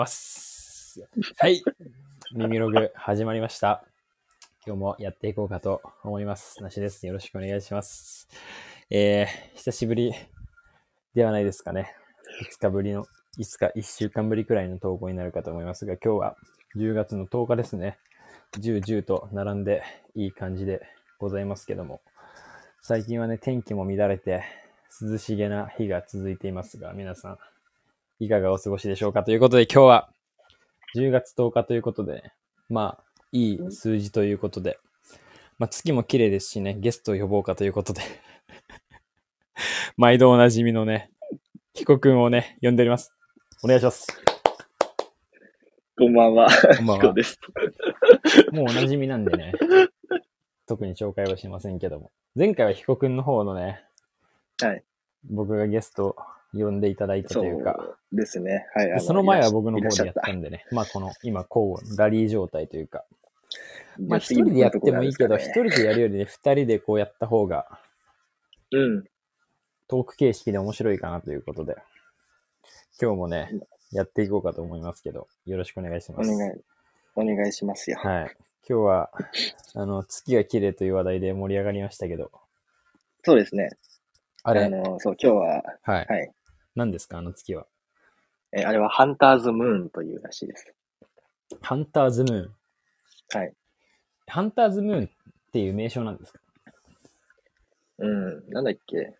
ます。はい。耳ログ始まりました。今日もやっていこうかと思います。なしです。よろしくお願いします。久しぶりではないですかね。1週間ぶりくらいの投稿になるかと思いますが、今日は10月の10日ですね。10、10と並んでいい感じでございますけども。最近はね、天気も乱れて涼しげな日が続いていますが、皆さん、いかがお過ごしでしょうかということで、今日は10月10日ということで、まあ、いい数字ということで、まあ、月も綺麗ですしね、ゲストを呼ぼうかということで、毎度おなじみのね、ヒコくんをね、呼んでおります。お願いします。 こんばんは。 こんばんは。 ヒコです。 もうおなじみなんでね、特に紹介はしませんけども。前回はヒコくんの方のね、 はい。 僕がゲスト呼んでいただいたというか、 そうですね。はい。 でその前は僕のいらっしゃっ。 方でやったたんでね、まあこの今交互ラリー状態というか、まあ一じゃあ次人でやって僕のところもいいけど、一ですかね。 人でやるよりね、二人でこうやった方が、 うん。 トーク形式で面白いかなということで、今日もね、やっていこうかと思いますけど、よろしくお願いします。 お願いしますよ。 はい。今日は、月が綺麗という話題で盛り上がりましたけど、 そうですね。 あれ、 そう、今日は、 はい。 はい。 何ですか、あの月は。 あれはハンターズムーンというらしいです。 ハンターズムーン。 はい。 ハンターズムーンっていう名称なんですか？ うん。なんだっけ。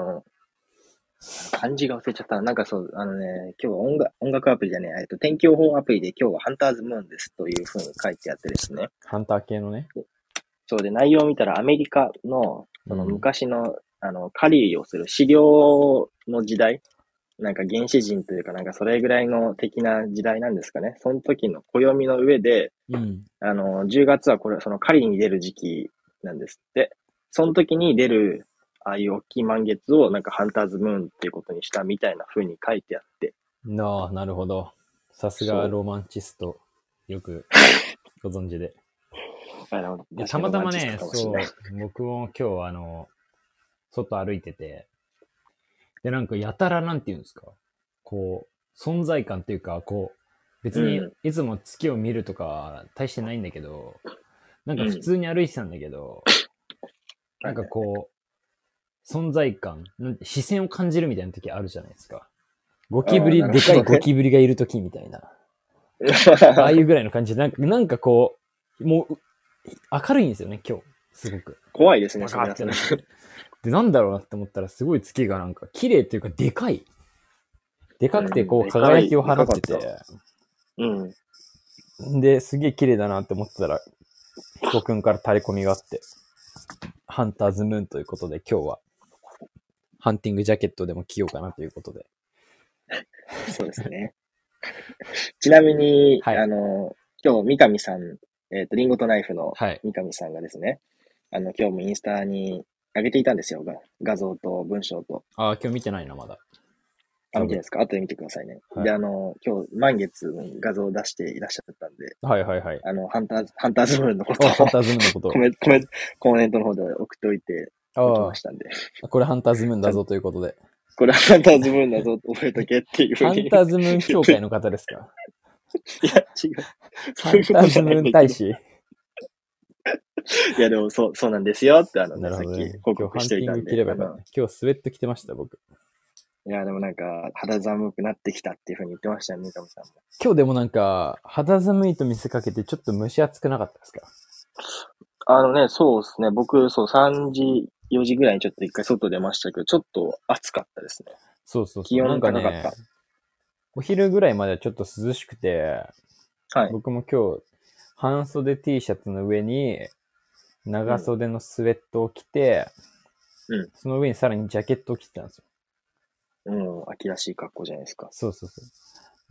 漢字が忘れちゃった。なんかそう、今日は音楽アプリじゃねえ、天気予報アプリで今日はハンターズムーンですというふうに書いてあってですね。 ハンター系のね。 そうで、内容を見たらアメリカの、そのうん。 昔の、狩りをする狩猟の時代、なんか原始人というかなんかそれぐらいの的な時代なんですかね。その時の暦の上で、 うん。 10月はこれ、その狩りに出る時期なんですって。その時に出る、ああいう大きい満月をなんかハンターズムーンっていうことにしたみたいな風に書いてあって。 なるほど。さすがそロマンチスト。よくご存知で。 う。 いや、た確かにロマンチストまたまね、 かもしれない。 僕も今日外歩いてて、で、なんかやたらなんていうんですか、こう、存在感っていうか、こう、別にうん。 いつも月を見るとか大してないんだけど、なんか普うん。 通に歩いてたんだけど、なんかはいはい。 こう、存在感、なんて視線を感じるみたいな時あるじゃないですか。 ああ、なるでかいほどね。 ゴキブリがいる時みたいな。ああいうぐらいの感じで、なんかこう、もう、明るいんですよね、今日。すごく。 怖いですね、 バカそれはそれ。 ってなって。で、なんだろうなって思ったら、すごい月がなんか、綺麗っていうか、でかい。でかくて、こう、輝きをで放かかった。 ってて、 うん。 で、すげえ綺麗だなって思ってたら、ヒコくんから垂れ込みがあって、ハンターズムーンということで、今日は、ハンティングジャケットでも着ようかなということで。 そうですね。ちなみに、 はい。 今日、三上さん、リンゴとナイフのはい。 三上さんがですね、今日もインスタに上げていたんですよ。画像と文章と。 ああ、今日見てないな、まだ。 あ、 多分。 見てないですか？後で見てくださいね。で、 はい。 今日、満月に画像を出していらっしゃったんで、 はいはいはい。 ハンターズムーンのことあ、ハをンターズムーンのことを。 コメントの方で送っておいておきまあしたんで、 あ、これハンターズムーンちゃんと、 だぞということで。 これハンターズムーンだぞ、覚えとけっていうふうハンにターズムーン言っといて、 協会の方ですか？ いや、違う。 ハンそういうことじゃターズムーンないんだけど。 大使。 いや、でもそうなんですよって、さっきなるほどね。 報告し今日ハンティンていたんで、 グ着ればよかった。今日スウェット着てました、僕。 いや、でもなんか、肌寒くなってきたっていうふうに言ってましたね、三上さんも。 今日でもなんか、肌寒いと見せかけてちょっと蒸し暑くなかったですか？ そうですね。僕、そう、3時、4時ぐらいにちょっと一回外出ましたけど、ちょっと暑かったですね。 そうそうそう。なん気温かね、 高かった。 お昼ぐらいまではちょっと涼しくて、 はい。 僕も今日、半袖 T シャツの上に長うん。 袖のスウェットを着て、 うん。 その上にさらにジャケットを着てたんですよ。 うん。秋らしい格好じゃないですか。 そうそうそう。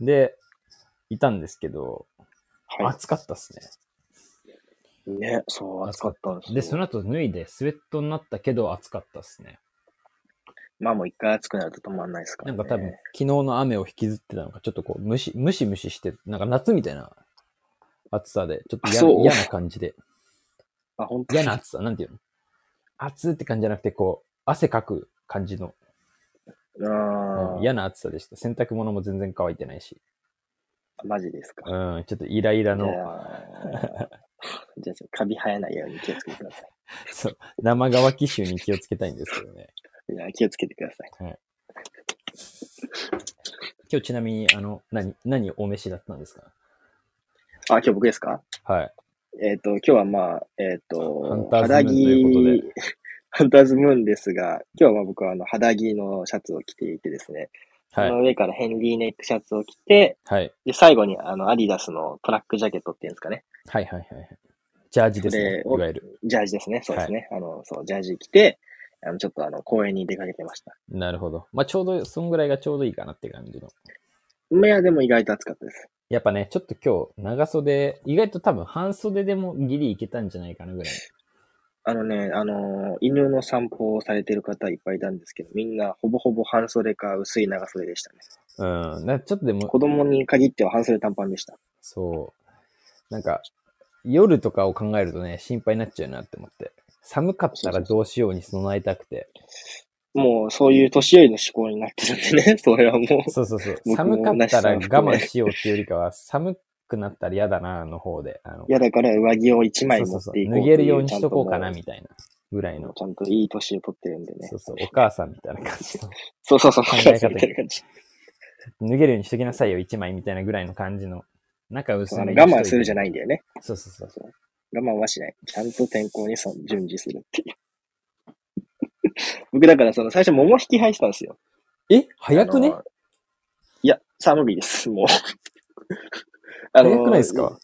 で、いたんですけど、 はい。 暑かったっすね。 ね、そう、暑かっ暑かった。で、そたんですよ。 の後脱いでスウェットになったけど暑かったっすね。 まあもう一回暑くなると止まんないですからなんか多分、 ね。 昨日の雨を引きずってたのか、ちょっとこう、ムシムシして、なんか夏みたいな暑さで、ちょっとあ、そう。 嫌な感じで、 あ、本当に。 嫌な暑さ、なんていうの？暑って感じじゃなくて、こう、汗かく感じの、 ああ、 嫌な暑さでした。洗濯物も全然乾いてないし。 マジですか。 うん、ちょっとイライラじの、 ゃあ、じゃあ、カビ生えないように気をつけてくださそう、生乾き臭に気をつけたいんですけどね。 い。いや、気をつけてください。 はい。今日ちなみに、何お召しだったんですか？ あ、今日僕ですか？ はい。 今日はまあ、 ハンターズ肌ムーンということで。 着、ハンターズムーンですが、今日はまあ僕は肌着のシャツを着ていてですね、そはい。 の上からヘンリーネックシャツを着て、 はい。 で、最後にアディダスのトラックジャケットっていうんですかね。 はいはいはいはい。ジャージですね。 それを、 いわゆる。 ジャージですね。そうではい。 すね。そう、ジャージ着て、ちょっと公園に出かけてました。 なるほど。まあ、ちょうど、そんぐらいがちょうどいいかなって感じの。 いや、でも意外と暑かったです。 やっぱね、ちょっと今日、長袖、意外と多分半袖でもギリいけたんじゃないかなぐらい。 犬の散歩をされてる方いっぱいいたんですけど、みんなほぼほぼ半袖か薄い長袖でしたね。 うん。ちょっとでも、 子供に限っては半袖短パンでした。 そう。なんか、夜とかを考えるとね、心配になっちゃうなって思って。寒かったらどうしように備えたくて。 もうそういう年寄りの思考になってるんでね、それはもう、 そうそうそう。 僕寒かもなしったら我さん含め。 慢しようっていうよりかは、寒くなったら嫌だな、の方で。 いや、だから上着を1枚持っそうそうそう。 ていこう脱げるようという、ちゃんにしとこうかな、 ともみたいな。ぐらいの。 ちゃんといい年を取ってるんでね。 そうそう。お母さんみたいな感じのそうそうそう、 考え方みたいな感じ。 脱げるようにしときなさいよ、一枚みたいなぐらいの感じの。仲そう薄めにしといて。 我慢するじゃないんだよね。 そうそうそう。 そう我慢はしない。ちゃんと天候に準じするっていう。僕だから最初桃引き履いてたんですよ。 え早くね？ いや、寒いです、もう。 早くないですか？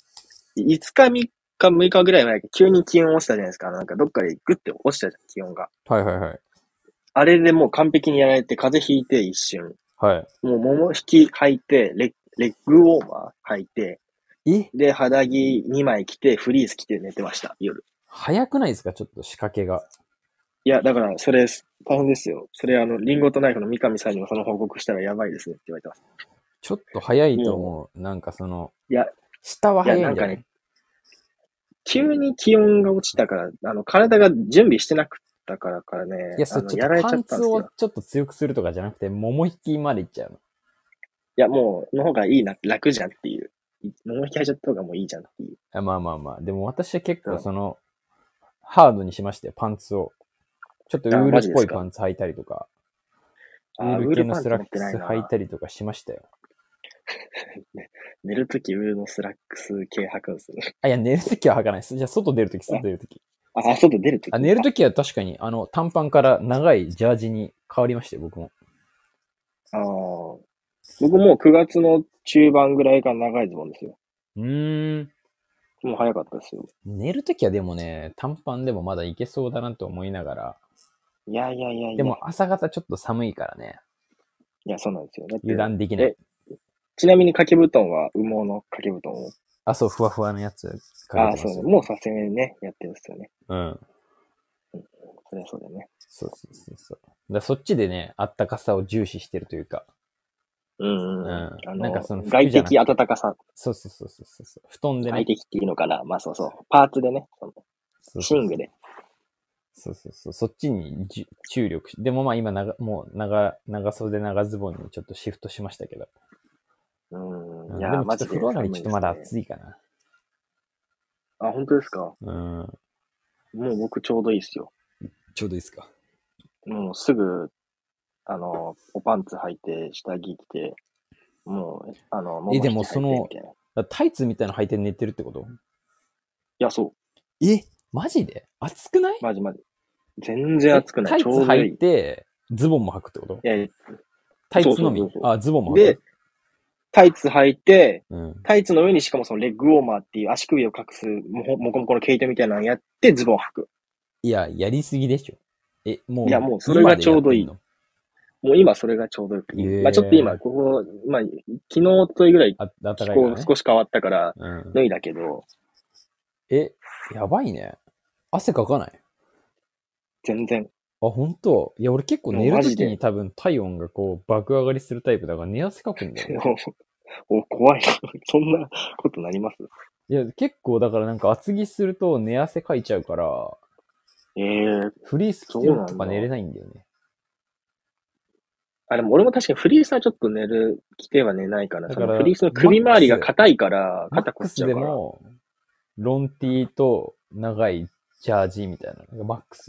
5日、3日、6日ぐらい前、急に気温落ちたじゃないですか。なんかどっかでグッて落ちたじゃん、気温が。 はいはいはい。 あれでもう完璧にやられて、風邪ひいて一瞬。 はもう桃引き履いて、レッグウォーマー履いて、 い。 で、肌着2枚着て、フリース着て寝てました、夜。 早くないですか？ちょっと仕掛けが。 いや、だから、それ、大変ですよ。それ、リンゴとナイフの三上さんにもその報告したらやばいですねって言われてます。 ちょっと早いとも思う。なんかいや、 下は早いんじゃない？ なんかね、急に気温が落ちたから、体が準備してなくったからね、 いや、それちょっとやられちゃパンツをったんですよ。 ちょっと強くするとかじゃなくて、桃引きまでいっちゃうの。 いや、もう、の方がいいな、楽じゃんっていう。桃引き履いちゃった方がもういいじゃんっていう。 まあまあまあ。でも私は結構うん。 ハードにしましたよ、パンツを。ちょっとウールっぽいマジですか。 パンツ履いたりとか、ウールウールパンツ系のスラッ持ってないな。 クス履いたりとかしましたよ。 ね、寝るときウールのスラックス系履くんですね。 いや、寝るときは履かないです。じゃあ、外出るとき、外出るとき。 外出るとき。 寝るときは確かに、短パンから長いジャージに変わりましたよ、僕も。 ああ。僕もう9月の中盤ぐらいから長いズボンですよ。 うーん。 もう早かったですよ。 寝るときはでもね、短パンでもまだいけそうだなと思いながら。 いやいやいやいや。 でも朝方ちょっと寒いからね、 いや、そうなんですよ。だって、 油断できない。 ちなみに掛け布団は羽毛の掛け布団を。 あ、そう、ふわふわのやつかけてそうね。 ますよ。 もうさすがにね、やってるんですよね。 うん。 そりゃそうだよね。 そうそうそうそう。そっちでね、あったかさを重視してるというか。 うんうん。 なんかその外的服じゃなくて。 暖かさ。 そうそうそうそうそう。布団でね。 外的っていうのかな。まあそうそう。パーツでね。 そうそうそう。 寝具で。 そうそうそう。そっちに注力し、でもまあ今もう長袖長ズボンにちょっとシフトしましたけど。 いや、 でもちょっとマジで風呂上がりちょっとまだ寒いですね。 暑いかな。 本当ですか。 うん。 もう僕ちょうどいいですよ。 ちょうどいいですか。 もうすぐ、おパンツ履いて、下着着て、もう、もでも引き履いて、 もみたいな。いタイツみたいなの履いて寝てるってこと？ や、そう。 マジで暑くない？ マジマジ。全然暑くない。 タイツ履いちょうどいい。 て、ズボンも履くってこと？ いやいや、 タイツのみ？ そうそうそうそう。 ズボンも履で、 く？ タイツ履いて、 うん。 タイツの上にしかもそのレッグウォーマーっていう足首を隠すもこもこの毛糸みたいなのやってズボン履く。 いや、やりすぎでしょ。もいや、 う、 もうそれがちょうどいい。 今でやってんの？ もう今それがちょうどよくて。 ええまあちょっと今、ここ、まあ昨日とぐらい暖気かいからね。 候少し変わったからうん。 脱いだけど、 やばいね。汗かかない？ 全然。 本当？いや、俺結構もう寝るとマジで。 きに多分体温がこう爆上がりするタイプだから寝汗かくんだよね。 怖いな。そんなことなります？ いや、結構だからなんか厚着すると寝汗かいちゃうから、 ええー、 フリース着てそうなんだ。 とか寝れないんだよね。 あ、でも俺も確かにフリースはちょっと着ては寝ないかな。そだから、 のフリースの首周りが硬いから、 マッ肩凝クスでっちゃうから。 も、ロンティーと長いジャージみたいなのがマックス。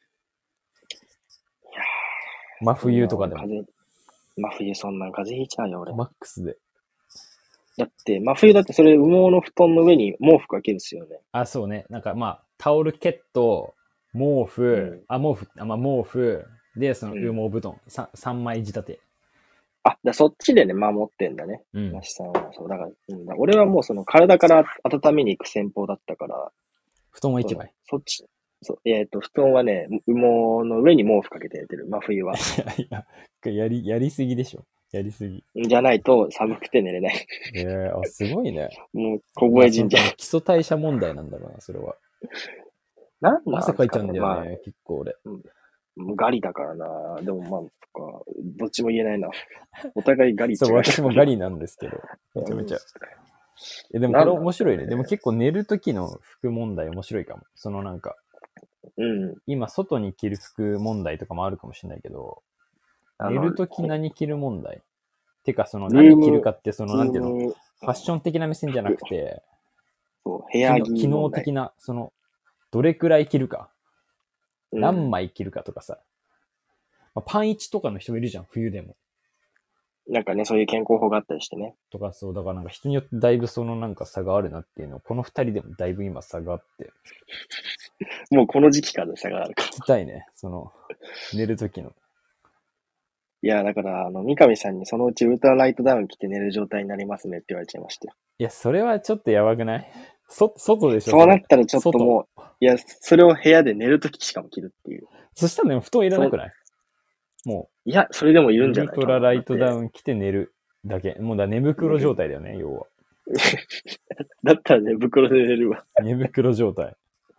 真冬とかでも。 真冬そんなん風邪ひいちゃうよ、俺。 マックスで。 だって、真冬だってそれ羽毛の布団の上に毛布かけるですよね。 あ、そうね。なんかまあ、タオルケット、毛布、 うん毛布、で、そのうん羽毛布団、3枚仕立て。 そっちでね、守ってんだね。 うん。 なしさんは。そう、だから、俺はもうその体から温めに行く戦法だったから、 布団は1枚。 そっち、そう、布団はね、羽毛の上に毛布かけて寝てる。真冬は。 いやいや、やりすぎでしょ。やりすぎ。 じゃないと寒くて寝れない。 あ、すごいね。 もう、凍まあ、 え死んじゃう。 基礎代謝問題なんだろうな、それは。 なんなんですかね。 汗かいちゃうんだよね、結構俺。 ガリだからな。でもまあ、そっか、どっちも言えないな。お互いガリそう、 違いだ私もガリなんですけど、めちゃめちゃ。でもこれ面白いね。でも結構寝る時の服問題面白いかも。そのなんか、今外に着る服問題とかもあるかもしれないけど、寝る時何着る問題。てか、その何着るかって、そのなんていうの、ファッション的な目線じゃなくて、 そう、部屋着機能的な、その、どれくらい着るか、何枚着るかとかさ、パン1とかの人もいるじゃん、冬でも。 なんかね、そういう健康法があったりしてね。 とかそう、だからなんか人によってだいぶそのなんか差があるなっていうのを、この2人でもだいぶ今差があって。 もうこの時期から差があるか。 聞きたいね、その、寝る時の。 いや、だから、三上さんにそのうちウルトラライトダウン着て寝る状態になりますねって言われちゃいましたよ。 いや、それはちょっとやばくない？外でしょ、 そうなったらちょっと外。 もう、いや、それを部屋で寝るときしかも着るっていう。 そしたらでも布団いらなくない？もいや、それでもいるう、ウんじゃないかルトラライトダン。 ウン着て寝るだけ。もう寝袋状態だよね、要は。 だったら寝袋で寝るわ。 寝袋状態。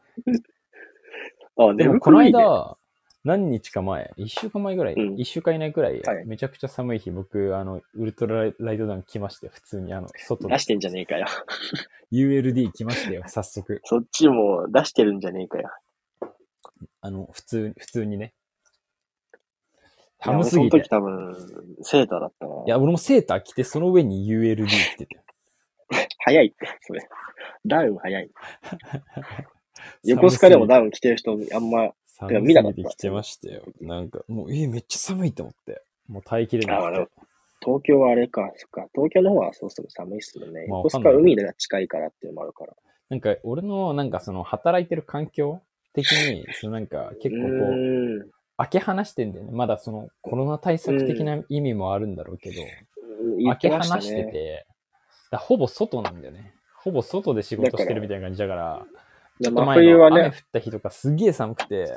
あ、寝でもこの袋いいね。 間、何日か前、1週間前ぐらい、1週間以内くらい、 はいめちゃくちゃ寒い日、僕、ウルトラライトダウン来まして、普通に外で。 出してんじゃねえかよ。 ULD 来ましたよ、早速。 そっちも出してるんじゃねえかよ。 普通にね。 寒すぎて。その時多分、セーターだったな。 いや、俺もセーター着て、その上に ULD 着てて。 早いって、それ。ダウン早い。横須賀でもダウン着てる人あんま、 寒すぎて着てましたよ。なんか、もう、めっちゃ寒いと思って。もう耐えきれなくて。 東京はあれか、そっか。東京の方はそうすると寒いっすもんね。横須賀海が近いからっていうのもあるから。 なんか、俺の、なんかその、働いてる環境的に、そのなんか、結構こう、開け放してんだよね。まだその、コロナ対策的な意味もあるんだろうけど、開け放してて、ほぼ外なんだよね。ほぼ外で仕事してるみたいな感じだから、ちょっと前の雨降った日とかすげえ寒くて、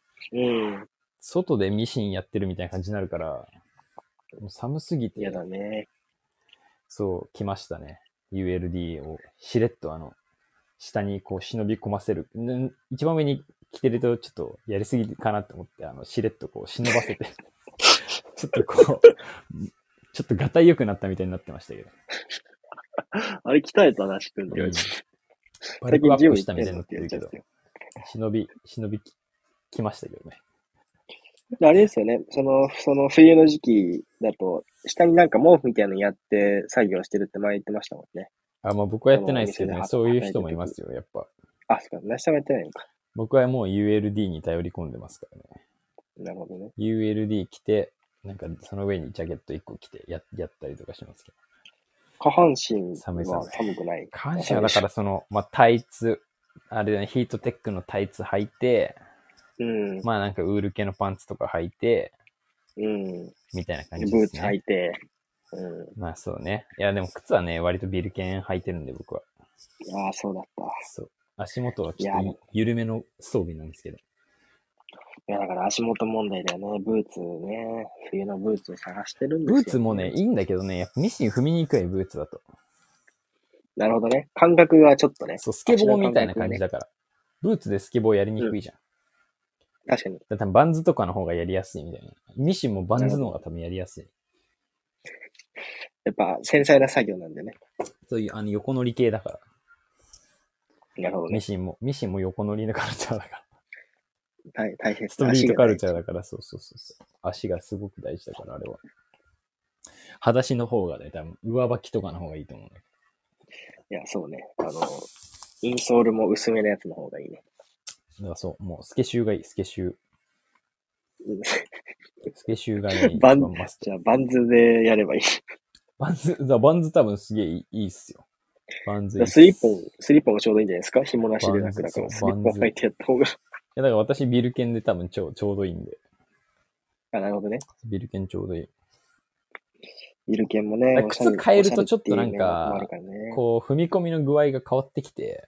外でミシンやってるみたいな感じになるから、もう寒すぎて。 嫌だね。 そう、来ましたね。ULD をしれっと下にこう忍び込ませる。一番上に着てるとちょっとやりすぎかなって思って、しれっとこう忍ばせて、ちょっとこう、ちょっとガタイ良くなったみたいになってましたけど。 あれ鍛えたなしくんって言われて。 バルクアップしたみたいになってるけど、忍びきましたけどね。 あれですよね。その冬の時期だと、下になんか毛布みたいなのやって作業してるって前言ってましたもんね。 まあ僕はやってないですけどね、そういう人もいますよ、やっぱ。 あ、そうか、なしさんはやってないのか。 僕はもう ULD に頼り込んでますからね。 なるほどね。 ULD 着て、なんかその上にジャケット1個着てやったりとかしますけど。 下半身は寒くない。 下半身はだからタイツ、あれだね、ヒートテックのタイツ履いて、まあなんかウール系のパンツとか履いて、みたいな感じですね。 ブーツ履いて。 まあそうね。いやでも靴はね、割とビルケン履いてるんで僕は。 ああ、そうだった。 そう。足元はちょっと緩めの装備なんですけど。 いやだから足元問題だよね。ブーツね。冬のブーツを探してるんですよ、 ブーツもね、いいんだけどね、やっぱミシン踏みにくいブーツだと。 なるほどね。感覚がちょっとね。 そう、スケボーみたいな感じだから。ブーツでスケボーやりにくいじゃん。 確かに。 だからバンズとかの方がやりやすいみたいな。ミシンもバンズの方が多分やりやすい。 やっぱ繊細な作業なんでね。 そういう横乗り系だから。 なるほどね。 ミシンも横乗りのカルチャーだから。 大切。 ストリートカルチャーだ。 だから、そうそうそうそう。足がすごく大事だから、あれは。裸足の方がね、多分、上履きとかの方がいいと思うね。 いや、そうね。インソールも薄めのやつの方がいいね。 だからそう、もうスケシューがいい、スケシュー。 うんスケシューがね、一バン、 番マスト。 じゃあ、バンズでやればいい。 バンズ多分すげえいいっすよ。バンズいいっす。 スリッポンがちょうどいいんじゃないですか？紐なしで楽だから、 バンズスリッポン履いてやった方が。 いや、だから私ビルケンで多分ちょうどいいんで。 あ、なるほどね。 ビルケンちょうどいい。 ビルケンもね、 靴変えるとちょっとなんおしゃれっていう面もあかるからね。 こう、踏み込みの具合が変わってきて、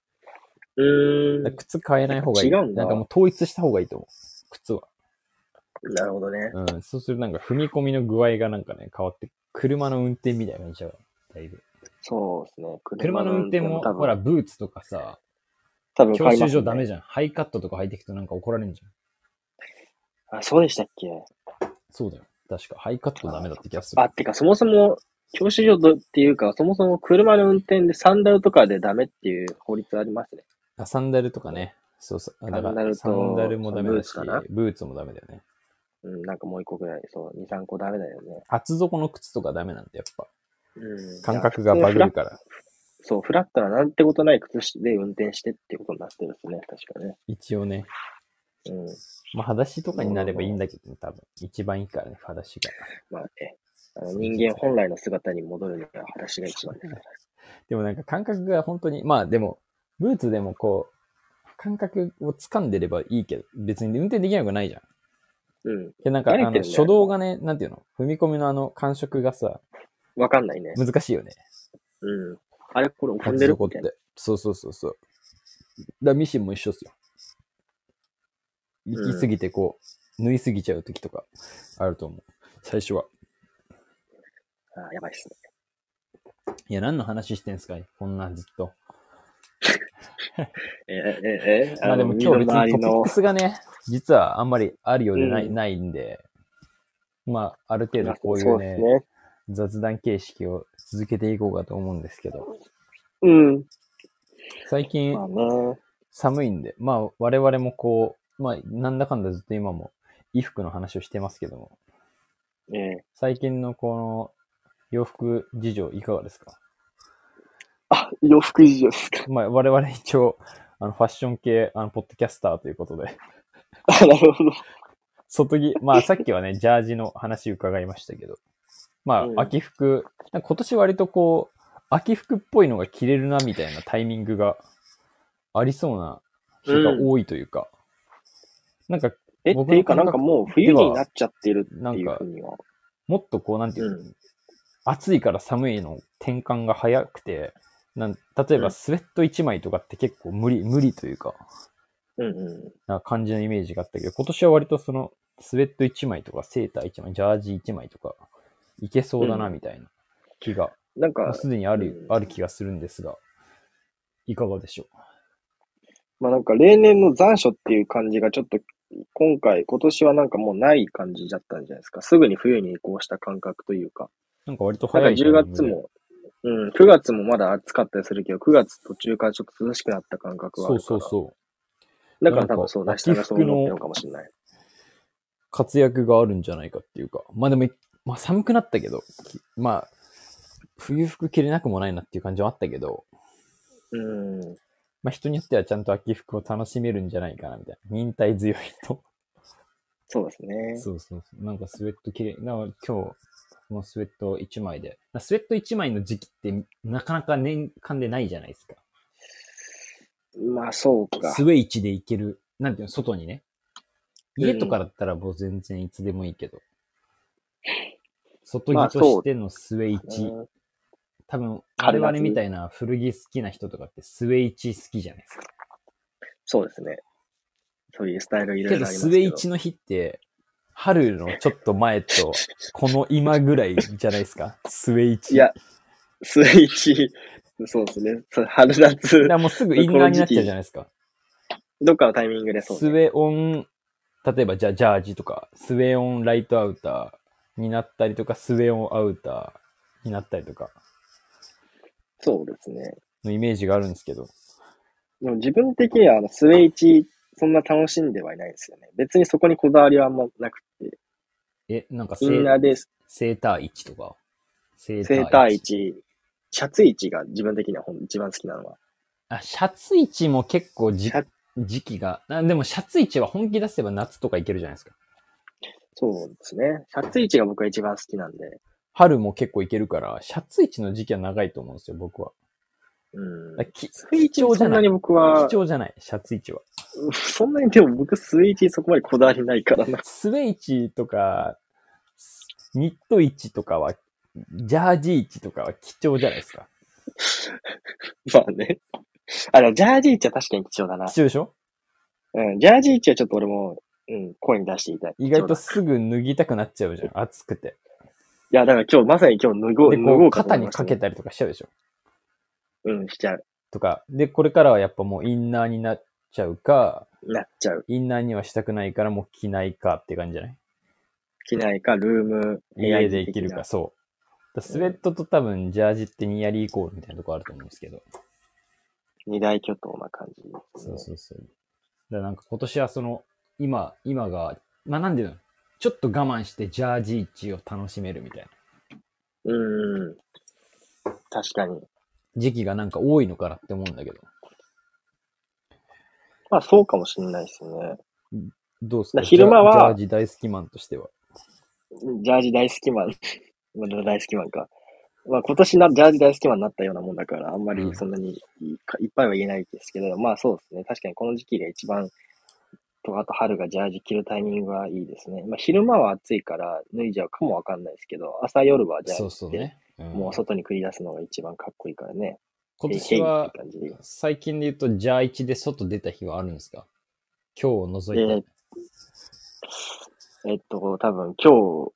靴変えない方がいい。 違うんだ。 なんかもう統一した方がいいと思う。靴は。 なるほどね。 うん。そうするとなんか踏み込みの具合がなんかね、変わって、車の運転みたいな感じだから、だいぶ。 そうですね。 車の運転も、 多分ほら、ブーツとかさ、 多分教習所ダメじゃん。ハイカットとか履いていくとなんか怒られるんじゃん。 あ、そうでしたっけ？ そうだよ。確か、ハイカットダメだって気がする。 あ、てか、そもそも、教習所っていうか、そもそも車の運転でサンダルとかでダメっていう法律ありますね。 あ、サンダルとかね。そうそう。だからサンダルもダメだし、ブーツもダメだよね。 うん、なんかもう一個ぐらい、そう、2、3個ダメだよね。 厚底の靴とかダメなんだ、やっぱ。 うん。 感覚がバグるから。 そう、フラットななんてことない靴で運転してっていうことになってるんですね、確かね。 一応ね。 うん。 まあ、裸足とかになればいいんだけどね、多分。一番いいからね、裸足が。 まあね。人間本来の姿に戻るには裸足が一番ですから。 でもなんか感覚が本当に、まあでも、ブーツでもこう、感覚を掴んでればいいけど、別に運転できなくないじゃん。 うん。 で、なんか、初動がね、なんていうの、踏み込みの感触がさ、 わかんないね。 難しいよね。 うん。あれ、これ踏んでるみたいな。 そうそうそうそう。だミシンも一緒っすよ。行き過ぎてこう、縫いすぎちゃう時とか、あると思う。最初は。 あ、やばいっすね。 いや、何の話してんすかこんなずっと。まあでも今日別にトピックスがね、実はあんまりあるようでないんで、まあ、ある程度こういうね、雑談形式を続けていこうかと思うんですけど。 うん。 最近、寒いんで、まあ我々もこう、まあなんだかんだずっと今も衣服の話をしてますけども、最近のこの洋服事情いかがですか？ あ、洋服事情ですか。 まあ我々一応、ファッション系、ポッドキャスターということで。 あ、なるほど。 外着、まあさっきはね、ジャージの話伺いましたけど、まあ秋服、今年割とこう、秋服っぽいのが着れるなみたいなタイミングがありそうな日が多いというか、なんか、 っていうかなんかもう冬になっちゃってるっていうふうには。 もっとこう、なんていうの、暑いから寒いの転換が早くて、例えばスウェット1枚とかって結構無理というか、な感じのイメージがあったけど、今年は割とその、スウェット1枚とか、セーター1枚、ジャージ1枚とか、いけそうだなみたいな気が、 なんか、 すでにある気がするんですが、いかがでしょう？ まあなんか例年の残暑っていう感じがちょっと今年はなんかもうない感じだったんじゃないですか。すぐに冬に移行した感覚というか。 なんか割と早い。 なんか10月も、9月もまだ暑かったりするけど、9月途中からちょっと涼しくなった感覚はあるから。そう。だから多分そう、なしさんがそう思ってるのかもしれない。 活躍があるんじゃないかっていうか。まあでも、まあ寒くなったけど、まあ、冬服着れなくもないなっていう感じはあったけど、まあ人によってはちゃんと秋服を楽しめるんじゃないかなみたいな。忍耐強いと。 そうですね。 そうそうそう。なんかスウェット着れ、なんか今日、もうスウェット1枚で。スウェット1枚の時期ってなかなか年間でないじゃないですか。 まあそうか。 スウェイチで行ける。なんていうの、外にね。家とかだったらもう全然いつでもいいけど。外着としてのスウェイチ。多分、我々みたいな古着好きな人とかってスウェイチ好きじゃないですか。 そうですね。そういうスタイルいろいろありますけど。 けどスウェイチの日って、春のちょっと前と、この今ぐらいじゃないですか。スウェイチ。 いや、スウェイチ、そうですね。春夏。 だからもうすぐインナーになっちゃうじゃないですか。 どっかのタイミングでそう、 スウェオン、例えばじゃあジャージとか、スウェオンライトアウターになったりとか、スウェオンアウターになったりとか。 そうですね。 のイメージがあるんですけど。 でも自分的にはスウェイチそんな楽しんではいないですよね。別にそこにこだわりはあんまなくて、 なんかインナーです。 セーター1とか。セータセーターー1。 1、シャツ1が自分的には一番好きなのは。 あ、シャツ1も結構シャ時期が、でもシャツ1は本気出せば夏とかいけるじゃないですか。 そうですね。シャツ1が僕は一番好きなんで。 春も結構いけるから、シャツ1の時期は長いと思うんですよ、僕は。 スイーチ貴重じゃない。 そんなに僕は、 貴重じゃない、シャツ1は。 そんなにでも僕スイーチそこまでこだわりないからな。 スウェイチとか、ニット1とかは、ジャージ1とかは貴重じゃないですか。 まあね。あ、でもジャージ1は確かに貴重だな。 貴重でしょ？ ジャージ1はちょっと俺も、声に出していたい。 意外とすぐ脱ぎたくなっちゃうじゃん、暑くて。 いや、だからまさに今日脱ごで、 うかと肩に思いましたね。 かけたりとかしちゃうでしょ？ しちゃう。 とか。で、これからはやっぱもうインナーになっちゃうか、 なっちゃう。 インナーにはしたくないからもう着ないかって感じじゃない？ 着ないか、ルーム、部屋家着的なで着るか、そう。スウェットと多分ジャージってニアリーイコールみたいなとこあると思うんですけど。 二大巨頭な感じですね。 そうそうそう。だからなんか今年は今が、なんでいうの、ちょっと我慢してジャージ1を楽しめるみたいな。 確かに。 時期がなんか多いのかなって思うんだけど。 まあそうかもしれないですね。 どうですか？ 昼間はジャージ大好きマンとしては。 ジャージ大好きマン。まだ大好きマンか。まあ今年ジャージ大好きマンになったようなもんだから、あんまりそんなにいっぱいは言えないですけど、まあそうですね。確かにこの時期が一番、あと春がジャージ着るタイミングはいいですね。まあ昼間は暑いから脱いじゃうかもわかんないですけど、朝夜はジャージそうって、 ね。 もう外に繰り出すのが一番かっこいいからね。 今年はへいって感じで。 最近で言うとジャー1で外出た日はあるんですか？今日を除いて。 多分今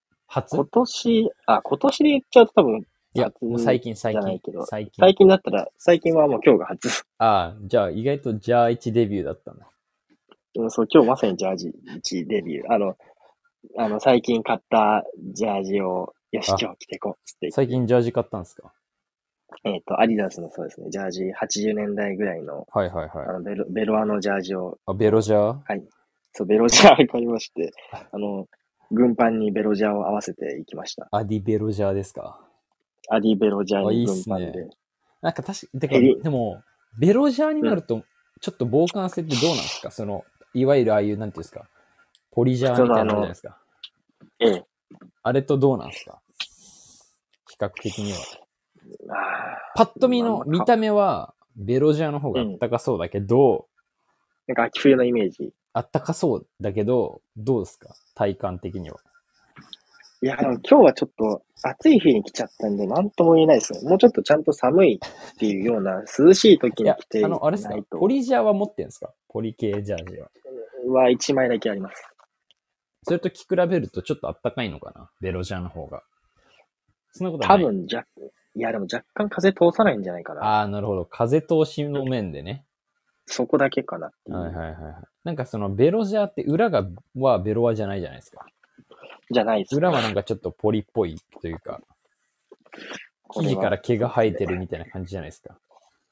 年で言っちゃうと多分、 いや、もう最近。 じゃないけど、最近だったら、最近はもう今日が初。 ああ、じゃあ意外とジャー1デビューだったんだ。 そう、今日まさにジャージ1デビュー。最近買ったジャージを、よし、今日着てこう、つって最近ジャージ買ったんですか？ アディダスのそうですね、ジャージ、80年代ぐらいの、 はいはいはい。 ベロアのジャージを、 ベロジャー？ はい。そう、ベロジャー買いまして、軍パンにベロジャーを合わせていきました。 アディベロジャーですか？ アディベロジャーにいいっ軍パンで。 すね。なんかでも、ベロジャーになると、ちょっと防寒性ってどうなんですか？いわゆるああいう、なんていうんですか、ポリジャーみたいなのあるじゃないですか。あれとどうなんですか？比較的には。パッと見の見た目は、ベロジャーの方があったかそうだけど、 なんか秋冬のイメージ。 あったかそうだけど、どうですか？体感的には。 いや、でも今日はちょっと暑い日に来ちゃったんで、なんとも言えないですね。もうちょっとちゃんと寒いっていうような涼しい時に来ていないと。 あれですか？ポリジャーは持ってんですか？ポリ系ジャージは。 1枚だけあります。 それと比べるとちょっとあったかいのかな？ベロジャーの方が。そんなことない。 多分いやでも若干風通さないんじゃないかな。 ああ、なるほど。風通しの面でね。 そこだけかなっていう。 はいはいはい。なんかベロジャーって裏はベロアじゃないじゃないですか。 じゃないです、ね。 裏はなんかちょっとポリっぽいというか、生地から毛が生えてるみたいな感じじゃないですか。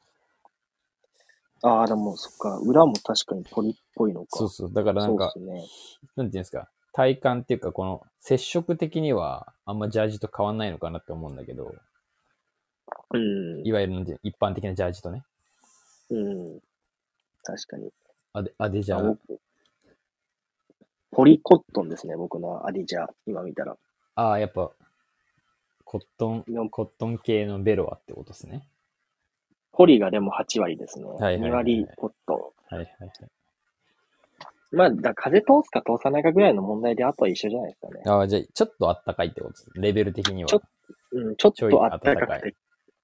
ああ、でもそっか。裏も確かにポリっぽいのか。 そうそう。だからなんか、なんていうんですか。体感っていうか、この接触的にはあんまジャージと変わんないのかなって思うんだけど、いわゆる一般的なジャージとね。 確かに。 アデジャー。 ポリコットンですね、僕のアディジャー。今見たら。 ああ、やっぱ、コットン系のベロアってことですね。 ポリがでも8割ですね。2 はいはいはいはい、 割コットン。 はいはいはい。 まあ、風通すか通さないかぐらいの問題で、あとは一緒じゃないですかね。 ああ、じゃあ、ちょっとあったかいってことです。レベル的には。 ちょっとあったかくて、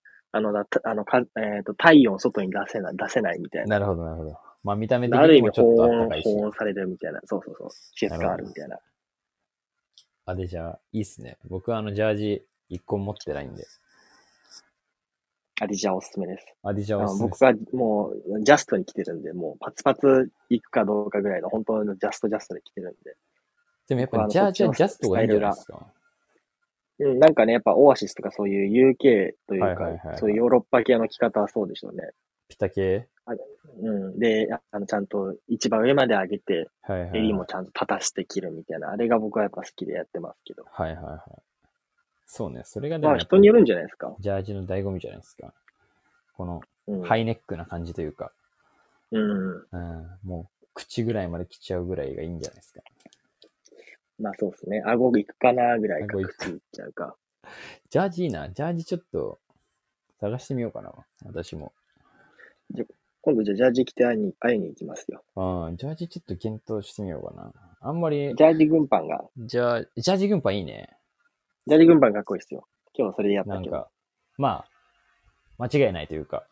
体温外に出せないみたいな。 なるほど、なるほど。まあ、見た目的にもちょっとあったかいし。 保温されるみたいな。そう。季節感あるみたいな。 で、じゃあ、いいっすね。僕はジャージ1個持ってないんで。 アディジャーおすすめです。 アディジャーおすすめです。 僕がもう、ジャストに来てるんで、もうパツパツ行くかどうかぐらいの本当のジャストで来てるんで。 でもやっぱジャージはジャストがいいんじゃないですか。 なんかね、やっぱオアシスとかそういう UK というか、そういうヨーロッパ系の着方はそうでしょうね。 ピタ系？ で、ちゃんと一番上まで上げて、 はいはいはい。 襟もちゃんと立たせて切るみたいな、あれが僕はやっぱ好きでやってますけど。 はいはいはい。そうね。それがでまあもやっぱ、 人によるんじゃないですか。 ジャージの醍醐味じゃないですか。この、 うん。 ハイネックな感じというか、 うん。 うん、もう、口ぐらいまで来ちゃうぐらいがいいんじゃないですか。 まあそうですね。顎行くかなぐらいか、 顎いくか。 口行っちゃうか。 ジャージいいな。ジャージちょっと、探してみようかな。私も。 じゃ今度じゃあジャージ着て会いに行きますよ。 うん、ジャージちょっと検討してみようかな。あんまり、 ジャージ軍パンが、 ジャージ軍パンいいね。 ジャージ軍パンかっこいいですよ。今日それでやったけど。 なんか、まあ、間違いないというか。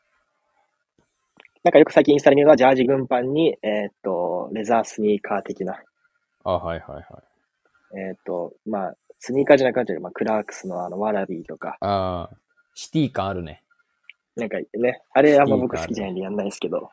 なんかよく最近インスタで見るのはジャージ軍パンに、レザースニーカー的な。 あ、はいはいはい。 まあ、スニーカーじゃなくなっちゃうけど、まあ、クラークスのワラビーとか、 ああ、シティ感あるね。 なんかね、あれシテあんまィ感あるね。 僕好きじゃないんでやんないですけど、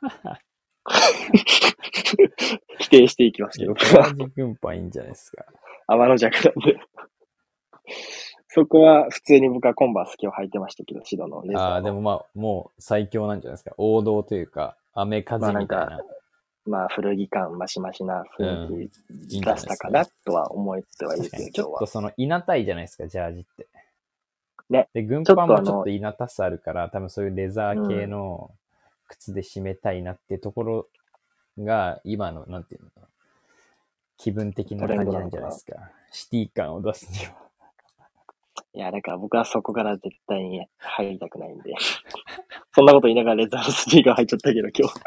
否定していきますいや、 けど、 ジャージ軍パンいいんじゃないですか。 天の弱なんで。そこは普通に僕はコンバース今日履いてましたけど、白のレザああ、でーの。 もまあ、もう最強なんじゃないですか。王道というか、雨風まあなんか、 みたいな。 まあ古着感マシマシなうん。 雰囲気いいんじゃ出したかなないですか。 とは思ってはいる確かに、 けど、 ちょっ今日は。 とその、いなたいじゃないですか、ジャージって。 ね。 で、軍ちょっパンもちょっとといなたさあるから、多分そういうレザーう系ん、 の靴で締めたいなっていうところが、今の、なんていうの、気分的トレンな感じなんドなのかな。 じゃないですか。シティ感を出すには。 いや、だから僕はそこから絶対に入りたくないんで。そんなこと言いながらレザーのスニーカー入っちゃったけど、今日。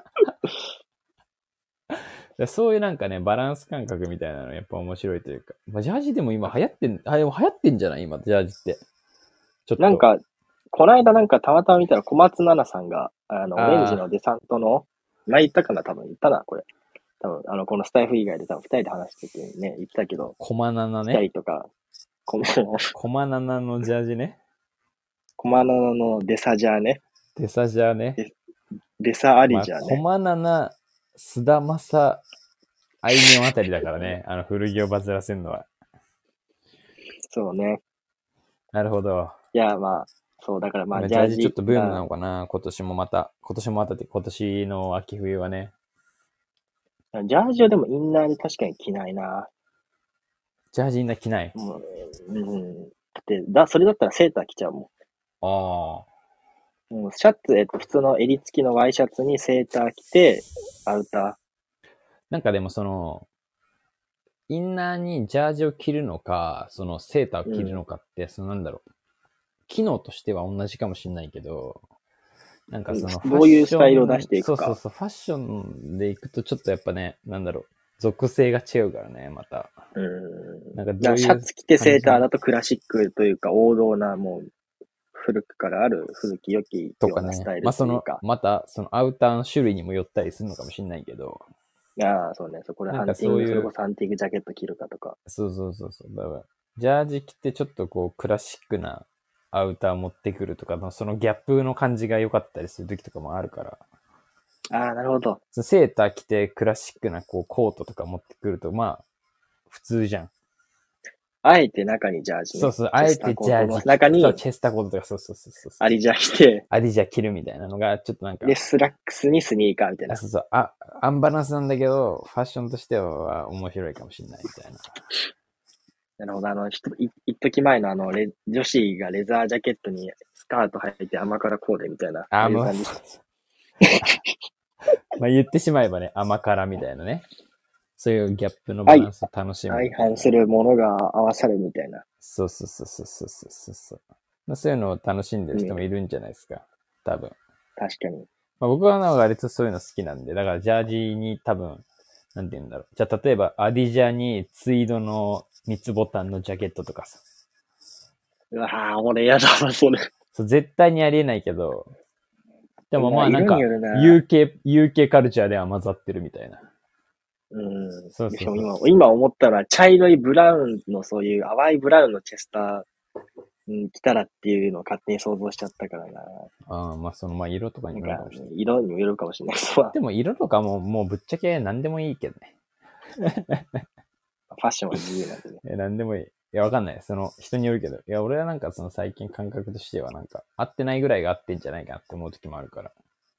でそういうなんかね、バランス感覚みたいなのやっぱ面白いというか。まあ、ジャージでも今流行ってん、でも流行ってんじゃない今、ジャージって。ちょっと。 なんか、この間なんかたまたま見たら小松菜奈さんが、オレンジあのデサントの、前言ったかな多分言ったな、これ。多分、このスタイフ以外で多分二人で話しててね、言ってたけど、 コマナナ来たね。 りとか、この、 コマナナのジャージね。 コマナナのデサジャーね、 デサジャーね。 デサアまあ、 リジャーね。 コマナナ、スダマサ、あいみょんあたりだからね。古着をバズらせるのは。 そうね。 なるほど。 いや、まあ、そう、だからまあ、 今、 ジャージャージちょっジが、 とブームなのかな今年もまた。今年もまたって今年の秋冬はね。 ジャージはでもインナーに確かに着ないな。 ジャージみんな着ない。 もう、だって、それだったらセーター着ちゃうもああ。 ん。もうシャツ、普通の襟付きのワイシャツにセーター着て、アウタなんかでもその、インナーにジャージを着るのか、そのセーターをー。 着るのかって、そのなんだろう。機能としては同じかもしれないけど、なんかそのファッどういうスショタイルを出しン、 ていくか。 そうそうそう、ファッションで行くとちょっとやっぱね、なんだろう。属性が違うからね、また。なんかだからシャどういうツ着てセー感じのターだとクラシックというか王道なもう古くからある古き良きようとかね。 なスタイルまあその、 というか。 またそのアウターの種類にもよったりするのかもしれないけど、 ああ、そうね。そこでなんかハンティング、それそういう、 こそハンティングジャケット着るかとか。 そうそうそうそう。だから、ジャージ着てちょっとこうクラシックなアウター持ってくるとかの、そのギャップの感じが良かったりする時とかもあるから、 ああ、なるほど。 そのセーター着てクラシックなこうコートとか持ってくると、まあ、普通じゃん。 あえて中にジャージね。 そうそう、あえチェスターてジャージコートの中そう、 にチェスターコートとか、そうそうそうそうそう。 アリジャー着て、 アディジャ着るみたいなのが、ちょっとなんで、 か、 スラックスにスニーカーみたいな。 そうそう、アンバランスなんだけど、ファッションとしては面白いかもしれないみたいな。 なるほど。一時前の女子がレザージャケットにスカート履いて甘辛コーデみたいな、ああいうもう、 感じですか。 まあ言ってしまえばね、甘辛みたいなね。そういうギャップのバラ相、 ンスを楽しむみ相たいな。 反するものが合わさるみたいな。 そうそうそうそうそうそうそう。まあ、そういうのを楽しんでる人もいるんじゃないですか。多分。 確かに。 まあ、僕はなんか割とそういうの好きなんで、だからジャージに多分、なんて言うんだろう。じゃあ例えばアディジャにツイードの三つボタンのジャケットとかさ。 うわぁ、俺やだわ、それ。 そう絶対にありえないけど、でもまあなんか色によるな。 UK カルチャーでは混ざってるみたいな。そうしそうそう。 かも今思ったら、茶色いブラウンのそういう淡いブラウンのチェスター、着たらっていうのを勝手に想像しちゃったからな。 まあそのまあ色とかになんか、 もよるかもしれない。 色にもよるかもしれない。そうは、 でも色とかもうぶっちゃけ何でもいいけどね。 ファッションは自由なんでね。 何でもいい。いや、わかんない。その人によるけど。いや、俺はなんかその最近感覚としてはなんか合ってないぐらいが合ってんじゃないかなって思う時もあるから。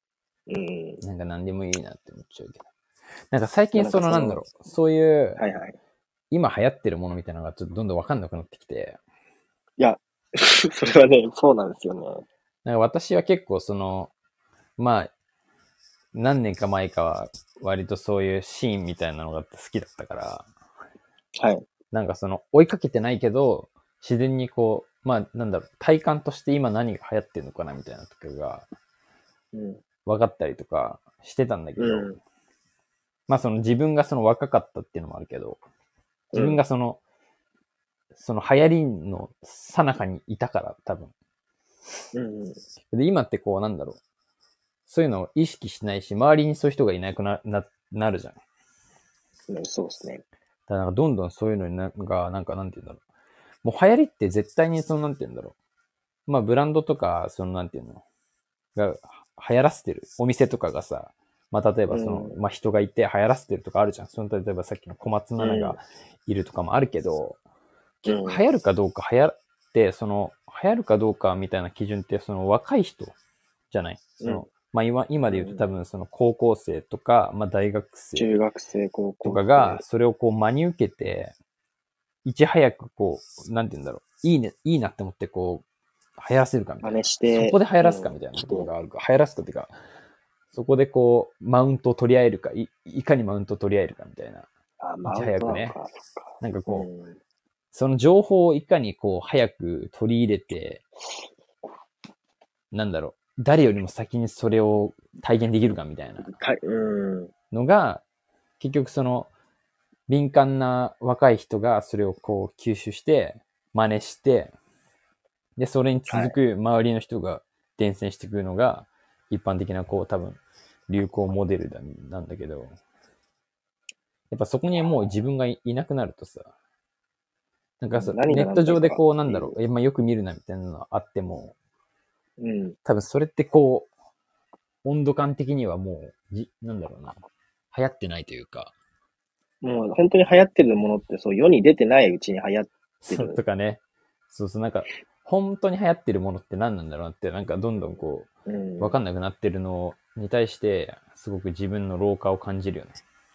うん。 なんか何でもいいなって思っちゃうけど。なんか最近なんだろう、そういう、 はいはい。 今流行ってるものみたいなのがちょっとどんどんわかんなくなってきて。 いや、それはね、そうなんですよね。 なんか私は結構まあ、何年か前かは割とそういうシーンみたいなのが好きだったから、 はい。 なんか追いかけてないけど、自然にまあなんだろう、体感として今何が流行ってるのかなみたいなところがうん。 分かったりとかしてたんだけど、 うん。 まあ自分が若かったっていうのもあるけど、自分が流行りの最中にいたから多分。 うん。 で、今ってなんだろう、そういうのを意識しないし、周りにそういう人がいなくなるじゃん。 うん、そうですね。 だからどんどんそういうのになんかなんて言うんだろう。もう流行りって絶対になんて言うんだろう。まあブランドとか、なんて言うのが流行らせてる。お店とかがさ、まあ例えばうん。 まあ人がいて流行らせてるとかあるじゃん。例えばさっきの小松菜奈がいるとかもあるけど、結局流行るかどうか流行るかどうかみたいな基準って若い人じゃない。まあ今で言うと多分高校生とか、まあ大学生中学生、高と校かが、 生。 それを真に受けて、いち早くなんて言うんだろう。いいなって思って流行らせるかみたいな。 真似して、 そこで流行らすかみたいなところがあるか。流行らすかっていうか、そこでマウントを取り合えるか、いかにマウントを取り合えるかみたいな。いちマウン早くね。 トなのか、そっか。 なんかうん。 その情報をいかに早く取り入れて、なんだろう。誰よりも先にそれを体現できるかみたいなうん。 のが、結局敏感な若い人がそれを吸収して、真似して、で、それにはい。 続く周りの人が伝染してくるのが、一般的な多分、流行モデルなんだけど、やっぱそこにもう自分がいなくなるとさ、なんか何がネット上で何だかっていう。 まあよく見るなみたいなのがあっても、 うん。 多分それって温度感的にはもう、なんだろうな、流行ってないというか、 もう本当に流行ってるものってそう世に出てないうちに流行ってそうとる。 かね、なんか、本当に流行ってるものって何なんだろうなって、なんかどんどんうん。 わかんなくなってるのに対して、すごく自分の老化を感じるよね。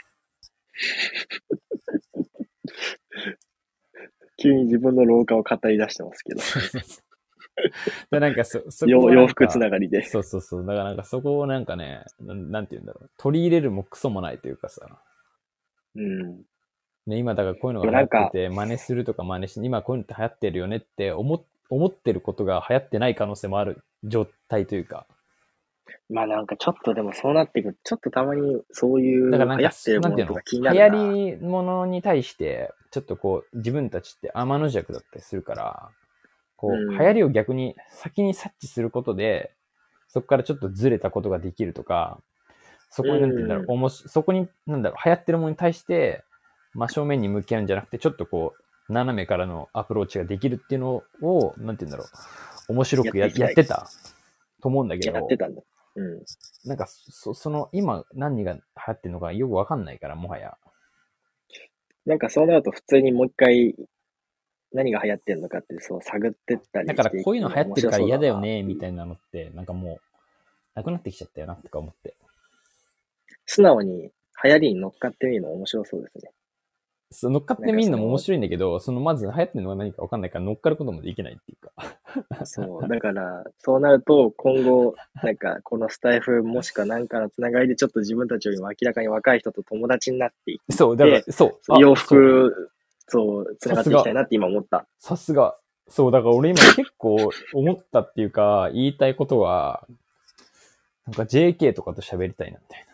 急に自分の老化を語り出してますけど。 で、なんかそこをな洋服つんか、 ながりで。 そうそうそう。だからなんかそこをなんかね、なんて言うんだろう。取り入れるもクソもないというかさ。 うん。 ね、今だからこういうのが流行でもなんか、 ってて、真似するとか真似し、今こういうのって流行ってるよねって思ってることが流行ってない可能性もある状態というか。 まあなんかちょっとでもそうなってくる。ちょっとたまにそういうだからなんか、 流行ってるなんていうのものとか気にな流るな。 行りものに対して、ちょっと自分たちって天の弱だったりするから、 う流行りん。 を逆に先に察知することで、そこからちょっとずれたことができるとか、そこになんて言うんだろう、 うん。 そこに、なんだろう、流行ってるものに対して、真正面に向き合うんじゃなくて、ちょっと斜めからのアプローチができるっていうのを、なんて言うんだろう、面白くややっていきたい。 ってたと思うんだけど、 やってたんだ。うん。 なんか、今何が流行ってるのかよくわかんないから、もはや。 なんかそうなると普通にもう一回何が流行ってるのかってそう探ってっただりしていからこういうのくの面白流行ってるからそうだなっ嫌だよね、 ていう。 みたいなのって、なんかもう、なくなってきちゃったよな、とか思って。 素直に流行りに乗っかってみるの面白そうですね。 乗っかっなんてみるのも面か白いんだけど、まず流行ってるのが何かわかんないから乗っかることもできないっていうか。 そう、だから、そうなると、今後、なんか、このスタイフもしくは何かのつながりで、ちょっと自分たちよりも明らかに若い人と友達になっていっそう、だかて、 ら、そう、 洋そう、 服、そう、つながっていきたさすが、 いなって今思った。 さすが。そう、だから俺今結構思ったっていうか、言いたいことは、なんか JK とかと喋りたいな、みたいな。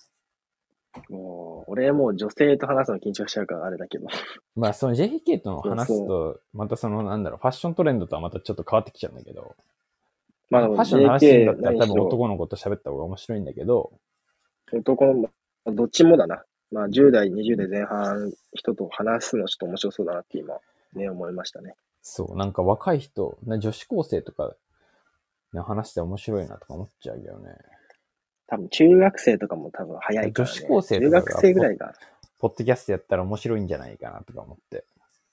俺もう女性と話すの緊張しちゃうからあれだけど。 まあ、その JK とのそう話すそう。 と、またなんだろう、ファッショントレンドとはまたちょっと変わってきちゃうんだけど、 まあでもファッションの話するんだ JK ったら多分何しろ男の子と喋った方が面白いんだけど、 男の、どっちもだな。まあ10代、20代前半人と話すのちょっと面白そうだなって今、ね、思いましたね。 そう、なんか若い人、女子高生とか、ね、話して面白いなとか思っちゃうけどね。 多分中学生とかも多分早いからね。 女子高生中学とかが生ぐらいが。 ポッドキャストやったら面白いんじゃないかなとか思って。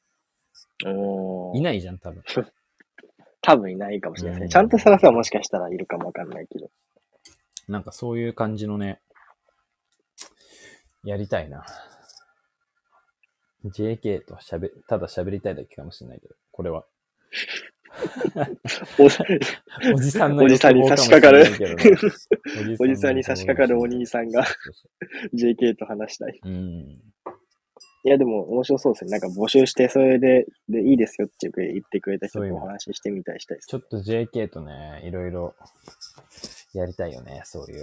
いおー。 ないじゃん、多分。 多分いないかもしうれないですね。ちゃんとん。 探せばもしかしたらいるかもわかんないけど。 なんかそういう感じのね、やりたいな。JK とただ喋りたいだけかもしれないけど、これは。おじさんのおじさんに欲望かもし差し掛かるれないけどね。 おじさんに差し掛かるお兄さんがそうそ JK と話したい。 う。うん。 いや、でも面白そうですね。なんか募集して、それでいいですよって言ってくれた人とそういうのお話ししてみたいしたいです。 ちょっと JK とね、いろいろやりたいよね、そういう。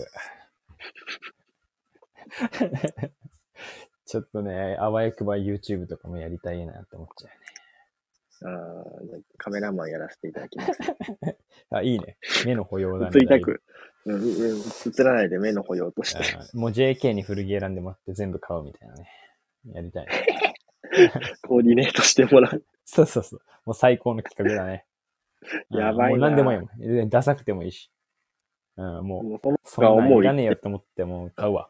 ちょっとね、あわよくば YouTube とかもやりたいなって思っちゃカメラマンやらせていただきます。 うね。あ、いいね。目の保養だね。 映りたく、映らないで目の保養として。 もう JK に古着選んでもらって全部買うみたいなね。やりたいね。 コーディネートしてもらう。 そうそうそう。もう最高の企画だね。 やばいな。 もう何でもいいもん。ダサくてもいいし。もう、そんなんいらねえよって思っても買うわ。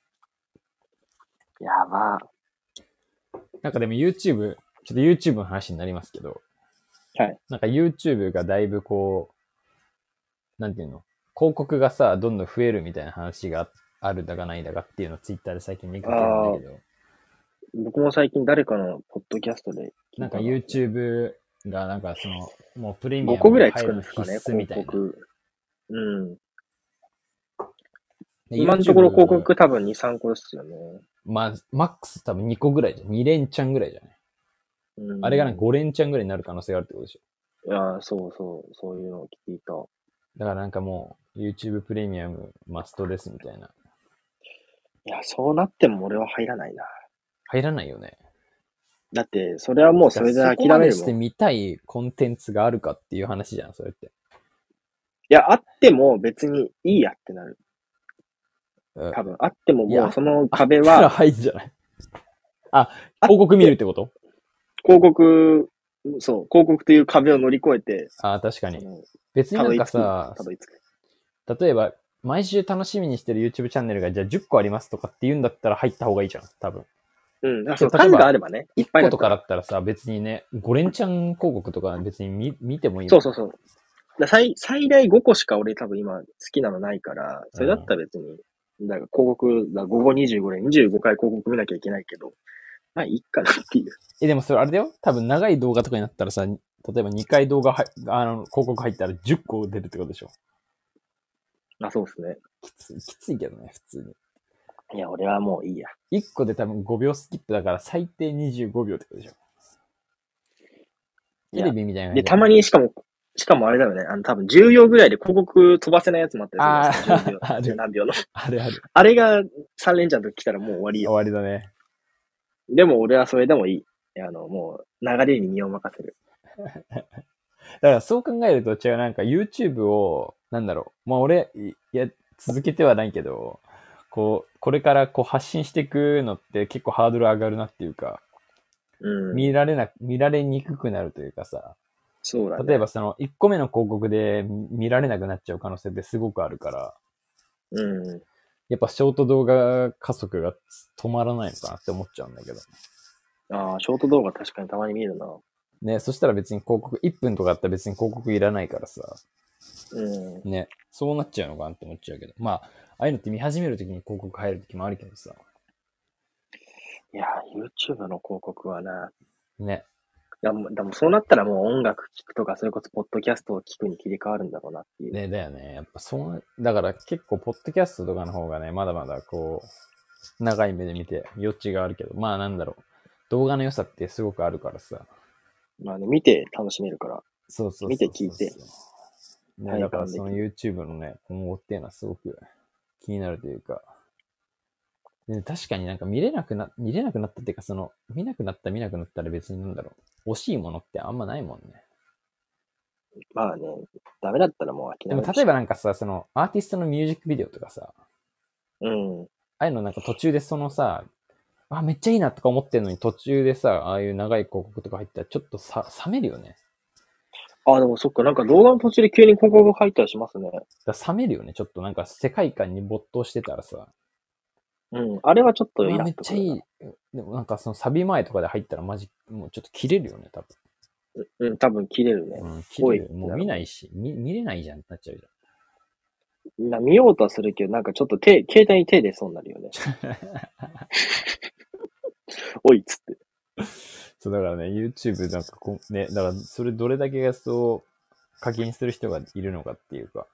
やば。 なんかでも YouTube、ちょっと YouTube の話になりますけど、 はい。 なんか YouTube がだいぶこう、なんていうの、広告がさ、どんどん増えるみたいな話があるだかないだかっていうのを Twitter で最近見かけるんだけど、 僕も最近誰かのポッドキャストで聞いたなんか YouTube がなんかその、もうプレミアム 5個ぐらいつ入るのくんですかね、 必須みたいな。 広告。うん。 で今のところ広告多分2、3個ですよね。 まあ、マックス多分2個ぐらいじゃん。2連チャンぐらいじゃない、 うん、 あれがなんか5連チャンぐらいになる可能性があるってことでしょ。 いや、そういうのを聞いた。 だからなんかもう YouTube プレミアムマストですみたいな。 いや、そうなっても俺は入らないな。 入らないよね。 だって、それはもうそれで諦めるもん。 そこまでして見たいコンテンツがあるかっていう話じゃん、それって。 いや、あっても別にいいやってなる。多分、あってももうその壁は。 あったら入るんじゃない？あ、広告見るってこと？ 広告という壁を乗り越えて。 あ、確かに。別になんかさ、例えば、毎週楽しみにしてる YouTube チャンネルがじゃあ10個ありますとかって言うんだったら入った方がいいじゃん、多分。 うん、そう、数があればね。 1個とかだったらさ、別にね、5連チャン広告とか別に見てもいい。 そう。最大5個しか俺多分今好きなのないから、それだったら別に、だから広告、午後25連、25回広告見なきゃいけないけど、まあいいかなっていう。 でもそれあれだよ、多分長い動画とかになったらさ、例えば2回動画広告入ったら10個出るってことでしょ。 あ、そうですね。 きついけどね、普通に。 いや、俺はもういいや。 1個で多分5秒スキップだから最低25秒ってことでしょ。テレビみたいな感じ。 で、たまにしかもあれだよね。多分10秒ぐらいで広告飛ばせないやつもあったりするんですよ。10何秒の。 ある。 あれが3連チャンと来たらもう終わりよ。 終わりだね。 でも俺はそれでもいい。もう流れに身を任せる。 だからそう考えると違う、なんか YouTube を、まあ俺、続けてはないけど、これから発信していくのって結構ハードル上がるなっていうか、見られにくくなるというかさ、 そうだね。 例えばその1個目の広告で見られなくなっちゃう可能性ってすごくあるから、やっぱショート動画加速が止まらないのかなって思っちゃうんだけど。 ああ、ショート動画確かにたまに見るな。 ね、そしたら別に広告、1分とかあったら別に広告いらないからさ。ね、そうなっちゃうのかなって思っちゃうけど。まあ、ああいうのって見始めるときに広告入るときもあるけどさ。 いや、YouTube の広告はな。 ね。 でもそうなったらもう音楽聴くとか、それこそポッドキャストを聴くに切り替わるんだろうなっていう。 ね、だよね。やっぱだから結構ポッドキャストとかの方がね、まだまだ長い目で見て余地があるけど、まあ動画の良さってすごくあるからさ。 まあね、見て楽しめるから。 そう。 見て聞いて。 ね、だからその YouTube のね、今後っていうのはすごく気になるというか。で確かになんか見れなくなったっていうか、見なくなったら別に惜しいものってあんまないもんね。 まあね、ダメだったらもう諦める。 でも例えばなんかさ、アーティストのミュージックビデオとかさ、ああいうのなんか途中でめっちゃいいなとか思ってるのに途中でさ、ああいう長い広告とか入ったらちょっと冷めるよね。 でもそっか、なんか動画の途中で急に広告入ったりしますね。 冷めるよね。ちょっとなんか世界観に没頭してたらさ。 あれはちょっとめっちゃいい。でもなんかサビ前とかで入ったらマジ、もうちょっと切れるよね、多分。多分切れるね。 切れる。もう見ないし、見れないじゃんってなっちゃうじ見ようとはするけど、なんかちょっと携帯に手出そうになるよね。おいっつって。 そう、だからね、YouTube なんかね、だからそれどれだけが課金する人がいるのかっていうか。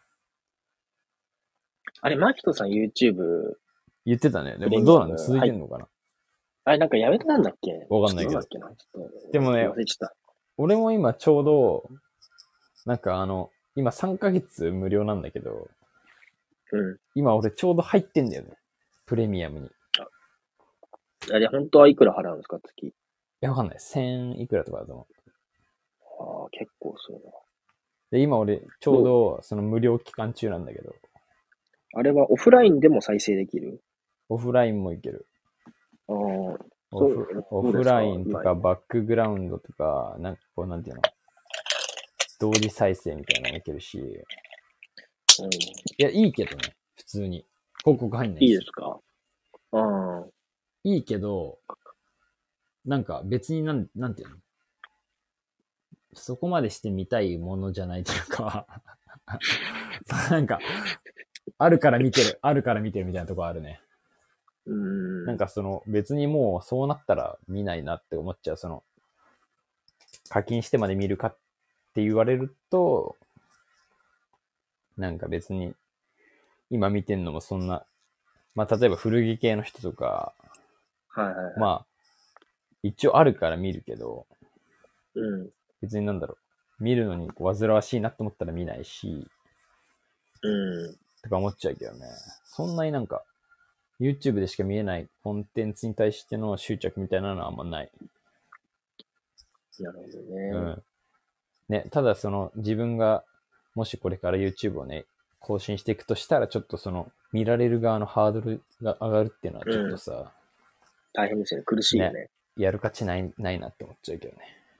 あれ、マキトさん YouTube 言ってたね。でプレもどうなの？ ミアム、 続いはい。 てんのかな？ あれ、なんかやめたんだっけ？ わかんないけど。 ちょっとなんだっけな。ちょっでもね、 と忘れちゃった。 俺も今ちょうど、なんか今3ヶ月無料なんだけど、 うん。 今俺ちょうど入ってんだよね。プレミアムに。いあれ、本当はいくら払うんですか、月？ や、わかんない。1000いくらとかだと思う。 ああ、結構するな。 で、今俺ちょうどその無料期間中なんだけど、 あれはオフラインでも再生できる？ オフラインもいける。 ああ、 オフ、オフどうですかラインとかバックグラウンドとか、なんかこうなんていうの、同時再生みたいなのもいけるし、いうん、 や、いいけどね。普通に。広告入んないし。 いいですか？ああ、 いいけど、なんか別になんていうの、そこまでして見たいものじゃないというかなんか、あるから見てるみたいなとこあるね。なんか別にもうそうなったら見ないなって思っちゃう。課金してまで見るかって言われると、なんか別に今見てんのもそんな、まあ例えば古着系の人とか、 はいはいはい。 まあ一応あるから見るけど、 うん、 別になんだろう、見るのに煩わしいなって思ったら見ないし、 うん。 とか思っちゃうけどね。そんなになんか、YouTube でしか見えないコンテンツに対しての執着みたいなのはあんまない。 なるほどね。 うん。ね、ただ自分が、もしこれから YouTube をね、更新していくとしたら、ちょっと見られる側のハードルが上がるっていうのはちょっうん。 とさ、 大変ですよね。苦しいよね、 ね。 やる価値ないなって思っちゃうけどね。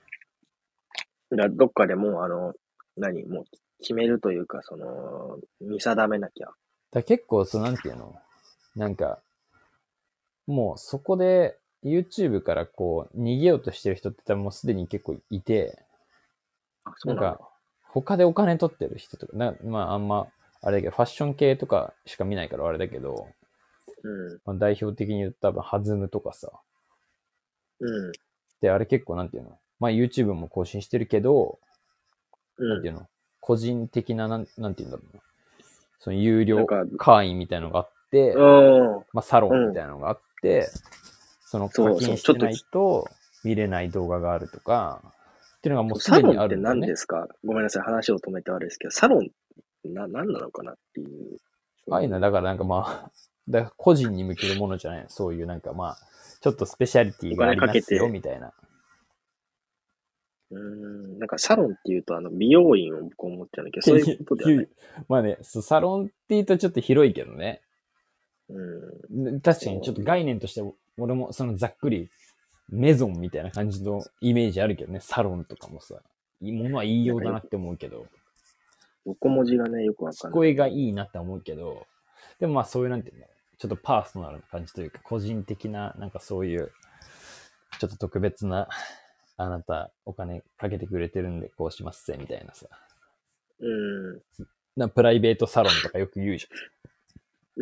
どっかでもう、もう決めるというか、見定めなきゃ。 結構、なんていうの、なんか、もうそこで YouTube からこう、逃げようとしてる人って多分もうすでに結構いて、 あ、そうなんだ。 なんか、他でお金取ってる人とか、まああんま、あれだけど、ファッション系とかしか見ないからあれだけど、 うん。 まあ、代表的に言うと多分、ハズムとかさ。 うん。 で、あれ結構なんていうの、まあ YouTube も更新してるけど、なんうていうの、個人的な、なんていうんだろうな。その有ん。なん料か、 会員みたいなのがあって、 うん。 まあサロンみうん。 たいなのがあって、課そうそう。 金してないと見れない動画があるとか、っていうのがもうすでにサロンってあるんだよね。 何ですか？ごめんなさい。話を止めて悪いですけど、サロンって何なのかなっていう。 ああいうのはだからなんかまあ、だから個人に向けるものじゃない。そういうなんかまあ、ちょっとスペシャリティがあお金りますよ、 かけて、 みたいな。 なんかサロンっていうと美容院を僕思っちゃうんだけど、そういうことではない。 まあね、サロンって言うとちょっと広いけどね。 うん。 確かにちょっと概念として、俺もざっくりメゾンみたいな感じのイメージあるけどね。サロンとかもさ。ものは言いなんかようだなって思うけど、 横文字がね、よくわかんない。 聞こえがいいなって思うけど、でもまあそういうなんていうの、ちょっとパーソナルな感じというか、個人的な、なんかそういう、ちょっと特別な、あなたお金かけてくれてるんでこうしますぜ、みたいなさ。 うん。 プライベートサロンとかよく言うじゃん。 うん。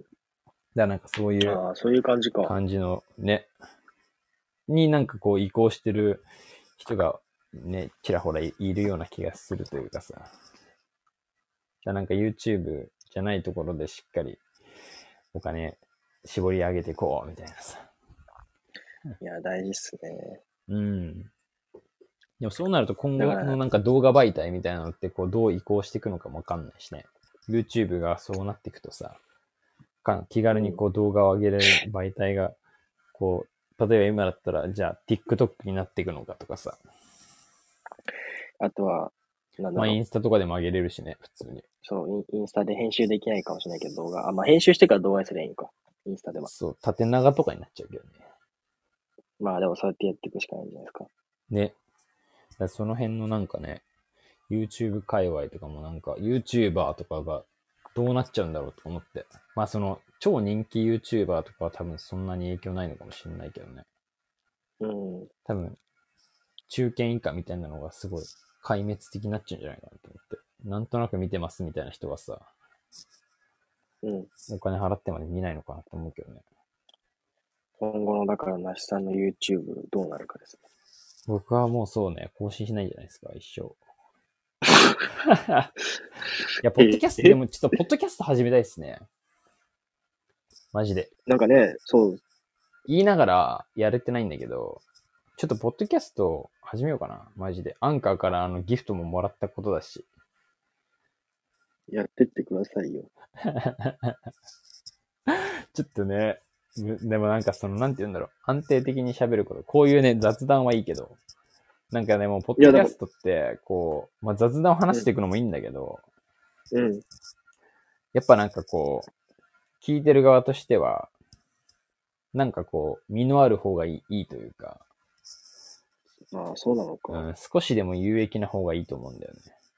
だからなんかそういうああ、そういう感じか。 感じのね、になんかこう移行してる人がね、ちらほらいるような気がするというかさ。なんか YouTube じゃないところでしっかりお金絞り上げていこうみたいなさ。 いや、大事っすね。 うん。でもそうなると今だから、 後のなんか動画媒体みたいなのってこうどう移行していくのかもわかんないしね。YouTube がそうなっていくとさ、気軽にこう動画を上げれる媒体が、こう、例えば今だったら、じゃあ TikTok になっていくのかとかさ。 あとは、なんだまあイろう。 ンスタとかでも上げれるしね、普通に。 そう、インスタで編集できないかもしれないけど、動画。あ、まあ、編集してから動画にすればいいのか。インスタでは。 そう、縦長とかになっちゃうけどね。 まあ、でもそうやってやっていくしかないんじゃないですか。 ね。だからその辺のなんかね、YouTube 界隈とかもなんか、YouTuber とかがどうなっちゃうんだろうと思って。まあ超人気 YouTuber とかは多分そんなに影響ないのかもしれないけどね。 うん。 多分、中堅以下みたいなのがすごい壊滅的になっちゃうんじゃないかなと思って。なんとなく見てますみたいな人がさ、 うん。 お金払ってまで見ないのかなって思うけどね。 今後の、だから、なしさんの YouTube どうなるかですね。 僕はもうそうね、更新しないじゃないですか、一生。いや、ポッドキャスト、でもちょっとポッドキャスト始めたいですね。マジで。 なんかね、そう、 言いながらやれてないんだけど、ちょっとポッドキャスト始めようかな、マジで。アンカーからギフトももらったことだし。 やってってくださいよ。 ちょっとね、でもなんかなんて言うんだろう。安定的に喋ること。こういうね、雑談はいいけど、なんかね、もう、ポッいや、だから、 ドキャストって、まあ、雑談を話していくのもいいんだけど、 うん。 やっぱなんか聞いてる側としては、なんか身のある方がいいというか、 ああ、そうなのか。 少しでも有益な方がいいと思うんだよね。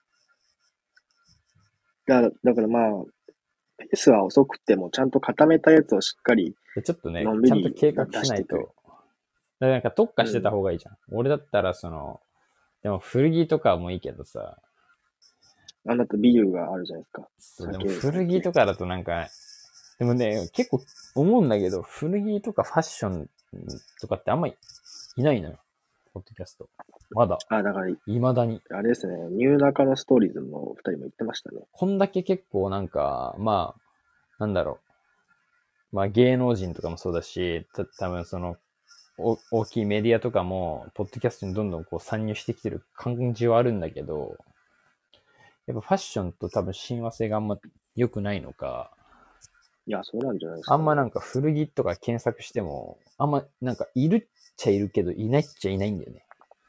だからまあ、ペースは遅くても、ちゃんと固めたやつをしっかり、 で、ちょっとね、ちゃんとのんびり計画出していく。 しないと、だからなんか特化してたうん。 方がいいじゃん。俺だったらでも古着とかもいいけどさ、 あなたビールがあるじゃないですか。 そう、でも酒古着とかだとなんか、でもね、結構思うんだけど、古着とかファッションとかってあんまりいないのよ。ポッドキャスト。まだ。 あ、だから、 未だに。 あれですね、ニューナカのストーリーズのお二人も言ってましたね。 こんだけ結構なんか、まあ、なんだろう。まあ芸能人とかもそうだし、多分大きいメディアとかも、ポッドキャストにどんどん参入してきてる感じはあるんだけど、やっぱファッションと多分親和性があんま良くないのか、 いや、そうなんじゃないですかね。 あんまなんか古着とか検索しても、あんまなんかいるっちゃいるけど、いないっちゃいないんだよね。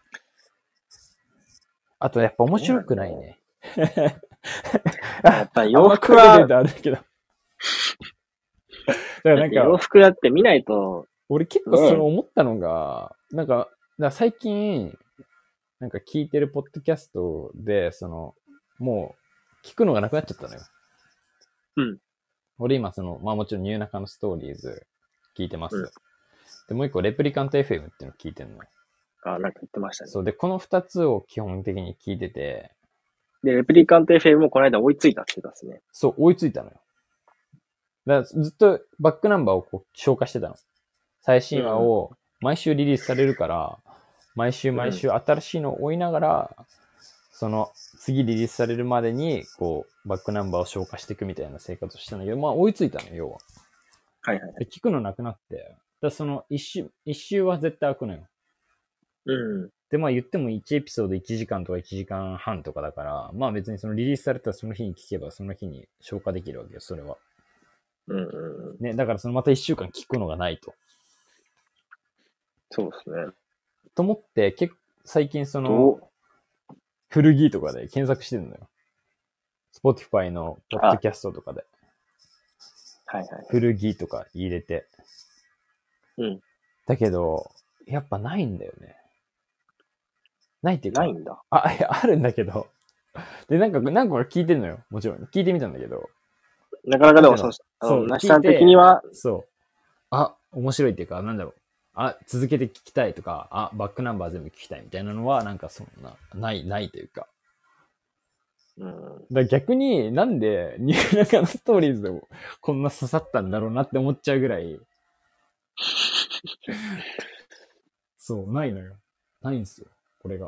あとやっぱ面白くないね。 やっぱり洋服あんま声出は、 るとあるけど。だからなん洋か、 服だって見ないと、 俺結構ね思ったのが、なんか、最近、なんか聞いてるポッドキャストで、もう、聞くのがなくなっちゃったのよ。 うん。 俺今まあもちろんニューナカのストーリーズ聞いてまうん。 す。で、もう一個レプリカント FM っていうの聞いてんのよ。 あ、なんか言ってましたね。 そう。で、この二つを基本的に聞いてて、 で、レプリカント FM もこの間追いついたって言ってたっすね。 そう、追いついたのよ。だからずっとバックナンバーを消化してたの。最新話を毎週リリースされるから、毎週毎週新しいのを追いながら、次リリースされるまでに、バックナンバーを消化していくみたいな生活をしたんだけど、まあ追いついたのよ、要は。 はいはい。 で聞くのなくなって、一周は絶対開くのよ。 うん。 で、まあ言っても1エピソード1時間とか1時間半とかだから、まあ別にリリースされたらその日に聞けばその日に消化できるわけよ、それは。 うんうんうん。 ね、だからまた1週間聞くのがないと。 そうですね。 と思って、最近ど古着とかで検索してるのよ。Spotify のポッドキャストとかで。 はいはい。 古着とか入れて。 うん。 だけど、やっぱないんだよね。ないっていうか、 ないんだ。 あるんだけど。で、なんか何個か聞いてんのよ。もちろん。聞いてみたんだけど。 なかなかでもそう、 なしさん的には、 そう。面白いっていうか、なんだろう。続けて聞きたいとか、バックナンバー全部聞きたいみたいなのは、なんかないというか。 うん。 だ逆になんでニューナカのストーリーズをこんな刺さったんだろうなって思っちゃうぐらい。そう、ないのよ。ないんですよ。これが。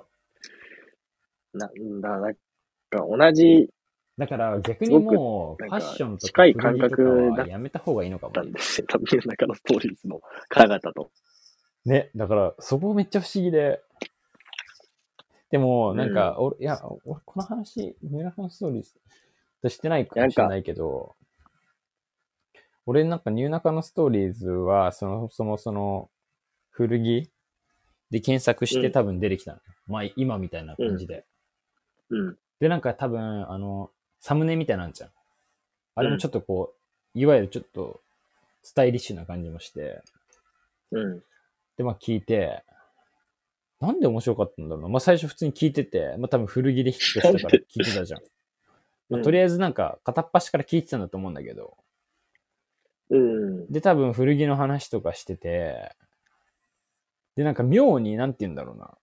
なんか同じ、 だから逆にもう、ファッションとか近い感古着とか覚だっはやめた方がいいのかもたんですよ。多分、中のストーリーズの方々と。 ね。だからそこめっちゃ不思議で。でも、なんか、俺この話、ニューナカのストーリーズとしてないかもしれないけど、俺なんかニューナカのストーリーズは、そもそも古着で検索して多分出てきたの。まあ今みたいな感じで。で、なんか多分、サムネみたいなんじゃん。あれもちょっといわゆるちょっと、スタイリッシュな感じもして。で、まあ聞いて、なんで面白かったんだろうな。まあ最初普通に聞いてて、まあ多分古着でヒットしたから聞いてたじゃん。まあ、とりあえずなんか片っ端から聞いてたんだと思うんだけど。で、多分古着の話とかしてて、で、なんか妙に、なんて言うんだろうな。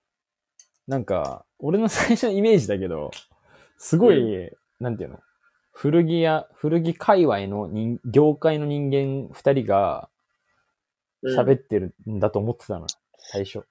なんか、俺の最初のイメージだけど、すごい、なんていうの古着界隈の業界の人間二人が喋ってるんだと思ってたの、最初。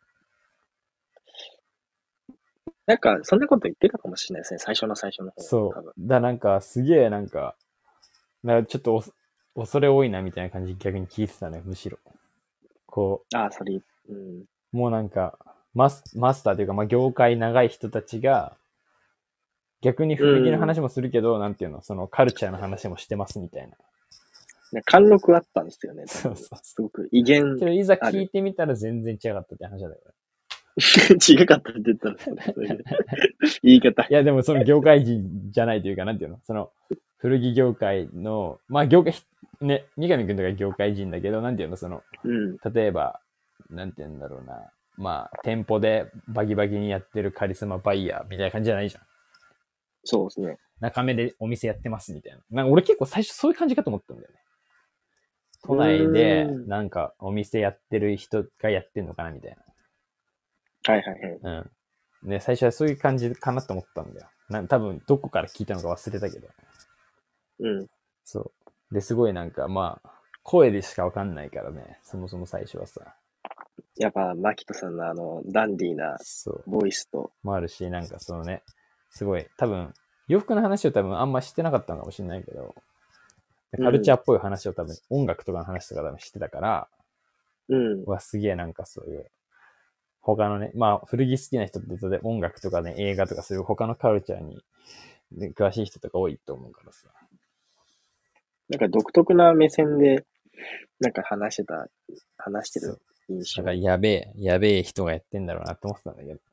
なんか、そんなこと言ってたかもしれないですね。最初の方。 そ多分う。なんか、すげえなんかちょっと恐れ多いなみたいな感じで逆に聞いてたね、むしろ。こああ、それ、 う、もうなんか、マスターというか、まあ、業界長い人たちが、逆に古着の話もするけど、なんていうの、そのカルチャーの話もしてますみたいな。 貫禄あったんですよね。 そうそうすごく威厳けど、いざ聞いてみたら全然違かったって話だよね。 違かったって言ったらそういう言い方。 いや、でもその業界人じゃないというか、なんていうの、その、古着業界の、まあ業界、ね、三上くんとか業界人だけど、なんていうの、その、例えば、なんていうんだろうな、まあ、店舗でバキバキにやってるカリスマバイヤーみたいな感じじゃないじゃん。 そうですね。 中目でお店やってますみたいな。なんか俺結構最初そういう感じかと思ったんだよね。都内でなんかお店やってる人がやってんのかなみたいな。はいはいはい。 うん。ね、最初はそういう感じかなと思ったんだよ。多分どこから聞いたのか忘れたけど。そう。で、すごいなんかまあ、声でしかわかんないからね。そもそも最初はさ。 やっぱ、マキトさんのダンディーなボイスと。 もあるし、なんかそのね、すごい、多分、洋服の話を多分あんましてなかったのかもしれないけど、カルチャーっぽい話を多分、音楽とかの話とか多分してたから、すげえなんかそういう、他のね、まあ、古着好きな人って言うと音楽とかね、映画とかそういう他のカルチャーに、詳しい人とか多いと思うからさ。 なんか独特な目線で、なんか話してる印象。 なんかやべえ人がやってんだろうなって思ってたんだけど。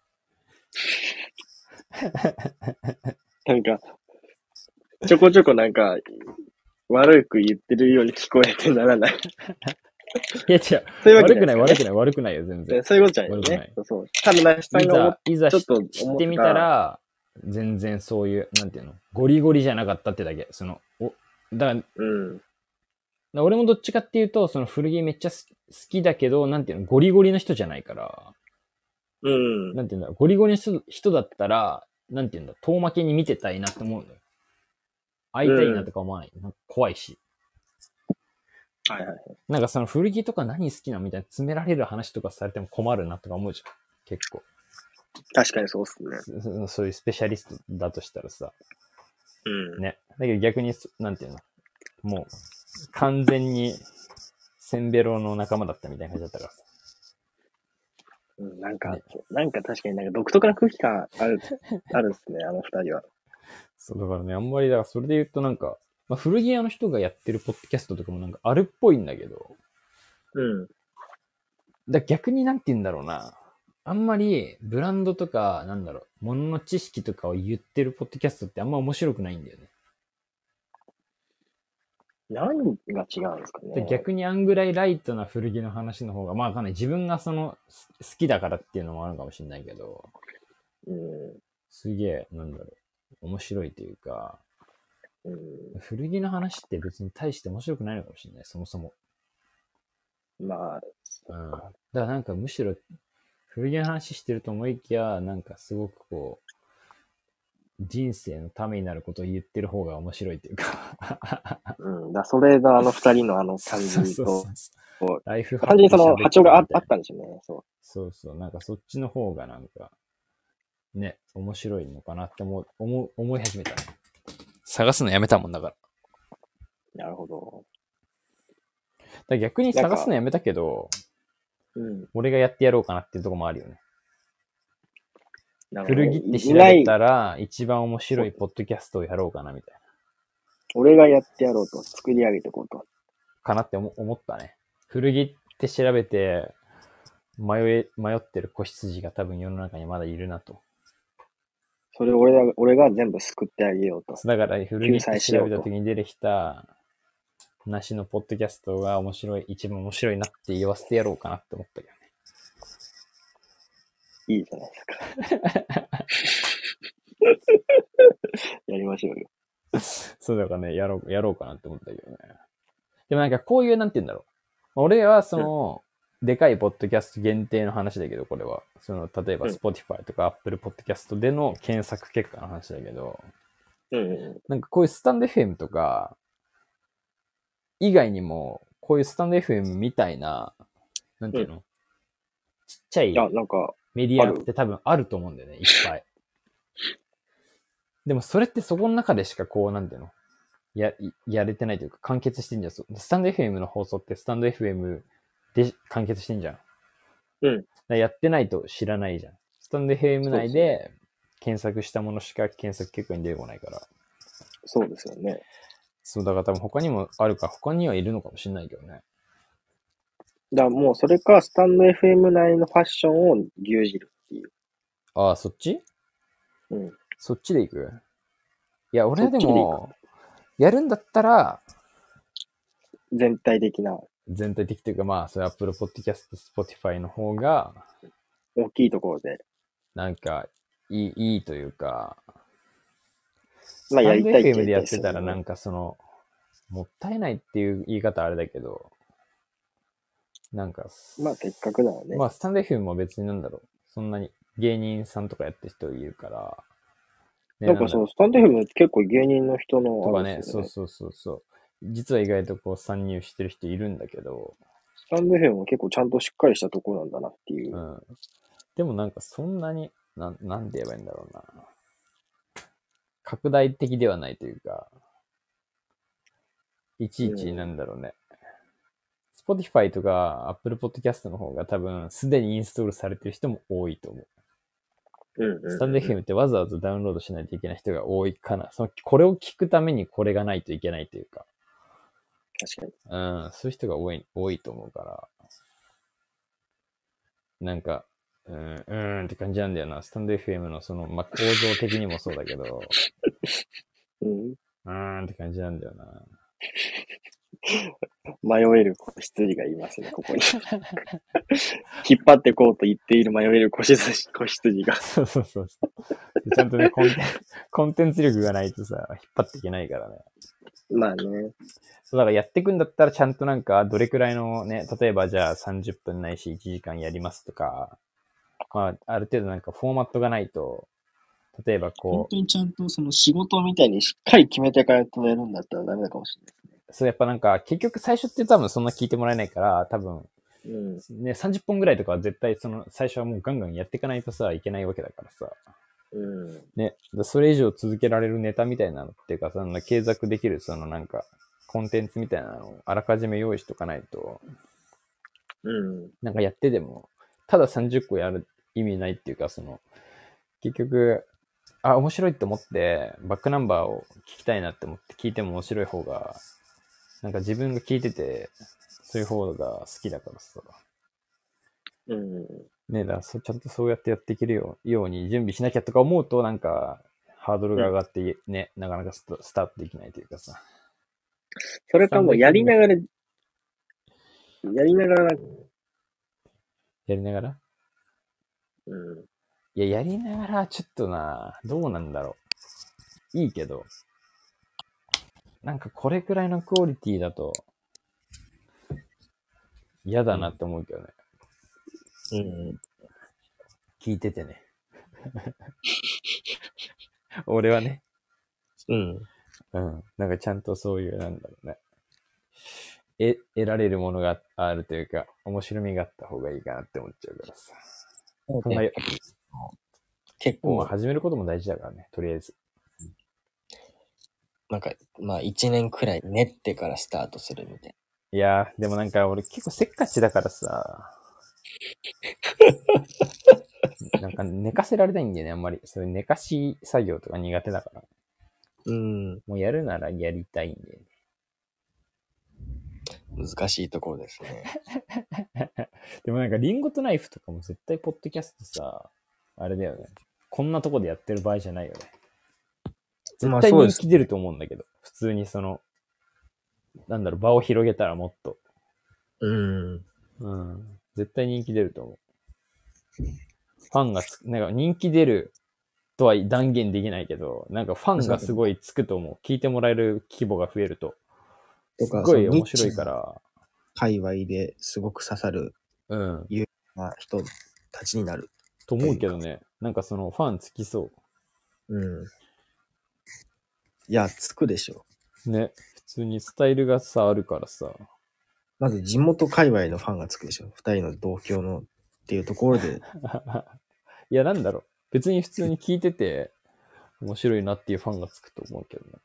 なんか、ちょこちょこなんか、悪く言ってるように聞こえてならない。 いや違う。そういうわけじゃない。悪くないよ、全然。 そういうことじゃないよね。そう。多分、なしさんがいざちょっと知ってみたら、全然そういう、なんていうの、ゴリゴリじゃなかったってだけ。その、だから、俺もどっちかっていうと、その古着めっちゃ好きだけど、なんていうの、ゴリゴリの人じゃないから、なんていうんだろう、ゴリゴリの人だったら、なんていうんだ、遠巻きに見てたいなって思うんだよ。会いたいなとか思わない。なんか怖いし。 はいはい。 なんかその古着とか何好きなみたいな詰められる話とかされても困るなとか思うじゃん。結構。 確かにそうっすね。そういうスペシャリストだとしたらさ。ね。だけど逆に、なんていうの、もう、完全に、センベロの仲間だったみたいな感じだったからさ。 なんか確かになんか独特な空気感あるっすね、あの二人は。 そう、だからね、あんまり、だからそれで言うとなんか、まあ、古着屋の人がやってるポッドキャストとかもなんかあるっぽいんだけど、逆になんて言うんだろうな。あんまりブランドとか、なんだろう、物の知識とかを言ってるポッドキャストってあんま面白くないんだよね。 何が違うんですかね。 逆にあんぐらいライトな古着の話の方が、まあわかんない。自分がその、好きだからっていうのもあるかもしれないけど、すげえ、なんだろう、面白いというか、古着の話って別に大して面白くないのかもしれない、そもそも。 まあ、 だからなんかむしろ、古着の話してると思いきや、なんかすごくこう、人生のためになることを言ってる方が面白いというかそれがあの二人のあの感じと、 ライフ単純にその波長があったんでしょうね。 そう。なんかそっちの方がなんか、ね、面白いのかなって思い始めたね。探すのやめたもんだから。 なるほど。 逆に探すのやめたけど、俺がやってやろうかなっていうところもあるよね。古着って調べたら一番面白いポッドキャストをやろうかなみたいな。 俺がやってやろうと、作り上げていこうと。 かなって思ったね。古着って調べて迷ってる子羊が多分世の中にまだいるなと。 それを俺が全部救ってあげようと。 だから古着って調べた時に出てきた梨のポッドキャストが一番面白いなって言わせてやろうかなって思ったけどね。 いいじゃないですか。やりましょうよ。 そうだからね、やろうかなって思ったけどね。でもなんかこういう、なんて言うんだろう。俺はその、でかいポッドキャスト限定の話だけど、これは。例えば Spotify とか Apple Podcast での検索結果の話だけど、 うん。 なんかこういうスタンド FM とか、以外にも、こういうスタンド FM みたいな、なんうん。 ていうの、ちっちゃいや、 いなんか、 メディアっある。 て多分あると思うんだよね、いっぱい。でもそれってそこの中でしかこう、なんていうの、やれてないというか、完結してんじゃん。スタンド FM の放送ってスタンド FM で完結してんじゃん。だかうん。 らやってないと知らないじゃん。スタンド FM そうですね。 内で検索したものしか検索結果に出てこないから。 そうですよね。 そう、だから多分他にもあるか、他にはいるのかもしれないけどね。 だからもうそれか、スタンド FM 内のファッションを牛耳るっていう。 ああ、そっちうん。 そっちで行くいや、俺そはでっちでいく。 も、やるんだったら、 全体的な全体的というか、まあ、それ Apple Podcast、Spotify の方が、 大きいところで、 なんか、いいというか、スまあやタンドりたいっちゃ FM やりたいですでやってたらよね。 なんかもったいないっていう言い方あれだけど、なんか、 まあせっかくならね。 まあ、スタンド FM も別になんだろう、そんなに芸人さんとかやってる人いるから、ね、 なんかそう、 なんだろスタンド FM って結構芸人の人う、とのあかね、 れですよね。 そうそうそうそう。実は意外とこう参入してる人いるんだけど、 スタンド FM も結構ちゃんとしっかりしたところなんだなっていう。 うん。でもなんかそんなに、なんて言えばいいんだろうな。拡大的ではないというか、いちいちうん。 なんだろうね。Spotify とか Apple Podcast の方が多分すでにインストールされてる人も多いと思う。 うんうんスタンドうん。 FM ってわざわざダウンロードしないといけない人が多いかな。これを聞くためにこれがないといけないというか、 確かに。 うん、そういう人が多いと思うから、なんか、って感じなんだよな。スタンド FM のまあ、構造的にもそうだけど、 うん。 って感じなんだよな。 迷える子羊がいますね、ここに。引っ張ってこうと言っている迷える子羊が。 そうそうそうそう。ちゃんとね、コンテンツ力がないとさ、引っ張っていけないからね。 まあね。 そう、だからやっていくんだったらちゃんとなんか、どれくらいのね、例えばじゃあ30分ないし1時間やりますとか、まあ、ある程度なんかフォーマットがないと、例えば本当にちゃんとその仕事みたいにしっかり決めてからとやるんだったらダメかもしれないですね。 そうやっぱなんか、結局最初って多分そんな聞いてもらえないから、多分、 うん。 ね、30本ぐらいとかは絶対最初はもうガンガンやっていかないとさ、いけないわけだからさ。 うん。 ね、それ以上続けられるネタみたいなのっていうか、継続できるなんか、コンテンツみたいなのをあらかじめ用意しとかないと、 うん。 なんかやってでも、ただ30個やる意味ないっていうか、結局、面白いって思って、バックナンバーを聞きたいなって思って聞いても面白い方が、なんか自分が聞いてて、そういう方が好きだからさ。 うん。 ね、だからちゃんとそうやってやっていけるように準備しなきゃとか思うと、なんか、ハードルが上がってね、なかなかスタートできないというかさ。 それスタンドかもうやり FM ながら、やりながら、 やりながらうん。 いや、やりながらちょっとな、どうなんだろう。いいけど、なんかこれくらいのクオリティだと嫌だなって思うけどね。 うん。 聞いててね。俺はね。 うん。 うん。なんかちゃんとそういう、なんだろうね。得られるものがあるというか、面白みがあった方がいいかなって思っちゃうからさ。そんな、 結構、 まあ始めることも大事だからね、とりあえず。 なんか、まあ一年くらい練ってからスタートするみたいいやー、でもなんか俺結構せっかちだからさ、なんか寝かせられないんだよね、あんまり。そういう寝かし作業とか苦手だから。 な。うん。 もうやるならやりたいんだよね。 難しいところですね。 でもなんかリンゴとナイフとかも絶対ポッドキャストさ、あれだよね。こんなとこでやってる場合じゃないよね。絶対人気出ると思うんだけど、普通になんだろう、場を広げたらもっと。 うん。 うん。絶対人気出ると思う。ファンがなんか人気出るとは断言できないけど、なんかファンがすごいつくと思う。聞いてもらえる規模が増えると。すっごい面白いから。 界隈ですごく刺さる、 うん。 有名な人たちになる。 と思うけどね。なんかファンつきそう。うん。 いや、つくでしょ。 ね。普通にスタイルがさ、あるからさ。 まず地元界隈のファンがつくでしょ。二人の同郷のっていうところで。 いや、なんだろう。別に普通に聞いてて、面白いなっていうファンがつくと思うけどね。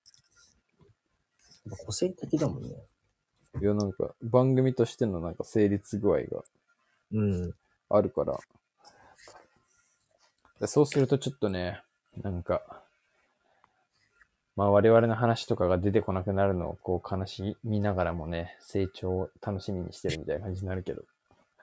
個性的だもんね。 いや、なんか、番組としてのなんか成立具合がうん。 あるから。そうするとちょっとね、なんか、まあ我々の話とかが出てこなくなるのをこう悲しみながらもね、成長を楽しみにしてるみたいな感じになるけど。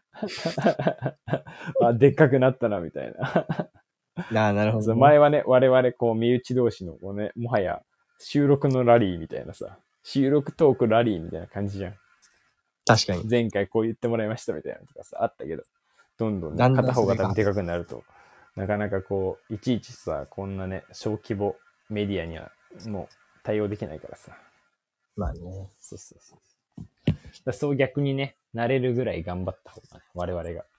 あ、でっかくなったな、みたいな。 なるほど、ね。 前はね、我々こう身内同士のこうね、もはや収録のラリーみたいなさ、収録トークラリーみたいな感じじゃん。 確かに。 前回こう言ってもらいましたみたいなのとかさ、あったけど、どんどんね、 だんだん片方が多分でかくなると、なかなかこう、いちいちさ、こんなね、小規模メディアにはもう対応できないからさ。 まあね。 そうそうそう。だそう逆にね、なれるぐらい頑張った方がね、我々が。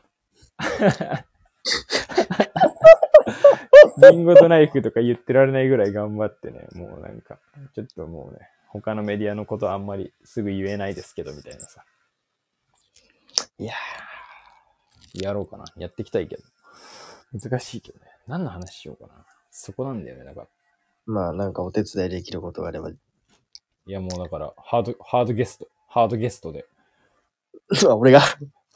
リンゴとナイフとか言ってられないぐらい頑張ってね、もうなんか、ちょっともうね、他のメディアのことあんまりすぐ言えないですけど、みたいなさ。 いややろうかな。やっていきたいけど。難しいけどね。何の話しようかな。そこなんだよね、だから。 まあなんかお手伝いできることがあれば。 いやもうだから、ハードゲストで。 俺が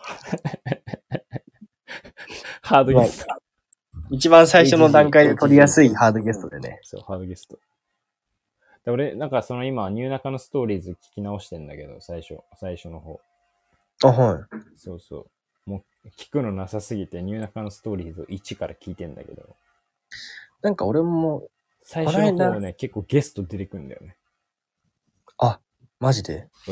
ハードゲスト。 一番最初の段階で取りやすいハードゲストでね。 そう、ハードゲスト。で俺、なんかその今、ニューナカのストーリーズ聞き直してんだけど、最初の方。 あ、はい。 そうそう。もう、聞くのなさすぎて、ニューナカのストーリーズを1から聞いてんだけど。 なんか俺も、 最初の方ね、結構ゲスト出てくんだよね。 あ、マジで？ うん。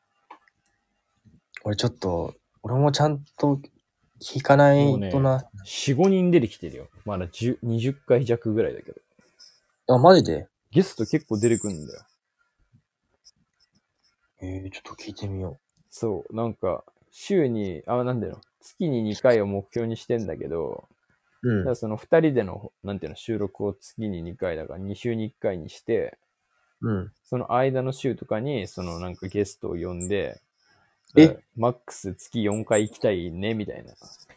俺ちょっと、俺もちゃんと聞かないとな。 もうね、4、5人出てきてるよ。まだ20回弱ぐらいだけど。 あ、マジで？ ゲスト結構出てくんだよ。 ちょっと聞いてみよそう、なんか、週に、なんだよ、月に2回を目標にしてんだけど、 う。うん。 だからその2人での、なんていうの、収録を月に2回だから2週に1回にして、 うん。 その間の週とかに、そのなんかゲストを呼んで、マックス月4回行きたいね、みたいな。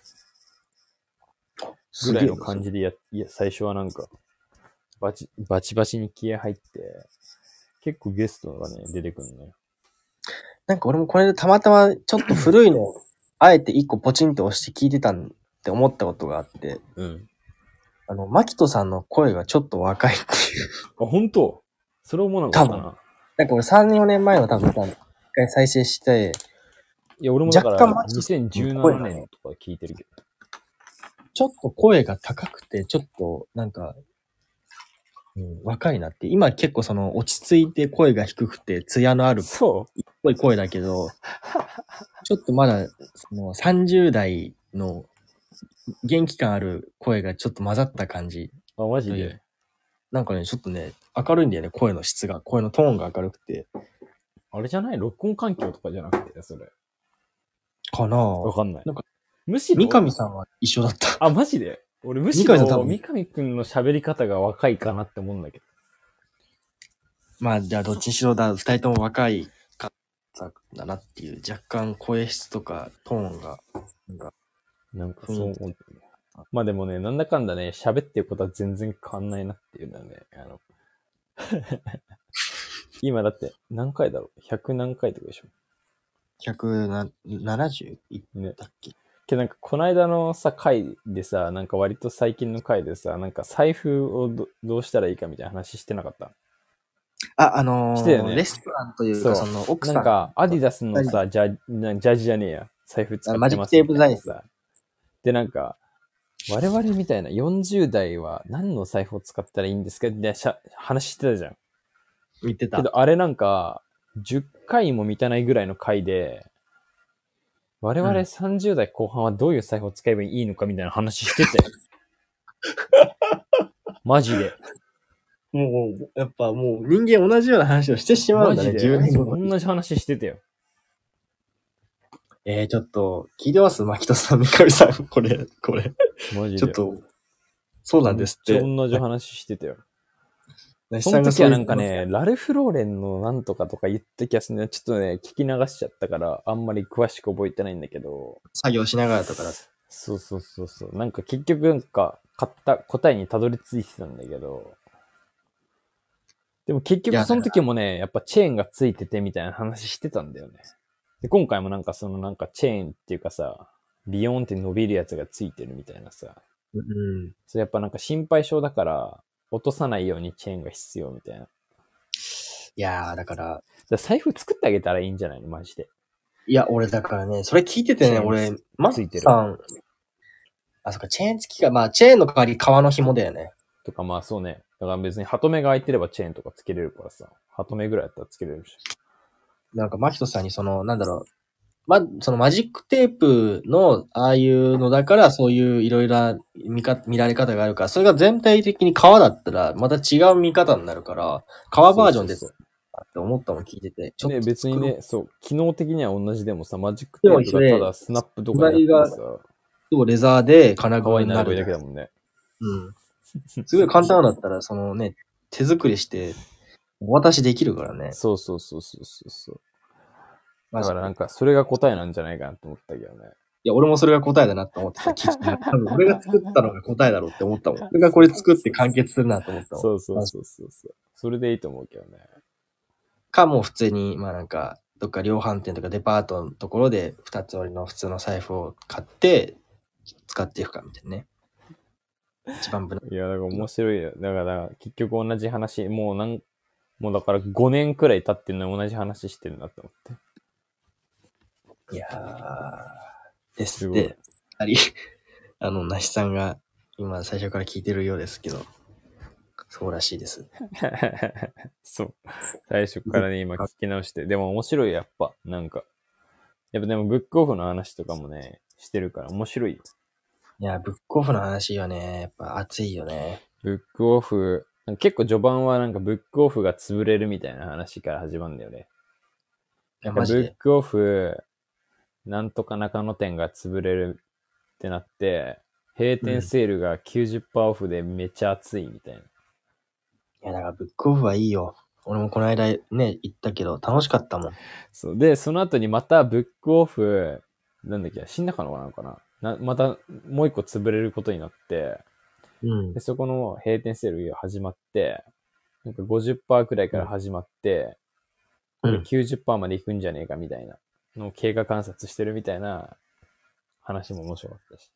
ぐらいの感じで最初はなんか、バチバチに気合入って、結構ゲストがね、出てくるのよ。 なんか俺もこれでたまたまちょっと古いのを、あえて一個ポチンと押して聞いてたんって思ったことがあって、 うん。 マキトさんの声がちょっと若いっていう。 あ、本当？それ思わなかったな。 なんか俺3、4年前の多分一回再生して、 いや、俺もだから2017年とか聞いてるけど。 ちょっと声が高くて、ちょっとなんか、若いなって。今結構その落ち着いて声が低くて艶のあるっぽい声だけど、ちょっとまだその30代の元気感ある声がちょっと混ざった感じ。 あ、マジで？ なんかね、ちょっとね、明るいんだよね、声の質が。声のトーンが明るくて。 あれじゃない？録音環境とかじゃなくて、それ。 かなぁ。 わかんない。 なんか、 むしろ。 三上さんは一緒だった。 あ、マジで？俺むしろ三上くんの喋り方が若いかなって思うんだけど。 まあ、じゃあどっちにしろ二人とも若いかったんだなっていう、若干声質とかトーンが、 なんかそう思う。まあでもね、なんだかんだね、喋ってることは全然変わんないなっていうのはね、今だって何回だろう ?100 何回とかでしょ？ 170? ね。だっけ？けどなんかこの間のさ、回でさ、なんか割と最近の回でさ、なんか財布をどうしたらいいかみたいな話してなかった？してたよね。 レストランというか、その奥さん。 なんか、アディダスのさ、ジャージじゃねえや。財布使ってますみたいなさ。 マジックテープ財布。 で、なんか、我々みたいな40代は何の財布を使ったらいいんですかって話してたじゃん。 言ってた。 けど、あれなんか、10回も満たないぐらいの回で、我々30代後半はどういう財布を使えばいいのかみたいな話してて。マジで。 もう、やっぱもう人間同じような話をしてしまうんだね、10年後。 同じ話しててよ。 ちょっと、聞いてます？牧人さん、三上さん、これ。 マジで。 ちょっと、そうなんですって。 同じ話してたよ。 その時はなんかね、ラルフローレンのなんとかとか言った気がするね。ちょっとね、聞き流しちゃったから、あんまり詳しく覚えてないんだけど。 作業しながらとかだ。 そうそうそうそう。なんか結局なんか、買った答えにたどり着いてたんだけど。でも結局その時もね、やっぱチェーンがついててみたいな話してたんだよね。で、今回もなんかそのなんかチェーンっていうかさ、ビヨーンって伸びるやつがついてるみたいなさ。 うん。 それやっぱなんか心配性だから、落とさないようにチェーンが必要みたいな。 いやー、だから財布作ってあげたらいいんじゃないのマジで。 いや、俺だからね、それ聞いててね、俺、マッさん、あ、そっか、チェーン付きか。まあ、チェーンの代わり革の紐だよね。 とかまあそうね。だから別にハトメが開いてればチェーンとかつけれるからさ。ハトメぐらいやったらつけれるし。 なんか、マキトさんになんだろう。そのマジックテープの、ああいうのだから、そういういろいろな見られ方があるから、それが全体的に革だったら、また違う見方になるから、革バージョンですって思ったもん聞いてて。 ちょっとね、別にね、そう、機能的には同じでもさ、マジックテープがただスナップとかになってさ、 レザーで金具になるだけだもんね。 うん。すごい簡単だったら、そのね、手作りして、お渡しできるからね。 そうそうそうそうそう。だからなんか、それが答えなんじゃないかなと思ったけどね。 いや、俺もそれが答えだなって思ってた。多分俺が作ったのが答えだろうって思ったもん。俺がこれ作って完結するなと思ったもん。 そうそうそうそう。それでいいと思うけどね。 かも普通に、まあなんか、どっか量販店とかデパートのところで二つ折りの普通の財布を買って使っていくかみたいなね。一番無難。 いや、だから面白いよ。だから結局同じ話、もうだから5年くらい経ってんのに同じ話してるなと思って。 いやー、ですって。なしさんが今最初から聞いてるようですけど、そうらしいです。 そう。最初からね、今聞き直して。でも面白い、やっぱ。なんか。やっぱでもブックオフの話とかもね、してるから面白いよ。 いや、ブックオフの話はね、やっぱ熱いよね。 ブックオフ、結構序盤はなんかブックオフが潰れるみたいな話から始まるんだよね。 いや、マジで。 ブックオフ、なんとか中野店が潰れるってなって、閉店セールが 90% オフでめっちゃ熱いみたいな。 いや、だからブックオフはいいよ。俺もこの間ね、行ったけど楽しかったもん。 そう。で、その後にまたブックオフ、なんだっけ、新中野なのかなまたもう一個潰れることになって、でそこの閉店セールが始まって、なんか 50% くらいから始まって、これ 90% まで行くんじゃねえかみたいなのを経過観察してるみたいな話も面白かったし。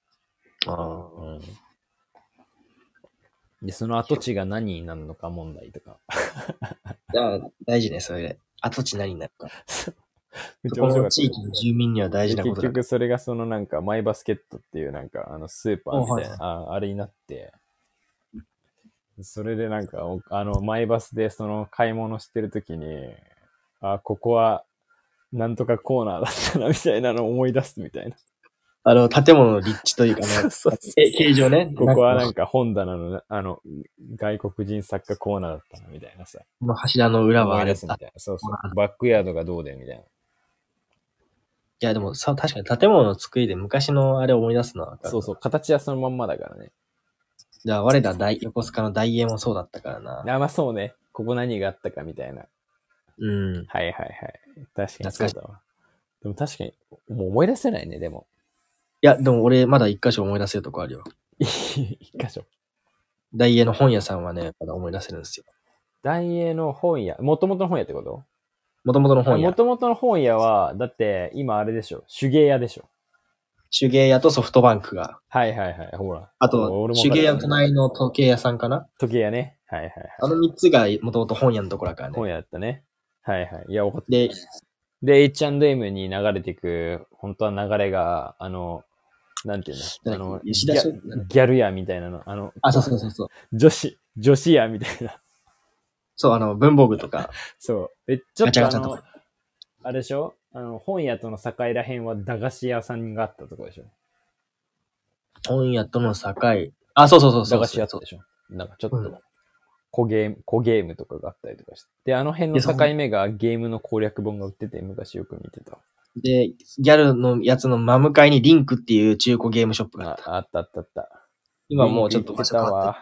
で、その跡地が何になるのか問題とか。 いや、大事ね、それ。跡地何になるか。めっちゃ面白かった。地域の住民には大事なことだ。 結局それがそのなんかマイバスケットっていうなんかスーパーみたいな、あれになって、それでなんかマイバスでその買い物してるときに、ここはなんとかコーナーだったなみたいなのを思い出すみたいな。 建物の立地というかね、形状ね。 ここはなんか本棚の、外国人作家コーナーだったなみたいなさ。 この柱の裏はあれみたいな。そうそう。バックヤードがどうでみたいな。いや、でもさ、確かに建物の作りで昔のあれを思い出すのは。 そうそう。形はそのまんまだからね。 じゃあ、我ら横須賀の大英もそうだったからな。 まあそうね。ここ何があったかみたいな。 うん。 はいはいはい。確かにそうだわ。でも確かに、もう思い出せないね、でも。 いや、でも俺まだ一箇所思い出せるとこあるよ。 一箇所。 大英の本屋さんはね、まだ思い出せるんですよ。 大英の本屋、元々の本屋ってこと？ 元々の本屋。 元々の本屋は、だって今あれでしょ。手芸屋でしょ。 手芸屋とソフトバンクが。 はいはいはい。ほら。 あと、手芸屋の隣の時計屋さんかな？ 時計屋ね。はいはいはい。 あの3つが元々本屋のところからね。 本屋だったね。はいはい。いや、分かった。で、H&M に流れていく、本当は流れが、なんていうのギャル屋みたいなの。 そう。 女子屋みたいな。 そう、文房具とか。 そう。ちょっとあれでしょ？本屋との境らへんは駄菓子屋さんがあったとこでしょ？ 本屋との境。あ、そう。 駄菓子屋でしょ？なんかちょっと、小ゲームとかがあったりとかして。で、あの辺の境目がゲームの攻略本が売ってて、昔よく見てた。 で、ギャルのやつの真向かいにリンクっていう中古ゲームショップがあった。 あった。 今もうちょっと場所変わった。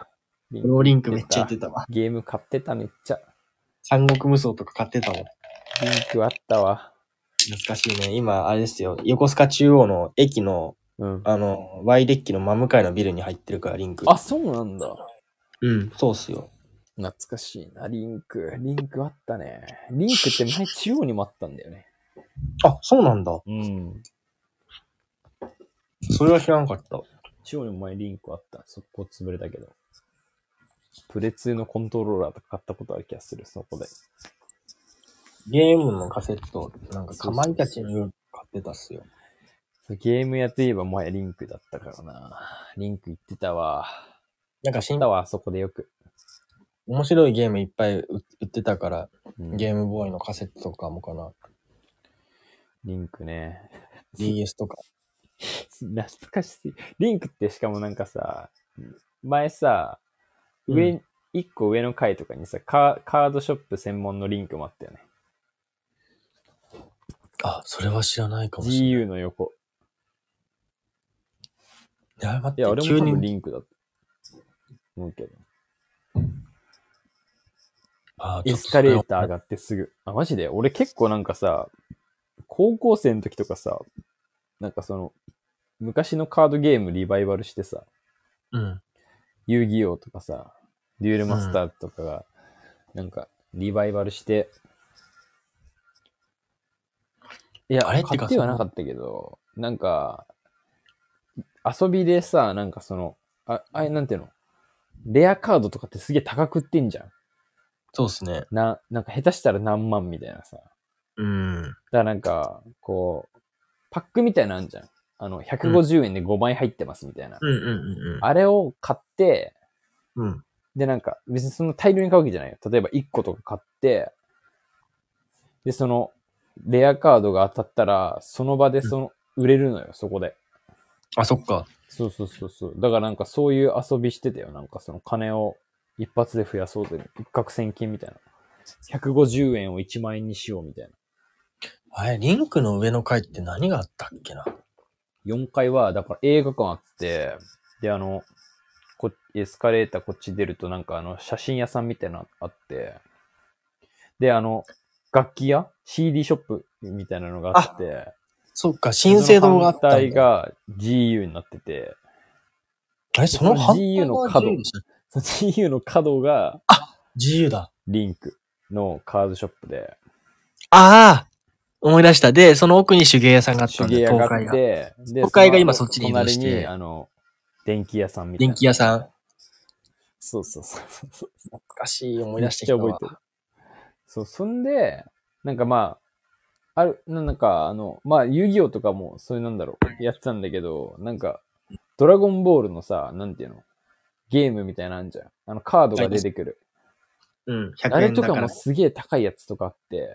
ローリンクめっちゃ言ってたわ。 ゲーム買ってた、めっちゃ。 三国無双とか買ってたもん。 リンクあったわ。 懐かしいね。今、あれですよ。横須賀中央の駅の、 うん。 Y デッキの真向かいのビルに入ってるから、リンク。 あ、そうなんだ。 うん、そうっすよ。 懐かしいな、リンク。リンクあったね。リンクって前中央にもあったんだよね。 あ、そうなんだ。 うん。 それは知らんかった。 中央にも前リンクあった。そこ潰れたけど。プレ2のコントローラーとか買ったことある気がする、そこで。 ゲームのカセット、なんかかまいたちの夜買ってたっすよ。 ゲームやといえば前リンクだったからな。リンク行ってたわ。 なんか買ったわ、そこでよく。 面白いゲームいっぱい売ってたから、 うん、 ゲームボーイのカセットとかもかな。 リンクね。 DS とか。 懐かしい。リンクってしかもなんかさ、前さ、一個上の階とかにさ、カードショップ専門のリンクもあったよね。 あ、それは知らないかもしれない。 GU の横。 いや、待って、 いや、俺も多分リンクだと思うけど。エスカレーター上がってすぐ。あ、マジで俺結構なんかさ、高校生の時とかさ、なんかその、昔のカードゲームリバイバルしてさ、 うん。 遊戯王とかさ、デュエルマスターとかが、なんか、リバイバルして、いや、買ってはなかったけど、なんか、遊びでさ、なんかその、あれなんていうの、レアカードとかってすげえ高くってんじゃん。 そうっすね。 なんか下手したら何万みたいなさ。 うん。 だからなんか、こう、パックみたいなのあんじゃん。150円で5枚入ってますみたいな。 うんうんうんうん。 あれを買って、 うん。 でなんか、別にそんな大量に買うわけじゃないよ。例えば1個とか買って、で、その、レアカードが当たったら、その場で売れるのよ、そこで。 あ、そっか。 そうそうそうそう。だからなんかそういう遊びしてたよ。なんかその金を一発で増やそうぜ。一攫千金みたいな。150円を1万円にしようみたいな。 あれ、リンクの上の階って何があったっけな。 4階は、だから映画館あって、で、エスカレーターこっち出るとなんか写真屋さんみたいなのあって、で、楽器屋 ?CD ショップみたいなのがあって、 そっか、新生堂があったんだ。 反対が GU になってて、 あれ、その反 GU の角、GU の角が、 GU だ。 リンクのカードショップで。 ああ思い出した。で、その奥に手芸屋さんがあったんだ。 手芸屋があって、で、 東海が今そっちに移動して。 隣に、電気屋さんみたいな。 電気屋さん。 そうそうそうそう。 懐かしい思い出してきたわ。 めっちゃ覚えてる。そう、そんで、なんかまあ、なんかまあ、遊戯王とかも、そういうなんだろう、やってたんだけど、なんか、ドラゴンボールのさ、なんていうの、ゲームみたいなのあんじゃん。カードが出てくる。 うん、100円だから。 あれとかもすげえ高いやつとかあって、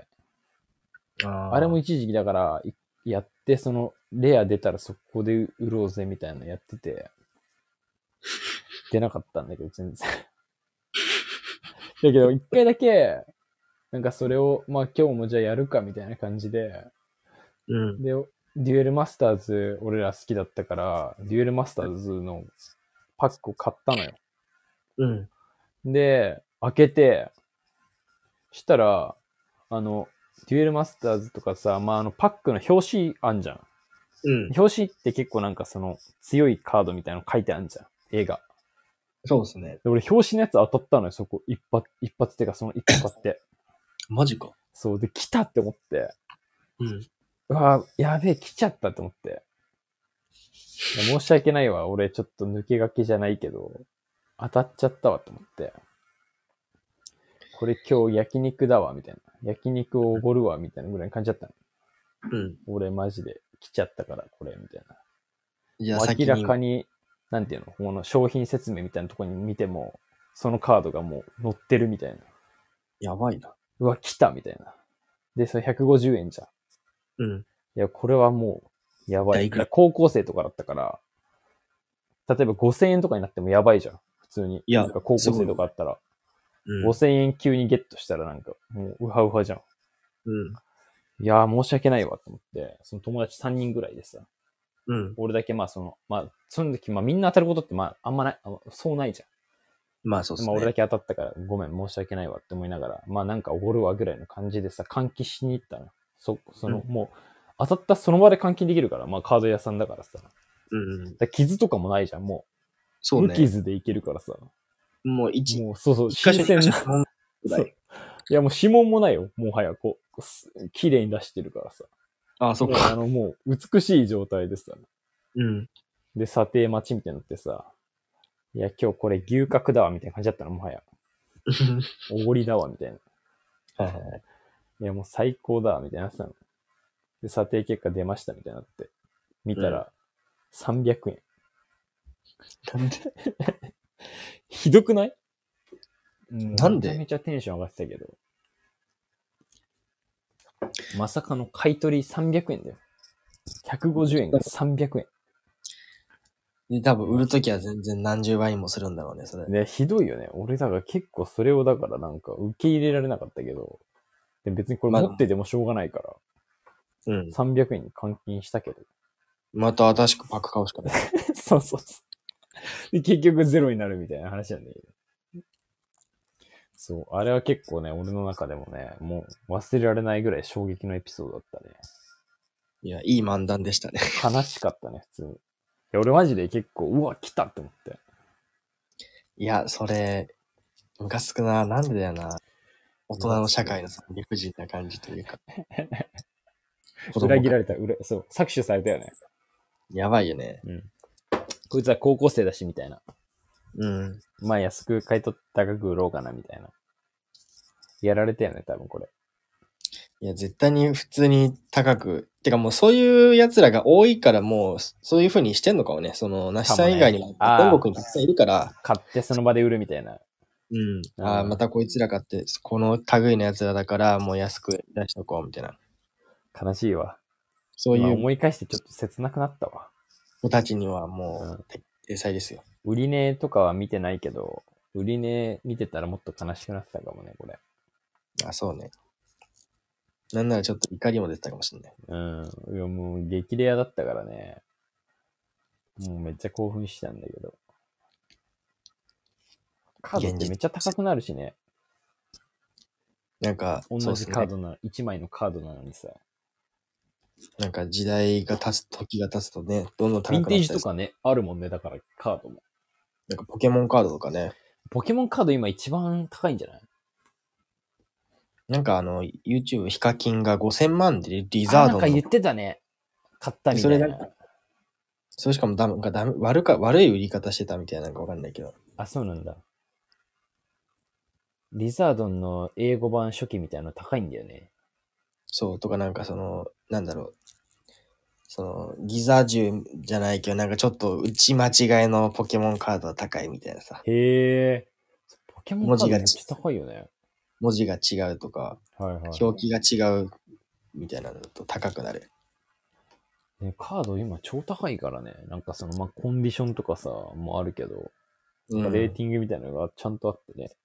あれも一時期だから、やって、レア出たら速攻で売ろうぜみたいなのやってて、出なかったんだけど、全然。だけど、一回だけ、なんかそれを、まあ今日もじゃあやるかみたいな感じで、 うん。 で、デュエルマスターズ、俺ら好きだったから、デュエルマスターズのパックを買ったのよ。 うん。 で、開けて、したら、デュエルマスターズとかさ、まあパックの表紙あんじゃん。 うん。 表紙って結構なんか強いカードみたいなの書いてあるじゃん。映画。 そうですね。 で、俺表紙のやつ当たったのよ、そこ。一発ってかその一個買って。 マジか。 そう。で、来たって思って。 うん。 うわやべえ、来ちゃったって思って。申し訳ないわ。俺ちょっと抜け駆けじゃないけど、当たっちゃったわと思って。これ今日焼肉だわ、みたいな。焼肉をおごるわ、みたいなぐらいの感じだったの。 うん。 俺マジで来ちゃったから、これ、みたいな。 いや、 明らかに、なんていうの、この商品説明みたいなところに見ても、そのカードがもう載ってるみたいな。 やばいな。 うわ、来たみたいな。で、それ150円じゃん。 うん。 いや、これはもう、やばい。 いくら高校生とかだったから、例えば5000円とかになってもやばいじゃん。普通に。 いやなんか高校生とかあったら。 うん。 5000円急にゲットしたらなんか、もうウハウハじゃん。 うん。 いやー、申し訳ないわと思って、その友達3人ぐらいでさ、 うん。 俺だけその時みんな当たることってあんまない、そうないじゃん。 まあそうですね。 まあ俺だけ当たったからごめん申し訳ないわって思いながら、まあなんかおごるわぐらいの感じでさ、換金しに行ったの。もう当たったその場で換金できるから、まあカード屋さんだからさ。だ傷とかもないじゃん、もう。 そうね。 無傷でいけるからさ。 もうそう、新鮮な。いやもう指紋もないよ、もはやこう、綺麗に出してるからさ。 あ、そっか。 もう美しい状態でさ。で、査定待ちみたいになってさ。いや、今日これ牛角だわ、みたいな感じだったの、もはや。おごりだわ、みたいな。いや、もう最高だわ、みたいなさ。で、査定結果出ました、みたいになって。見たら、300円。 なんでひどくない？ なんでめちゃめちゃテンション上がってたけど。まさかの買い取り300円だよ。150円が300円。 で、多分売るときは全然何十倍もするんだろうね、それ。 ね、ひどいよね。俺だから結構それをだからなんか受け入れられなかったけど、で別にこれ持っててもしょうがないから、300円に換金したけど。 また新しくパック買うしかない。 そうそうそう。で結局ゼロになるみたいな話なんだけど。そう、あれは結構ね、俺の中でもね、もう忘れられないぐらい衝撃のエピソードだったね。 いや、いい漫談でしたね。 悲しかったね、普通に。いや、俺マジで結構、うわ、来たって思って。 いや、それ、ムカつくな。なんでだよな。大人の社会の理不尽な感じというか。 裏切られた、そう、搾取されたよね。 やばいよね。 こいつは高校生だし、みたいな。 うん。 まあ安く買い取って高く売ろうかな、みたいな。やられたよね、多分これ。 いや、絶対に普通に高く。てかもうそういう奴らが多いからもう、そういう風にしてんのかもね。その、なしさん以外にも、全国にたくさんいるから。 買ってその場で売るみたいな。 ああ、またこいつら買って、この類の奴らだから、もう安く出しとこう、みたいな。 悲しいわ。 そういう。 思い返してちょっと切なくなったわ。 子たちにはもう、天才ですよ。 売り値とかは見てないけど、売り値見てたらもっと悲しくなってたかもね、これ。 あ、そうね。なんならちょっと怒りも出てたかもしれない。 いやもう激レアだったからね。もうめっちゃ興奮したんだけど。カードってめっちゃ高くなるしね。 なんか、 同じカードな、1枚のカードなのにさ。 なんか時代が経つ、時が経つとね、どんどん高くなって。 ヴィンテージとかね、あるもんね、だからカードも。 なんかポケモンカードとかね。 ポケモンカード今一番高いんじゃない？ なんかYouTube ヒカキンが5000万でリザードの。 なんか言ってたね。買ったみたいな。 それしかも悪い売り方してたみたいなのかわかんないけど。 あ、そうなんだ。リザードンの英語版初期みたいなの高いんだよね。 そう、とかなんかなんだろう。ギザ銃じゃないけど、なんかちょっと打ち間違いのポケモンカードは高いみたいなさ。 へー。ポケモンカードめっちゃ高いよね。 文字が違うとか、表記が違うみたいなのだと高くなる。 ね、カード今超高いからね。なんかまあ、コンディションとかさ、もあるけど、レーティングみたいなのがちゃんとあってね。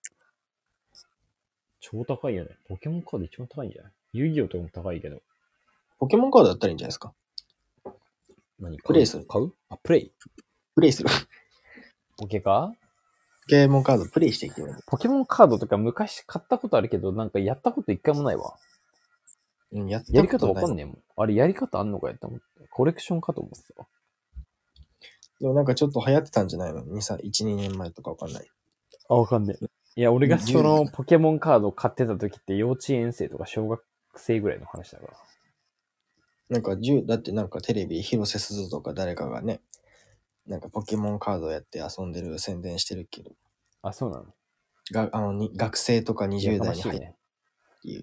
超高いよね。ポケモンカード一番高いんじゃない？遊戯王とかも高いけど。 ポケモンカードだったらいいんじゃないですか。 プレイする？買う？あ、プレイする。 ポケカ？ ポケモンカードプレイしていけばいい。 ポケモンカードとか昔買ったことあるけど、なんかやったこと一回もないわ。やり方わかんねえもん。あれやり方あんのかやったもん。コレクションかと思ってた。 でもなんかちょっと流行ってたんじゃないの ?1、2年前とかわかんない。 あ、わかんねえ。いや、俺がそのポケモンカードを買ってた時って幼稚園生とか小学生ぐらいの話だから。 なんかだってなんかテレビ、広瀬すずとか誰かがね、なんかポケモンカードやって遊んでる宣伝してるけど。 あ、そうなの？ 学生とか20代に入っていう。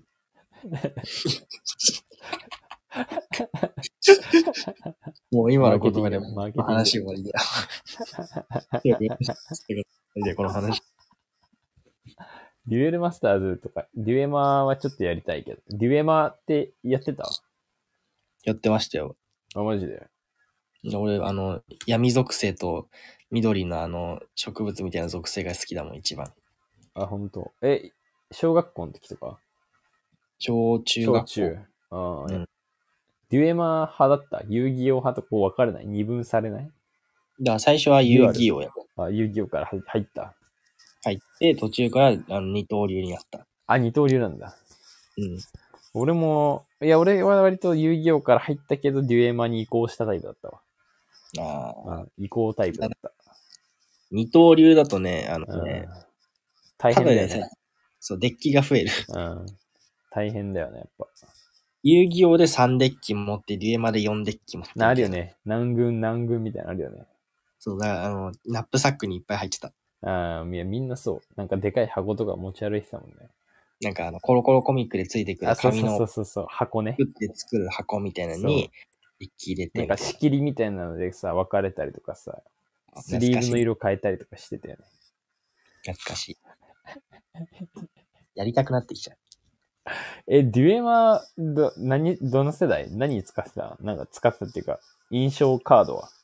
もう今の言葉でも話終わりだよ。で、この話。 デュエルマスターズとか、デュエマーはちょっとやりたいけど。デュエマーってやってた？ やってましたよ。 あ、マジで？ 俺、闇属性と緑の植物みたいな属性が好きだもん、一番。 あ、ほんと。小学校の時とか？ 小中学校。 小中。デュエマー派だった？遊戯王派とこう分かれない？二分されない？ だから最初は遊戯王や。 遊戯王から入った。 入って、途中から二刀流になった。 あ、二刀流なんだ。 うん。 俺は割と遊戯王から入ったけど、デュエマに移行したタイプだったわ。 ああ。 移行タイプだった。 二刀流だとね、 大変だよね。 そう、デッキが増える。 大変だよね、やっぱ。 遊戯王で3デッキ持って、デュエマで4デッキ持って。 あるよね。何軍みたいなのあるよね。 そう、だからナップサックにいっぱい入ってた。 みんなそう。なんかでかい箱とか持ち歩いてたもんね。 なんかコロコロコミックでついてくる紙の箱ね。 作って作る箱みたいなのに一気入れて。 なんか仕切りみたいなのでさ、分かれたりとかさ、スリーブの色変えたりとかしてたよね。 懐かしい。やりたくなってきちゃう。 デュエマ、どの世代何使ってた？なんか使ってたっていうか、印象カードは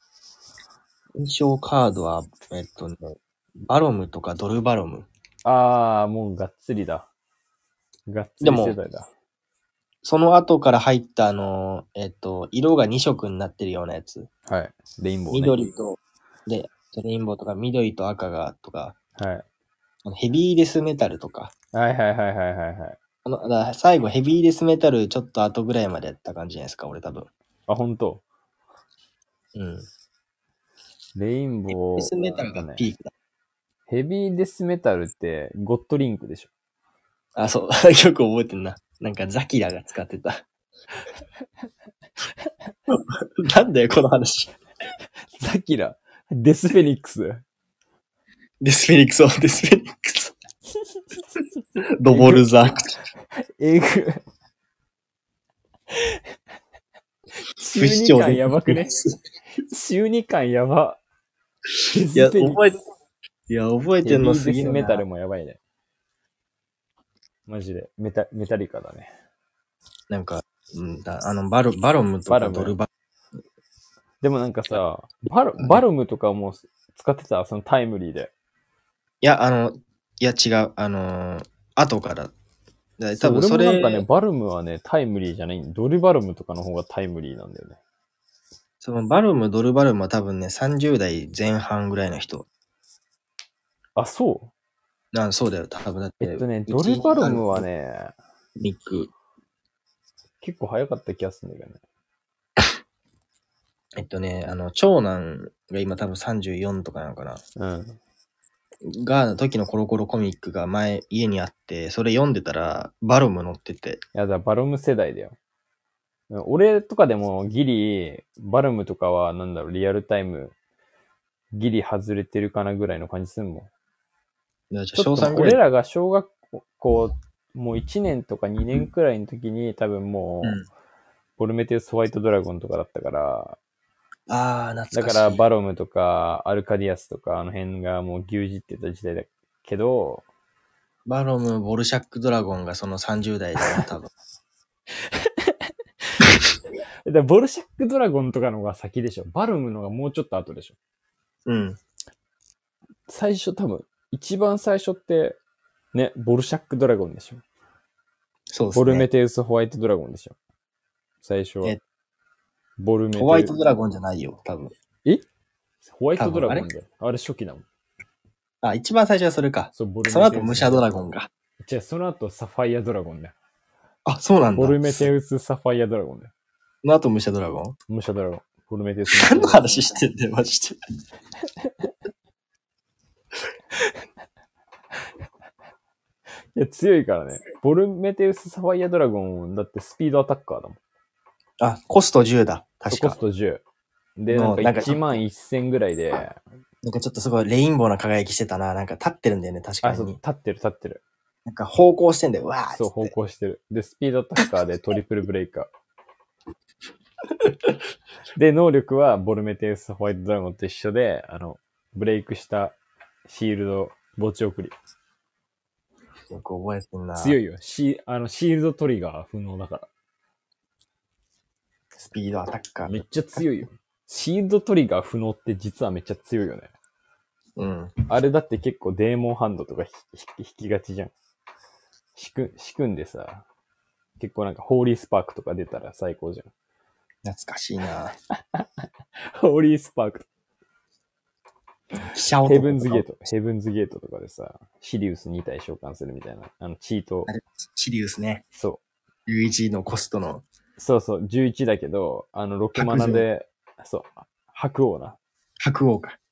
バロムとかドルバロム。 もうがっつりだ。がっつり世代だ。 その後から入った色が2色になってるようなやつ。 はい。レインボー、 ね。緑と、レインボーとか緑と赤がとか。 はい。 ヘビーデスメタルとか。 はい。 最後ヘビーデスメタルちょっと後ぐらいまでやった感じじゃないですか、俺多分。 あ、ほんと？ うん。 レインボー。 ヘビーデスメタルがピークだ。 ヘビーデスメタルってゴッドリンクでしょ？ あ、そう。よく覚えてんな。なんかザキラが使ってた。なんだよ、この話。 ザキラ。デスフェニックス。 デスフェニックス。ドボルザーク。 えぐ。中二感やばくね？中二感やば。 いや、覚えてんのすぎるな。 デスメタルもやばいね。マジで。メタリカだね。 なんか、バロムとかドルバル。 でもなんかさ、バロムとかも使ってた？そのタイムリーで。 いや、違う。後から。多分それ。 俺もなんかね、バルムはね、タイムリーじゃない。ドルバルムとかの方がタイムリーなんだよね。 そのバルム、ドルバルムは多分ね、30代前半ぐらいの人。 あ、そう？ そうだよ、多分だって。 ドルバルムはね、 ニック。 結構早かった気がするんだけどね。長男が今多分34とかなのかな。時のコロコロコミックが家にあって、それ読んでたら、バロム載ってて。 いや、バロム世代だよ。俺とかでもギリ、バロムとかはリアルタイム、ギリ外れてるかなぐらいの感じするもん。俺らが小学校、もう1年とか2年くらいの時に多分もう、ボルメテウスホワイトドラゴンとかだったから、 懐かしい。 だからバロムとかアルカディアスとかあの辺がもう牛耳ってた時代だけど、 バロム、ボルシャックドラゴンがその30代だな、多分。 ボルシャックドラゴンとかの方が先でしょ。バロムのがもうちょっと後でしょ。 うん。 最初多分、一番最初って、ね、ボルシャックドラゴンでしょ。 そうですね。 ボルメテウスホワイトドラゴンでしょ。最初は。 ホワイトドラゴンじゃないよ、多分。 ホワイトドラゴンで。あれ初期だもん。 一番最初はそれか。その後武者ドラゴンが。 違う、その後サファイアドラゴンだよ。 そうなんだ。 ボルメテウスサファイアドラゴンだよ。 その後武者ドラゴン？ 武者ドラゴン。ボルメテウス。 何の話してんだよ、マジで。 いや、強いからね。ボルメテウスサファイアドラゴン、だってスピードアタッカーだもん。 コスト10だ。確か。 コスト10。で、なんか1万1000ぐらいで。 なんかちょっとすごいレインボーな輝きしてたな。なんか立ってるんだよね、確かに。 立ってる。 なんか方向してんだよ、わーって。 そう、方向してる。で、スピードアタッカーでトリプルブレイカー。で、能力はボルメテウスホワイトドラゴンと一緒で、ブレイクしたシールド墓地送り。 よく覚えてんな。 強いよ。シールドトリガー不能だから。 スピードアタッカー。 めっちゃ強いよ。シールドトリガー不能って実はめっちゃ強いよね。 うん。 あれだって結構デーモンハンドとか引きがちじゃん。仕組んでさ、結構なんかホーリースパークとか出たら最高じゃん。 懐かしいな。 ホーリースパーク。 ヘブンズゲートとかでさ、シリウス2体召喚するみたいな、チート。 シリウスね。 そう。 11のコストの。 そうそう、11だけど、6マナで、そう、白王な。 白王か。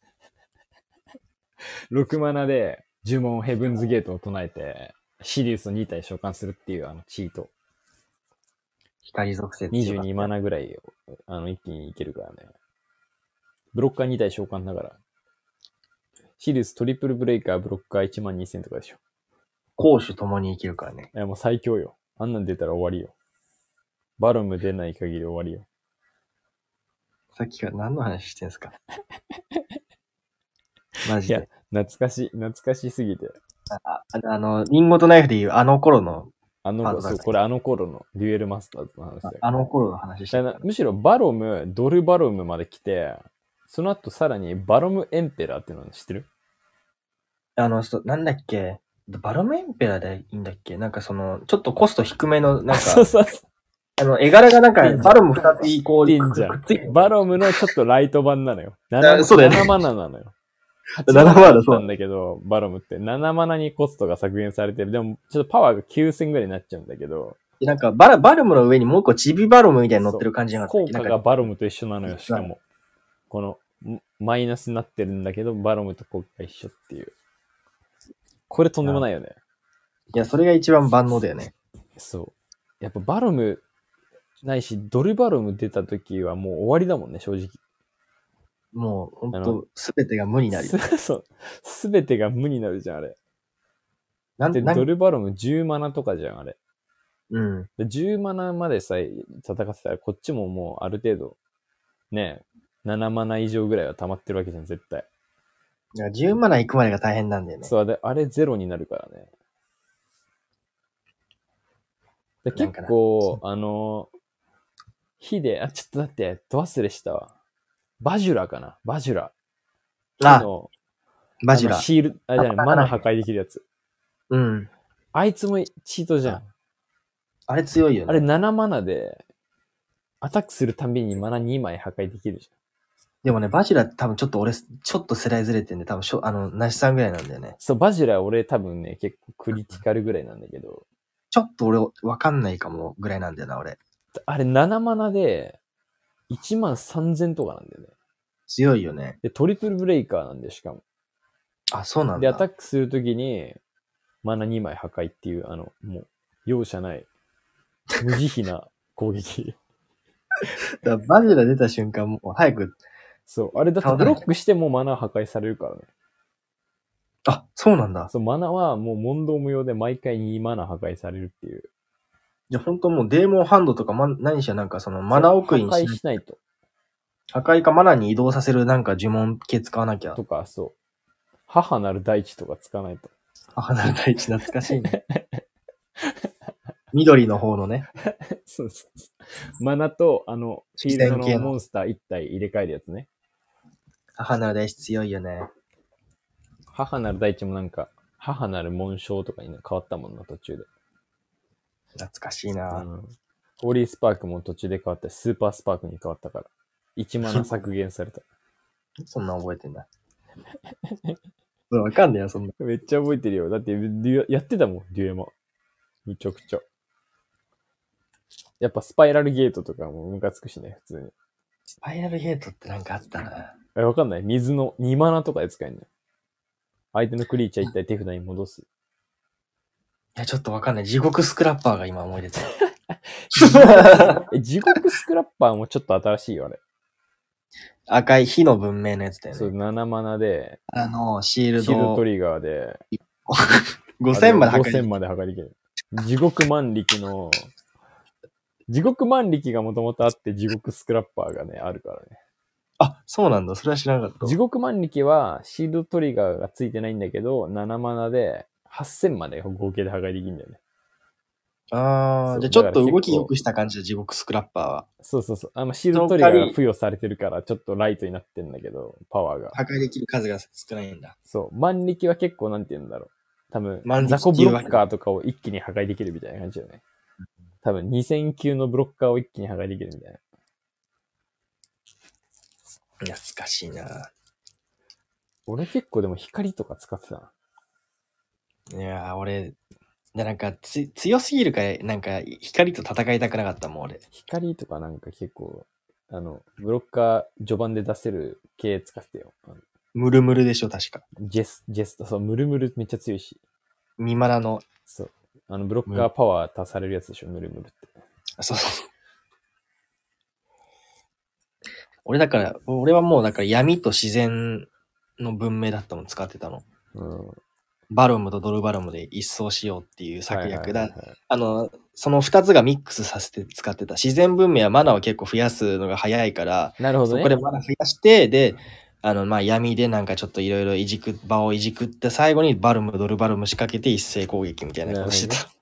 6マナで呪文ヘブンズゲートを唱えて、シリウス2体召喚するっていうチート。 光属性 22マナぐらい一気にいけるからね。ブロッカー2体召喚だから。シリウストリプルブレイカーブロッカー12000とかでしょ。 攻守ともにいけるからね。 いやもう最強よ。あんなん出たら終わりよ。バロム出ない限り終わりよ。 さっきから何の話してんすかマジで。いや、 懐かしすぎて。 リンゴとナイフでいうあの頃の。 そう、これあの頃のデュエルマスターズの話だよ。 あの頃の話してた。 むしろバロム、ドルバロムまで来て、その後さらにバロムエンペラーっていうの知ってる？ なんだっけ、バロムエンペラーでいいんだっけ、なんかちょっとコスト低めの、なんか、 そう。 絵柄がなんか、バロム2つこう、 くっついてバロムのちょっとライト版なのよ。7マナなのよ。7マナだったんだけど、バロムって7マナにコストが削減されてる。でも、ちょっとパワーが9000ぐらいになっちゃうんだけど。 なんかバロムの上にもう一個チビバロムみたいに乗ってる感じがあって。 効果がバロムと一緒なのよ、しかも。この、マイナスになってるんだけど、バロムと効果が一緒っていう。これとんでもないよね。 いや、それが一番万能だよね。 そう。やっぱバロム、ないし、ドルバロム出た時はもう終わりだもんね、正直。 もう、ほんと、すべてが無になるよ。 そう。すべてが無になるじゃん、あれ。で、ドルバロム10マナとかじゃん、あれ。 うん。 で10マナまでさえ戦ってたら、こっちももうある程度、ね、7マナ以上ぐらいは溜まってるわけじゃん、絶対。 いや、10マナ行くまでが大変なんだよね。 そう、あれゼロになるからね。で結構、ちょっと待って、ど忘れしたわ。バジュラかな、バジュラ。 バジュラ。 シール、じゃない、マナ破壊できるやつ。 うん。 あいつもチートじゃん。 あれ強いよね。 あれ7マナで、アタックするたびにマナ2枚破壊できるじゃん。 でもね、バジュラって多分ちょっと世代ずれてんで、多分ナシさんぐらいなんだよね。 そう、バジュラ俺多分ね、結構クリティカルぐらいなんだけど。 ちょっと俺わかんないかもぐらいなんだよな、俺。 あれ7マナで、13000とかなんだよね。 強いよね。 で、トリプルブレイカーなんで、しかも。 あ、そうなんだ。 で、アタックするときに、マナ2枚破壊っていう、もう、容赦ない、無慈悲な攻撃。 だバジュラ出た瞬間、もう早く。 そう。あれだってブロックしてもマナ破壊されるからね。 あ、そうなんだ。 そう、マナはもう問答無用で毎回2マナ破壊されるっていう。 いや、ほんともうデーモンハンドとか、何しろなんかマナ送りに破壊しないと。 破壊かマナに移動させるなんか呪文系使わなきゃ。 とか、そう。母なる大地とか使わないと。 母なる大地懐かしいね。緑の方のね。 そうそうそう。マナと、フィールドのモンスター1体入れ替えるやつね。 母なる大地強いよね。 母なる大地もなんか、母なる紋章とかに変わったもんな、途中で。 懐かしいな、 ホーリースパークも途中で変わったし、スーパースパークに変わったから。1マナ削減された。 そんな覚えてんだ。わかんねえよ、そんな。 めっちゃ覚えてるよ。だって、やってたもん、デュエマ。めちゃくちゃ。やっぱスパイラルゲートとかもムカつくしね、普通に。 スパイラルゲートってなんかあったな。 わかんない。水の2マナとかで使えるのよ。相手のクリーチャー一体手札に戻す。 いや、ちょっとわかんない。地獄スクラッパーが今思い出てる。 地獄スクラッパーもちょっと新しいよ、あれ。 赤い火の文明のやつだよね。 そう、7マナで、 シールドトリガーで、 5000まで破壊できる。 5000まで破壊できる。地獄万力の、地獄万力がもともとあって、地獄スクラッパーがね、あるからね。 あ、そうなんだ。それは知らなかった。 地獄万力は、シールドトリガーがついてないんだけど、7マナで、8000まで合計で破壊できるんだよね。 あー、じゃあちょっと動き良くした感じで地獄スクラッパーは。 そうそうそう。シールドトリガーが付与されてるから、ちょっとライトになってんだけど、パワーが。 破壊できる数が少ないんだ。 そう。万力は結構なんて言うんだろう。多分、 万力雑魚ブロッカーとかを一気に破壊できるみたいな感じだよね。多分、2000級のブロッカーを一気に破壊できるみたいな。 懐かしいな。 俺結構でも光とか使ってたな。 いやー、俺、なんか強すぎるから、なんか光と戦いたくなかったもん、俺。 光とかなんか結構、ブロッカー序盤で出せる系使ってたよ。 ムルムルでしょ、確か。 ジェスト、そう、ムルムルめっちゃ強いし。 ミマラの。 そう。ブロッカーパワー足されるやつでしょ、ムルムルって。 そう。俺はもうだから闇と自然の文明だったの使ってたの。 うん。 バロムとドルバロムで一掃しようっていう策略だ。 はいはいはいはい、 その二つがミックスさせて使ってた。自然文明はマナを結構増やすのが早いから、 なるほどね。 そこでマナ増やして、で、まあ闇でなんかちょっといろいろ場をいじくって最後にバルム、ドルバルム仕掛けて一斉攻撃みたいなことしてた。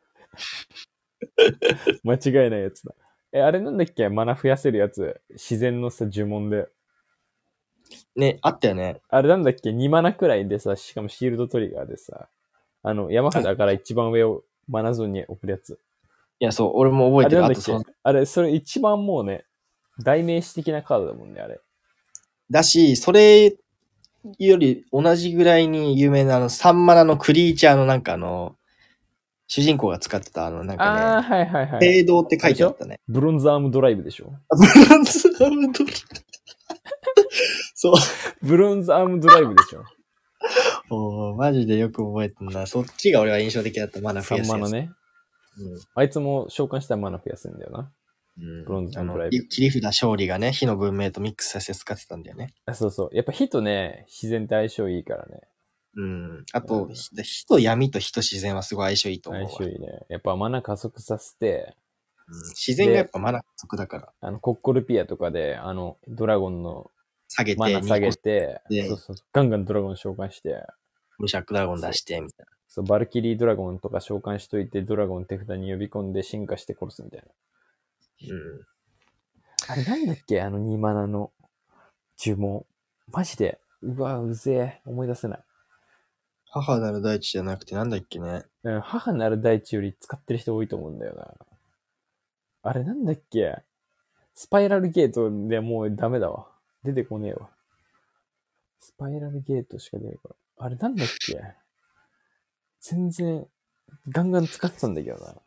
間違いないやつだ。あれなんだっけ、マナ増やせるやつ。自然のさ、呪文で。 ね、あったよね。 あれなんだっけ、2マナくらいでさ、しかもシールドトリガーでさ、山札から一番上をマナゾーンに送るやつ。 いや、そう、俺も覚えてる。 あれなんだっけ、あれ、それ一番もうね、代名詞的なカードだもんね、あれ。 だし、それより同じぐらいに有名な3マナのクリーチャーのなんか主人公が使ってたなんかね、 はいはいはい。 聖堂って書いてあったね。 ブロンズアームドライブでしょ。 ブロンズアームドライブ。そう。 ブロンズアームドライブでしょ。 おー、マジでよく覚えてんな。そっちが俺は印象的だった。マナ増やすやつ。 3マナね。うん。あいつも召喚したらマナ増やすんだよな。 うん。 ブロンズアームドライブ。 切り札勝利がね、火の文明とミックスさせて使ってたんだよね。 そうそう。やっぱ火とね、自然って相性いいからね。 うん。あと、火と闇と火と自然はすごい相性いいと思うわ。 相性いいね。やっぱマナ加速させて、 自然がやっぱマナ加速だから。 コッコルピアとかで、ドラゴンのマナ下げて、そう、ガンガンドラゴン召喚して、 ブシャックドラゴン出して、みたいな。 そう、バルキリードラゴンとか召喚しといて、ドラゴン手札に呼び込んで進化して殺すみたいな。うん。あれなんだっけ、2マナの呪文。マジで。うわ、うぜえ。思い出せない。 母なる大地じゃなくてなんだっけね。 うん、母なる大地より使ってる人多いと思うんだよな。あれなんだっけ、スパイラルゲートでもうダメだわ。出てこねえわ。スパイラルゲートしか出ないから。あれなんだっけ、全然、ガンガン使ってたんだけどな。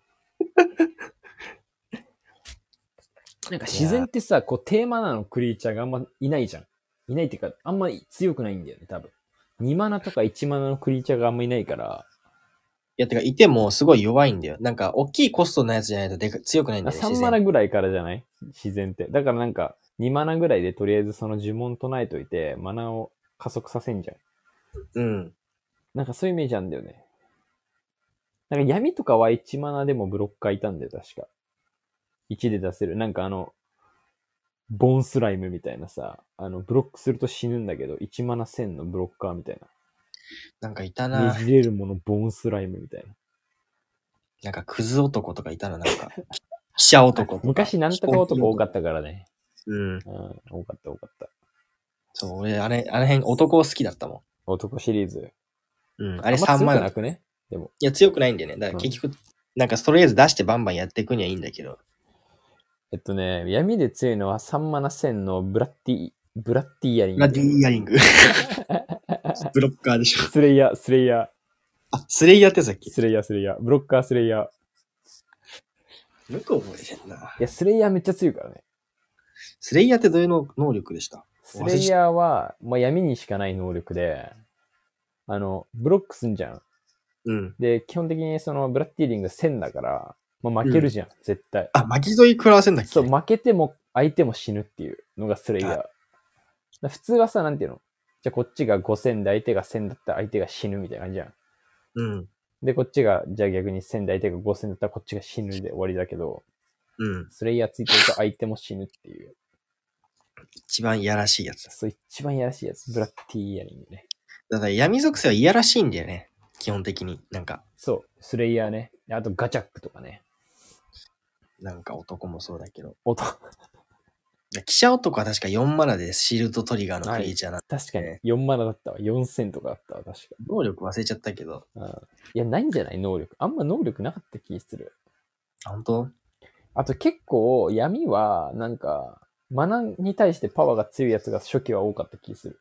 なんか自然ってさ、こうテーマなのクリーチャーがあんまいないじゃん。いないっていうか、あんま強くないんだよね、多分。2マナとか1マナのクリーチャーがあんまいないから。 いや、てか、いてもすごい弱いんだよ。なんか、大きいコストのやつじゃないと強くないんだよね。 3マナぐらいからじゃない自然って。だからなんか、2マナぐらいでとりあえずその呪文唱えといて、マナを加速させんじゃん。 うん。 なんかそういうイメージあるんだよね。なんか闇とかは1マナでもブロッカーいたんだよ、確か。1で出せる。なんかボーンスライムみたいなさ、ブロックすると死ぬんだけど、1マナ1000のブロッカーみたいな。 なんかいたな。 ねじれるもの、ボーンスライムみたいな。 なんかクズ男とかいたな、なんか。記者男とか。 昔なんとか男多かったからね。 うん。 多かった。 そう、俺、あの辺男好きだったもん。 男シリーズ。 うん。あれ 3 万。 なくねでも。 いや、強くないんだよね。だから結局、なんかとりあえず出してバンバンやっていくにはいいんだけど。 闇で強いのは3マナ1000のブラッティイヤリング。 ブラッティイヤリング。ブロッカーでしょ。 スレイヤー。 あ、スレイヤーってさっき。 スレイヤー。ブロッカースレイヤー。 よく覚えてんな。 いや、スレイヤーめっちゃ強いからね。 スレイヤーってどういう能力でした？ スレイヤーは、まあ、闇にしかない能力で、ブロックすんじゃん。 うん。 で、基本的にそのブラッティーリング1000だから、まあ、負けるじゃん、絶対。 あ、巻き添い食らわせんだっけ？ そう、負けても相手も死ぬっていうのがスレイヤー。普通はさ、なんていうの？じゃあこっちが5000で相手が1000だったら相手が死ぬみたいな感じじゃん。 うん。 で、こっちが、じゃあ逆に1000で相手が5000だったらこっちが死ぬで終わりだけど、 うん。 スレイヤーついてると相手も死ぬっていう。 一番いやらしいやつ。 そう、一番いやらしいやつ。ブラッティイヤリングね。 だから闇属性はいやらしいんだよね。基本的に。なんか。 そう、スレイヤーね。あとガチャックとかね。 なんか男もそうだけど。 音。 記者男は確か4マナでシールドトリガーのクリーチャーなんで、確かに。4マナだったわ。4000とかだったわ、確か。 能力忘れちゃったけど。 いや、ないんじゃない能力。あんま能力なかった気する。 本当？ あと結構闇は、なんか、マナに対してパワーが強いやつが初期は多かった気する。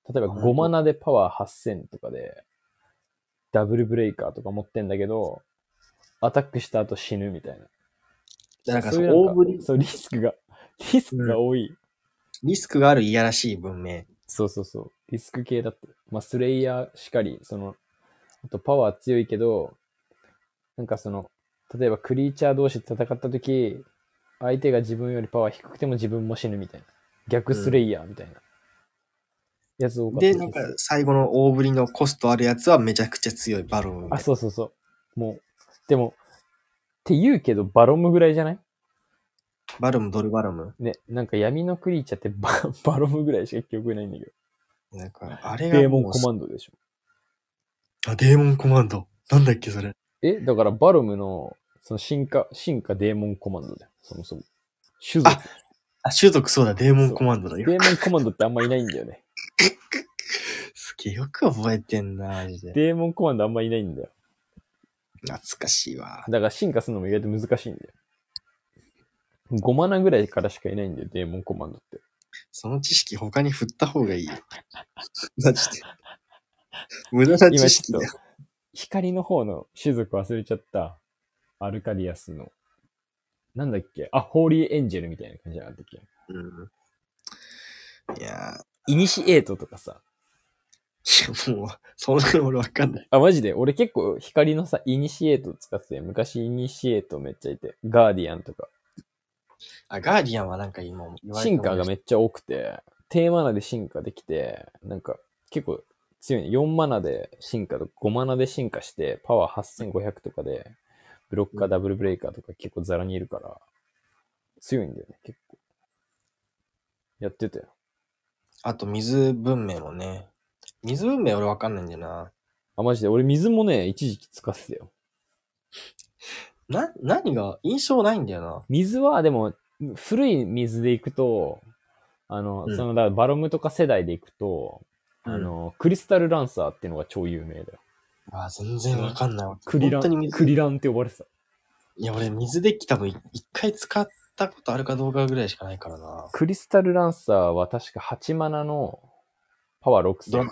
例えば5マナでパワー8000とかで、ダブルブレイカーとか持ってんだけど、アタックした後死ぬみたいな。 なんかそういう大振り、 そう、リスクが多い。 リスクがあるいやらしい文明。 そうそうそう。リスク系だって。まあ、スレイヤーしかり、あとパワー強いけど、なんか例えばクリーチャー同士で戦った時、相手が自分よりパワー低くても自分も死ぬみたいな。逆スレイヤーみたいな。やつ多かったで、なんか最後の大振りのコストあるやつはめちゃくちゃ強いバロム。 あ、そうそうそう。もう、でも、って言うけど、バロムぐらいじゃない？ バロム、ドルバロム。 ね、なんか闇のクリーチャーってバロムぐらいしか記憶ないんだけど。 なんか、あれが。 デーモンコマンドでしょ。 あ、デーモンコマンド。なんだっけ、それ。 だからバロムの、進化デーモンコマンドだよ。そもそも。種族。 種族そうだ、デーモンコマンドだよ。 デーモンコマンドってあんまいないんだよね。 すげえよく覚えてんな、マジで。 デーモンコマンドあんまいないんだよ。 懐かしいわ。 だから進化するのも意外と難しいんだよ。5マナぐらいからしかいないんだよ、デーモンコマンドって。 その知識他に振った方がいいよ。マジで。無駄な知識だよ。 光の方の種族忘れちゃった。アルカディアスの。なんだっけ？ホーリーエンジェルみたいな感じじゃなかったっけ？ いやイニシエートとかさ。 いや、もう、そんなの俺わかんない。 マジで俺結構光のさ、イニシエート使ってて、昔イニシエートめっちゃいて、ガーディアンとか。 ガーディアンはなんか今進化がめっちゃ多くて、低マナで進化できて、なんか結構強いね。4マナで進化と5マナで進化して、パワー8500とかで、ブロッカーダブルブレイカーとか結構ザラにいるから、強いんだよね、結構。やってたよ。 あと水文明もね。水文明俺わかんないんだよな。 マジで。俺水もね、一時期使ってたよ。 何が印象ないんだよな。 水はでも、古い水でいくと、だからバロムとか世代でいくと、クリスタルランサーっていうのが超有名だよ。 全然わかんないわ。 クリランって呼ばれてた。 いや、俺水デッキ多分一回使ったことあるかどうかぐらいしかないからな。 クリスタルランサーは確か8マナのパワー6000。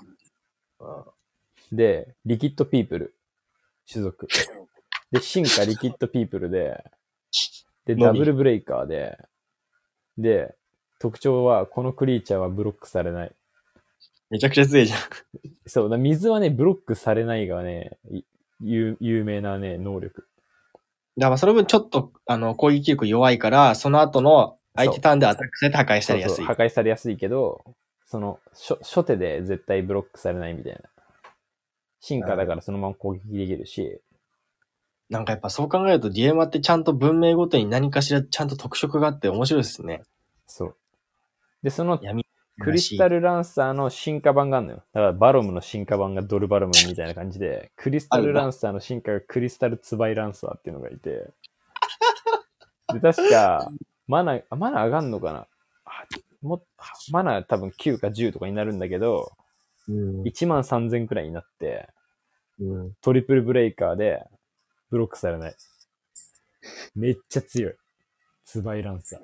で、リキッドピープル、種族。で、進化リキッドピープルで、ダブルブレイカーで、特徴は、このクリーチャーはブロックされない。 めちゃくちゃ強いじゃん。 そう、水はね、ブロックされないがね、有名なね、能力。 だからその分ちょっと、攻撃力弱いから、その後の相手ターンでアタックされて破壊されやすい。 そう破壊されやすいけど、初手で絶対ブロックされないみたいな。進化だからそのまま攻撃できるし。 なんかやっぱそう考えるとディエマってちゃんと文明ごとに何かしらちゃんと特色があって面白いですね。 そう。で、クリスタルランサーの進化版があるのよ。だからバロムの進化版がドルバロムみたいな感じで、クリスタルランサーの進化がクリスタルツバイランサーっていうのがいて。で、確か、マナ上がんのかな？マナ多分9か10とかになるんだけど、1万3000くらいになって、トリプルブレイカーでブロックされない。めっちゃ強い。ツバイランサー。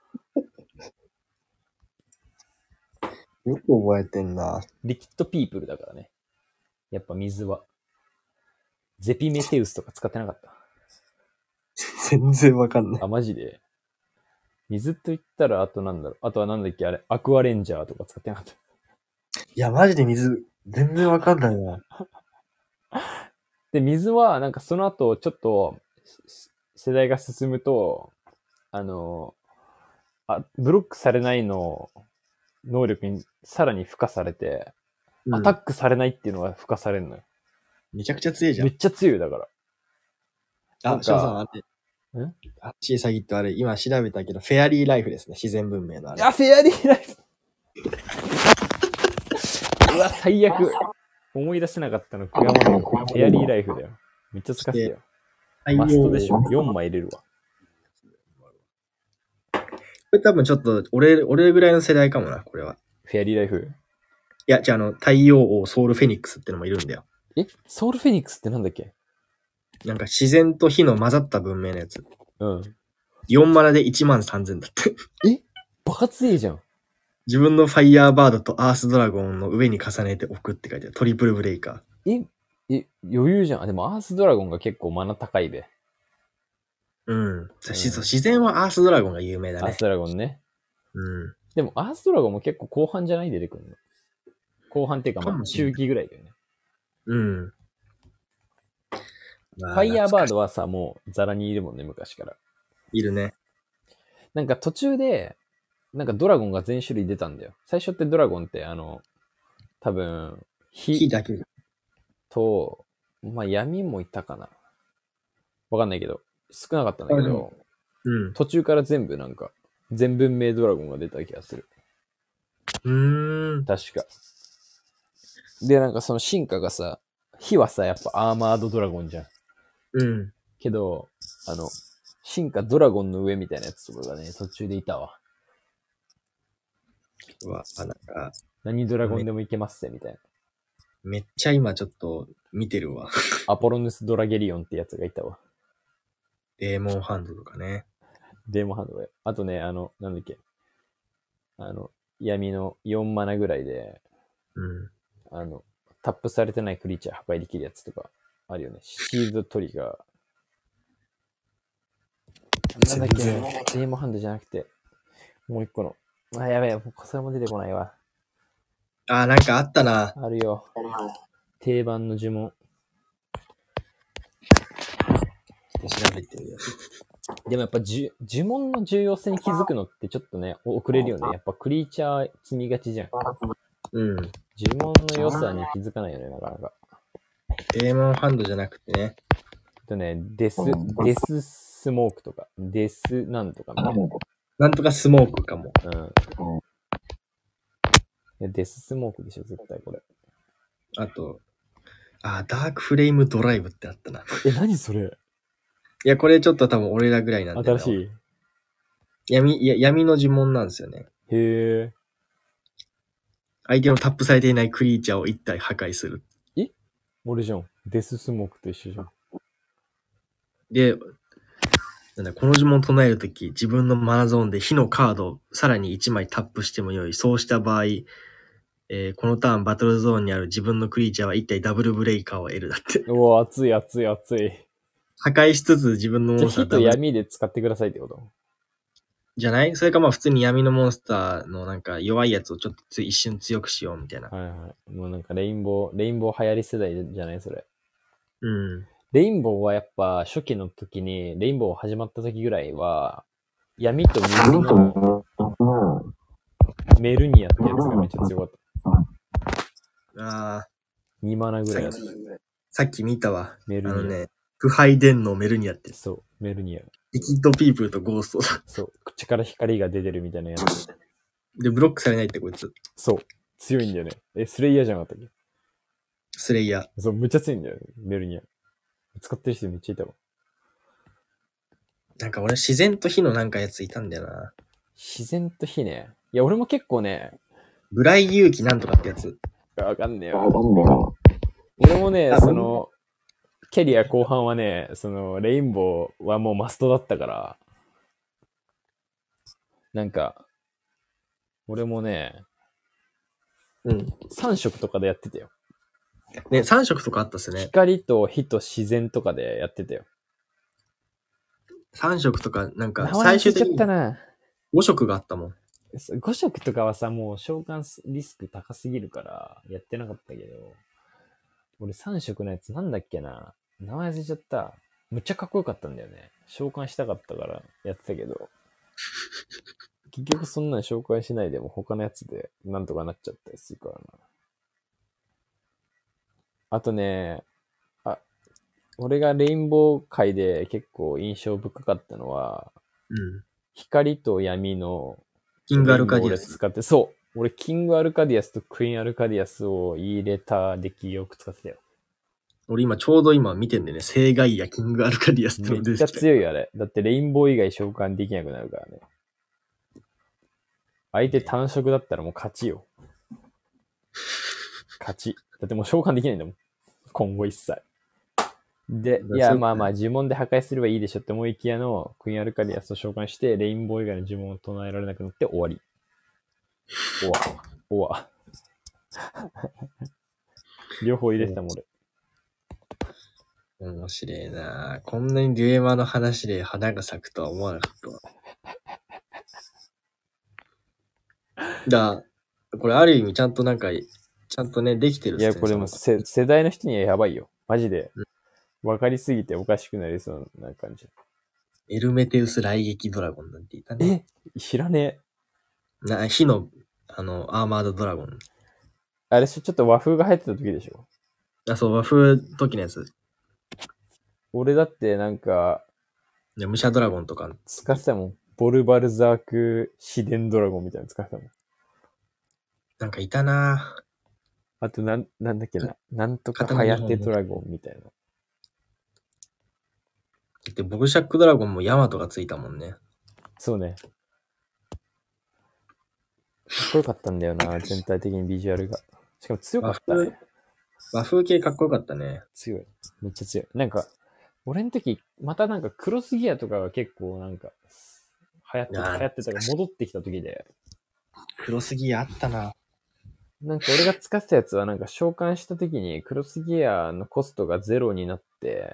よく覚えてんな。 リキッドピープルだからね。やっぱ水は。ゼピメテウスとか使ってなかった。 全然わかんない。 マジで。水と言ったら、あとはなんだっけ、あれ、アクアレンジャーとか使ってなかった。 いや、マジで水、全然わかんないな。 で、水は、なんかその後、ちょっと、世代が進むと、ブロックされないの能力にさらに付加されて、アタックされないっていうのが付加されるのよ。 めちゃくちゃ強いじゃん。 めっちゃ強いだから。 翔さん、小さぎってあれ、今調べたけど、フェアリーライフですね。自然文明のあれ。 フェアリーライフうわ、最悪。思い出せなかったの、悔やまない。フェアリーライフだよ。めっちゃ使ってたよ。マストでしょ。4枚入れるわ。 これ多分ちょっと、俺ぐらいの世代かもな、これは。 フェアリーライフ？ いや、じゃあ太陽王ソウルフェニックスってのもいるんだよ。 ソウルフェニックスってなんだっけ？ なんか自然と火の混ざった文明のやつ。 うん。 4マナで1万3000だって。 バカ強いじゃん。 自分のファイヤーバードとアースドラゴンの上に重ねて置くって書いてある。トリプルブレイカ余裕じゃん。でもアースドラゴンが結構マナ高いべ。 ー。うん。自然はアースドラゴンが有名だね。 アースドラゴンね。 うん。 でもアースドラゴンも結構後半じゃない出てくるの。後半っていうかまあかもしれない中期ぐらいだよね。 うん。 ファイヤーバードはさ、もうザラにいるもんね、昔から。 いるね。 なんか途中で、なんかドラゴンが全種類出たんだよ。最初ってドラゴンって多分、火火だけ。 と、まあ闇もいたかな。わかんないけど、少なかったんだけど、 うん。 途中から全部なんか、全文明ドラゴンが出た気がする。確か。で、なんかその進化がさ、火はさ、やっぱアーマードドラゴンじゃん。 うん。 けど、進化ドラゴンの上みたいなやつとかがね、途中でいたわ。 なんか、 何ドラゴンでもいけますぜ、みたいな。 めっちゃ今ちょっと見てるわ。 アポロヌス・ドラゲリオンってやつがいたわ。 デーモンハンドとかね。 デーモンハンドで。あとね、なんだっけ。闇の4マナぐらいで、 うん。 タップされてないクリーチャー破壊できるやつとかあるよね。シールドトリガー。なんだっけ、デーモンハンドじゃなくて、もう一個の。やべえ、それも出てこないわ。 なんかあったな。 あるよ。定番の呪文。 調べてるよ。 でもやっぱ呪文の重要性に気づくのってちょっとね、遅れるよね。やっぱクリーチャー積みがちじゃん。 うん。 呪文の良さに気づかないよね、なかなか。 デーモンハンドじゃなくてね。 デススモークとか、デスなんとかみたいな。 なんとかスモークかも。 いやデススモークでしょ、絶対これ。 あと、ダークフレームドライブってあったな。 何それ？ いや、これちょっと多分俺らぐらいなんだよ新しい。 闇の呪文なんですよね。 へえ。 相手のタップされていないクリーチャーを一体破壊する。 俺じゃん。デススモークと一緒じゃん。 で、この呪文を唱えるとき、自分のマナゾーンで火のカードをさらに1枚タップしてもよい。そうした場合、このターンバトルゾーンにある自分のクリーチャーは一体ダブルブレイカーを得るだって。 おお、熱い熱い熱い。 破壊しつつ自分のモンスター火と闇で使ってくださいってことじゃない？それかまあ普通に闇のモンスターのなんか弱いやつをちょっと一瞬強くしようみたいな。 はいはい。もうなんかレインボー流行り世代じゃないそれ。 うん。 レインボーはやっぱ初期の時に、レインボー始まった時ぐらいは、闇と水のメルニアってやつがめっちゃ強かった。2マナぐらい。 さっき見たわ。 メルニア。 腐敗電のメルニアって。 そう、メルニア。 リキッドピープルとゴーストだ。 そう、口から光が出てるみたいなやつ。 で、ブロックされないってこいつ。 そう、強いんだよね。スレイヤーじゃなかったっけ？ スレイヤー。 そう、むっちゃ強いんだよね、メルニア。使ってる人めっちゃいたわ。 なんか俺自然と火のなんかやついたんだよな。 自然と火ね。いや、俺も結構ね。 ブライ勇気なんとかってやつ。 わかんねえよ。俺もね、キャリア後半はね、レインボーはもうマストだったから、なんか、俺もね、3色とかでやってたよ。 ね、3色とかあったっすね。 光と火と自然とかでやってたよ。 3色とか、なんか、 最終的に5 色があったもん。 5色とかはさ、もう召喚リスク高すぎるから、やってなかったけど、俺3色のやつなんだっけな。名前忘れちゃった。むっちゃかっこよかったんだよね。召喚したかったからやってたけど、結局そんなに召喚しないでも他のやつでなんとかなっちゃったりするからな。あとね、俺がレインボー界で結構印象深かったのは、光と闇のキングアルカディアス使って、そう。俺キングアルカディアスとクイーンアルカディアスを入れたデッキよく使ってたよ。 俺ちょうど今見てんでね、聖ガイア、キングアルカディアスってめっちゃ強いあれ。だってレインボー以外召喚できなくなるからね。相手単色だったらもう勝ちよ。勝ち。だってもう召喚できないんだもん。今後一切。で、いや、まあまあ呪文で破壊すればいいでしょって思いきやのクイーンアルカディアスを召喚して、レインボー以外の呪文を唱えられなくなって終わり。 おわ。両方入れてたもん俺。 面白いな。こんなにデュエマの話で花が咲くとは思わなかったわ。これある意味ちゃんとなんか、ちゃんとね、できてるっいや、 すね。 これもその世代の人にはやばいよ。マジで。わかりすぎておかしくなりそうな感じ。 エルメテウス雷撃ドラゴンなんて言ったね。 知らねえ。 火の、アーマードドラゴン。 あれちょっと和風が入ってた時でしょ。 そう、和風時のやつ。 俺だってなんか、 武者ドラゴンとか。 使ってたもん。ボルバルザーク秘伝ドラゴンみたいなの使ってたもん。 なんかいたな。 あとなんだっけな。なんとかハヤテドラゴンみたいな。 で、ボルシャックドラゴンもヤマトがついたもんね。 そうね。かっこよかったんだよな、全体的にビジュアルが。しかも強かった。 和風系かっこよかったね。 強い。めっちゃ強い。なんか、俺の時、またなんかクロスギアとかが結構なんか、流行ってたから戻ってきた時で。 クロスギアあったな。 なんか俺が使ってたやつはなんか召喚した時にクロスギアのコストがゼロになって、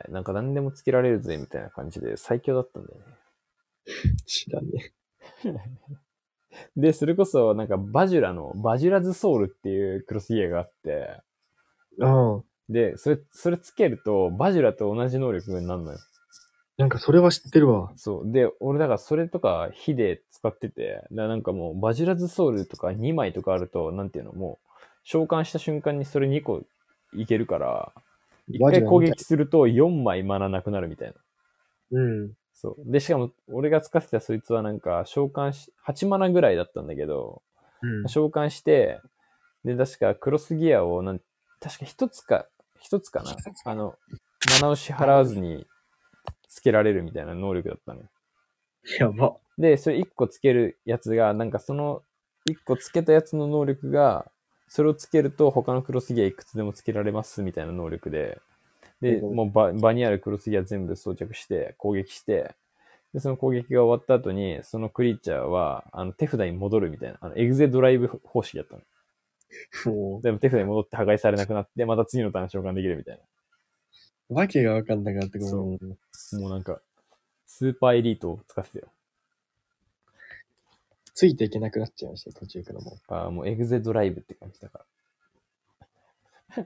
なんか何でもつけられるぜみたいな感じで最強だったんだよね。 知らね。 で、それこそなんかバジュラズソウルっていうクロスギアがあって、 うん。 で、それつけるとバジュラと同じ能力になるのよ。 なんかそれは知ってるわ。 そう。で、俺だからそれとか火で使ってて、なんかもうバジュラズソウルとか2枚とかあると、なんていうの、もう召喚した瞬間にそれ2個いけるから、1回攻撃すると4枚マナなくなるみたいな。 うん。 そう。で、しかも俺が使ってたそいつはなんか召喚8マナぐらいだったんだけど、 うん、 召喚して、で、確かクロスギアを確か一つかな。マナを支払わずにつけられるみたいな能力だったのよ。 やば。 で、それ1個つけるやつが、なんかその1個つけたやつの能力が、それをつけると他のクロスギアいくつでもつけられますみたいな能力で、で、もう場にあるクロスギア全部装着して攻撃して、で、その攻撃が終わった後に、そのクリーチャーは、手札に戻るみたいな、エグゼドライブ方式だったの。でも手札に戻って破壊されなくなって、また次のターン召喚できるみたいな。 わけがわかんなくなってくる。 もうなんか、スーパーエリートを使ってたよ。 ついていけなくなっちゃいました、途中からもう。もうエグゼドライブって感じだから。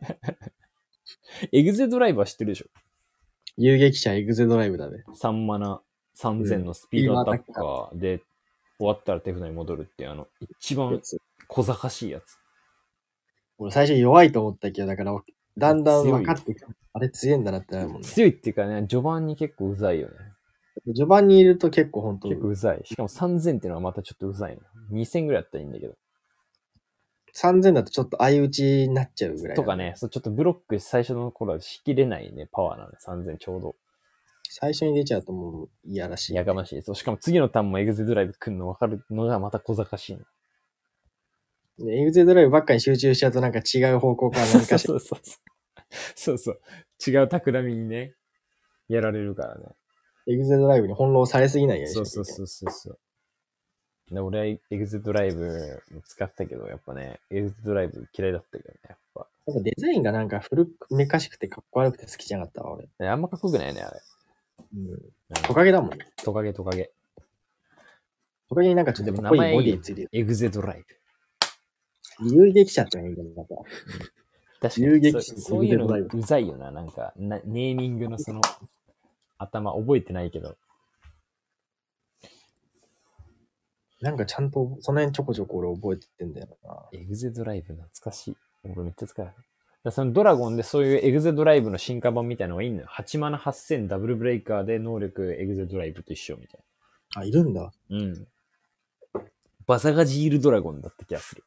エグゼドライブは知ってるでしょ？ 遊撃者エグゼドライブだね。 3マナ3000のスピードアタッカーで、終わったら手札に戻るっていう一番小賢しいやつ。 俺最初弱いと思ったけど、だからだんだん分かってきた。あれ強いんだなってなるもんね。 強いっていうかね、序盤に結構うざいよね。 序盤にいると結構本当結構うざい。しかも3000っていうのはまたちょっとうざいの。2000ぐらいだったらいいんだけど。 3000だとちょっと相打ちになっちゃうぐらい。 とかね、ちょっとブロック最初の頃はしきれないね、パワーなのね、3000ちょうど。 最初に出ちゃうともう嫌らしい。 やかましい。そう、しかも次のターンもエグゼドライブ来るの分かるのがまた小賢しいの。 エグゼドライブばっかに集中しちゃうとなんか違う方向から何かしら。 そうそう。違う企みにね、やられるからね。 エグゼドライブに翻弄されすぎないようにしなきゃいけない。 そう。で俺はエグゼドライブ使ってたけど、やっぱね、エグゼドライブ嫌いだったけどね、やっぱ。 なんかデザインがなんか古めかしくてかっこ悪くて好きじゃなかったわ、俺。 あんまかっこよくないね、あれ。 トカゲだもんね。 トカゲ。 トカゲになんかちょっとかっこいいボディついてる。 エグゼドライブ。遊撃者ってのがいいんだよ、また。 確かに。遊撃者。そういうのうざいよな、なんか、ネーミングのその、頭覚えてないけど。 なんかちゃんと、その辺ちょこちょこ俺覚えてってんだよな。 エグゼドライブ懐かしい。俺めっちゃ使う。そのドラゴンでそういうエグゼドライブの進化版みたいなのがいいのよ。8マナ8000ダブルブレイカーで能力エグゼドライブと一緒みたいな。あ、いるんだ。 うん。バサガジールドラゴンだった気がする。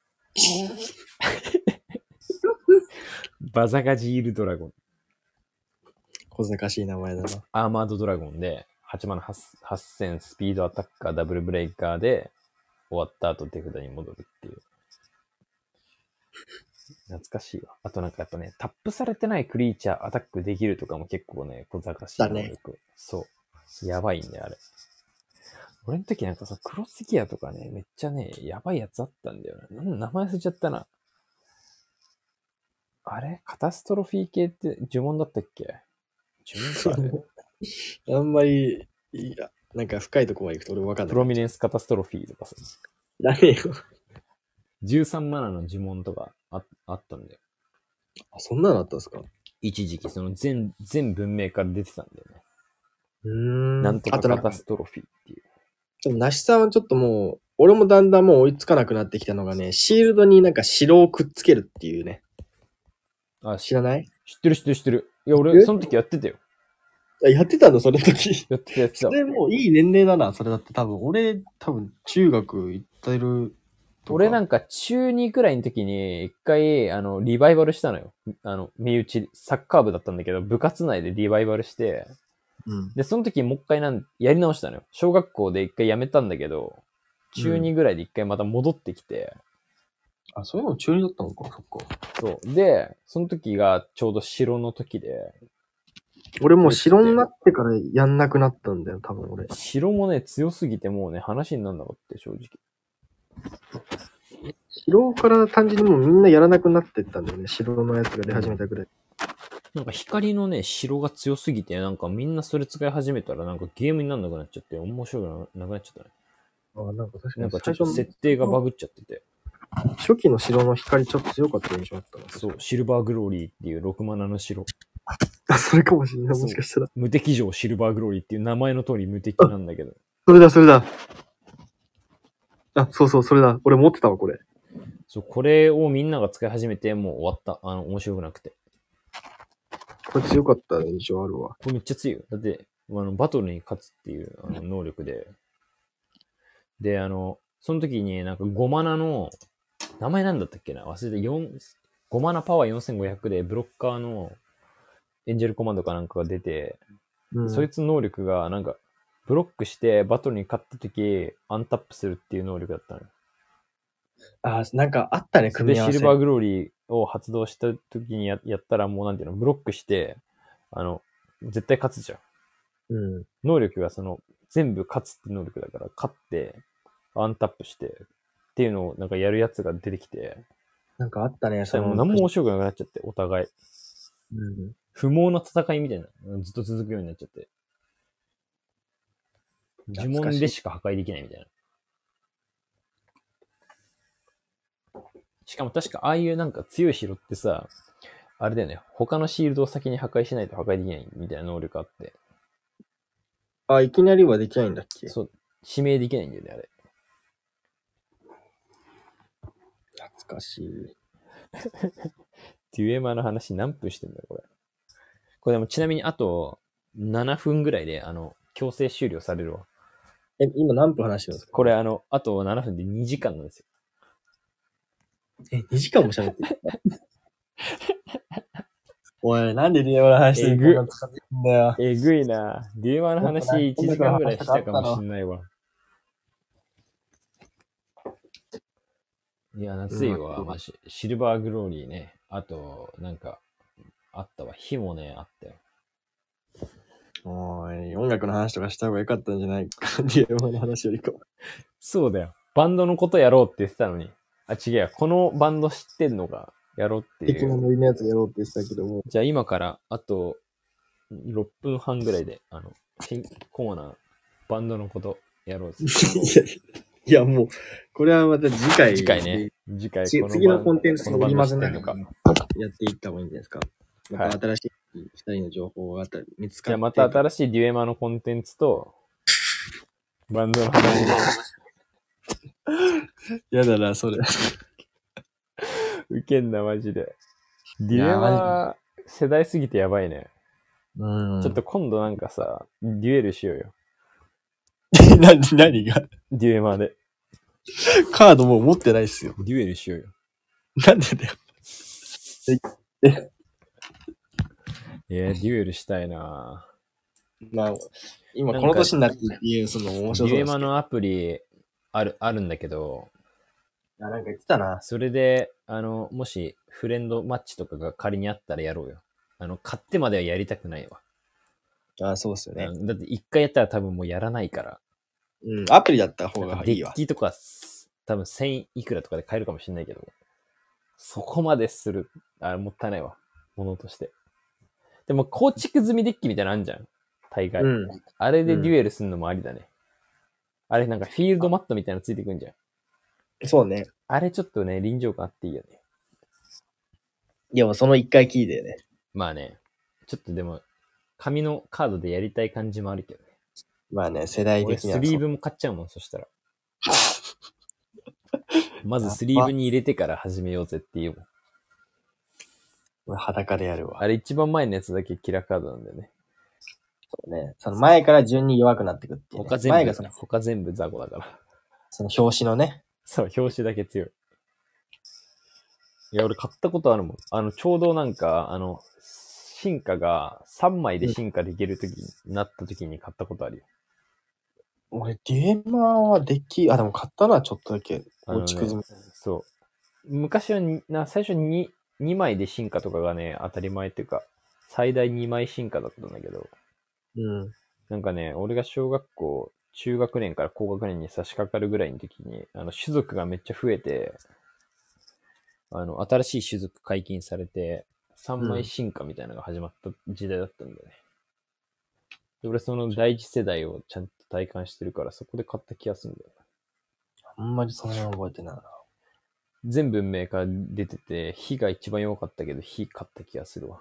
バザガジールドラゴン。 小賢しい名前だな。 アーマードドラゴンで8マナ8000スピードアタッカーダブルブレイカーで終わった後手札に戻るっていう。懐かしいわ。あとなんかやっぱね、タップされてないクリーチャーアタックできるとかも結構ね、小賢しい能力。 だね。 そう。やばいんだよ、あれ。 俺の時なんかさ、クロスギアとかね、めっちゃね、やばいやつあったんだよな。名前忘れちゃったな。あれカタストロフィー系って呪文だったっけ？呪文かあれ。 あんまり、なんか深いとこまで行くと俺わかんない。 プロミネンスカタストロフィーとかさ。 ダメよ。 13マナの呪文とかあったんだよ。 あ、そんなのあったんですか？ 一時期、その全文明から出てたんだよね。 なんとかカタストロフィーっていう。 でも、なしさんはちょっともう、俺もだんだんもう追いつかなくなってきたのがね、シールドになんか城をくっつけるっていうね。 あ、 知らない？ 知ってる。いや、俺、その時やってたよ。 あ、やってたんだ、その時。 やってた。 それもういい年齢だな、それだって多分。俺、中学行ってるとか。 俺なんか中2くらいの時に、一回、リバイバルしたのよ。身内、サッカー部だったんだけど、部活内でリバイバルして、で、その時もう一回やり直したのよ。小学校で一回やめたんだけど、中2ぐらいで一回また戻ってきて。 あ、そういうの中2だったのか、そっか。 そう。で、その時がちょうど城の時で。 俺もう城になってからやんなくなったんだよ、多分俺。 城もね、強すぎてもうね、話になんなかった、正直。 城から単純にもうみんなやらなくなってったんだよね、城のやつが出始めたぐらい。 なんか光のね、城が強すぎて、なんかみんなそれ使い始めたらなんかゲームになんなくなっちゃって、面白くなくなっちゃったね。 あ、なんか確かに。 なんかちょっと設定がバグっちゃってて。 初期の城の光ちょっと強かった印象あったな。 そう、シルバーグローリーっていう6マナの城。 あ、それかもしれない、もしかしたら。 無敵城シルバーグローリーっていう名前の通り無敵なんだけど。 それだ。あ、そう、それだ。俺持ってたわ、これ。 そう、これをみんなが使い始めて、もう終わった。面白くなくて。 これ強かった印象あるわ。 これめっちゃ強いよ。だって、バトルに勝つっていう能力で。で、その時になんか5マナの、名前なんだったっけな忘れて、5マナパワー4500でブロッカーのエンジェルコマンドかなんかが出て、そいつの能力がなんか、ブロックしてバトルに勝った時、アンタップするっていう能力だったのよ。 あ、なんかあったね、組み合わせ。 で、シルバーグローリーを発動した時にやったらもうなんていうの、ブロックして、絶対勝つじゃん。能力が全部勝つって能力だから、勝って、アンタップして、っていうのをなんかやるやつが出てきて。 なんかあったね、 もう何も面白くなくなっちゃって、お互い。不毛な戦いみたいな、ずっと続くようになっちゃって。呪文でしか破壊できないみたいな。しかも確かああいうなんか強い城ってさ、あれだよね、他のシールドを先に破壊しないと破壊できないみたいな能力あって。 あ、いきなりはできないんだっけ？ そう、指名できないんだよね、あれ。 懐かしい。 デュエマの話何分してんだよ、これ。これでもちなみにあと7分ぐらいで、強制終了されるわ。 今何分話してるんですか？ これあと7分で2時間なんですよ。 2時間も喋ってるおい、なんでデュエマの話してるのかんだよ。 えぐいな。デュエマの話1時間ぐらいしたかもしんないわ。いや、夏いわ。シルバーグローリーね。あと、なんか、あったわ。火もね、あったよ。 おい、音楽の話とかした方が良かったんじゃないか。デュエマの話よりか。 そうだよ。バンドのことやろうって言ってたのに。あ、違うや。このバンド知ってんのがやろうっていう。 敵のノリのやつやろうって言ってたけども。 じゃあ今からあと6分半ぐらいで、新コーナー、バンドのことやろういや、もう、これはまた次回。 次回ね。次回次のコンテンツのバンド知ってんのか。 やっていった方がいいんじゃないですか。また新しい2人の情報が見つかって。 じゃあまた新しいデュエマのコンテンツと、バンドの話です。 やだな、それ。 ウケんな、マジで。デュエマ、世代すぎてやばいね。ちょっと今度なんかさ、デュエルしようよ。 何がデュエマで。 カードもう持ってないっすよ。 デュエルしようよ。 なんでだよ。 デュエルしたいなまあ、今この年になって言う、その面白そうデュエマのアプリあるんだけど、 なんか言ってたな。 それで、もしフレンドマッチとかが仮にあったらやろうよ。買ってまではやりたくないわ。 そうっすよね。 だって一回やったら多分もうやらないから。 うん、アプリだった方なんかデッがいいわ。 キとか、多分1000いくらとかで買えるかもしれないけど、そこまでする、もったいないわ。ものとして。でも構築済みデッキみたいなのあんじゃん。大概。 うん。 あれでデュエルするのもありだね。あれなんかフィールドマットみたいなのついてくんじゃん。 そうね。 あれちょっとね、臨場感あっていいよね。 でもその一回きりでね。 まあね、ちょっとでも、紙のカードでやりたい感じもあるけどね。 まあね、世代俺的にはスリーブも買っちゃうもん、そしたら。まずスリーブに入れてから始めようぜっていうもん。 俺裸でやるわ。 あれ一番前のやつだけキラーカードなんだよね。 そうね。その前から順に弱くなってくっていう、ね。 他全部雑魚だから。 その表紙のね。 そう、表紙だけ強い。いや、俺買ったことあるもん。ちょうどなんか、進化が3枚で進化できるときになったときに買ったことあるよ。 俺、ゲーマーはでも買ったのはちょっとだけ。構築済み。 そう。昔は最初に2枚で進化とかがね、当たり前っていうか、最大2枚進化だったんだけど、 うん。 なんかね、俺が小学校、中学年から高学年に差し掛かるぐらいの時に、種族がめっちゃ増えて、新しい種族解禁されて、3枚進化みたいなのが始まった時代だったんだよね。で俺その第一世代をちゃんと体感してるから、そこで買った気がするんだよな。 あんまりその辺覚えてないな。 全文明から出てて、火が一番弱かったけど、火買った気がするわ。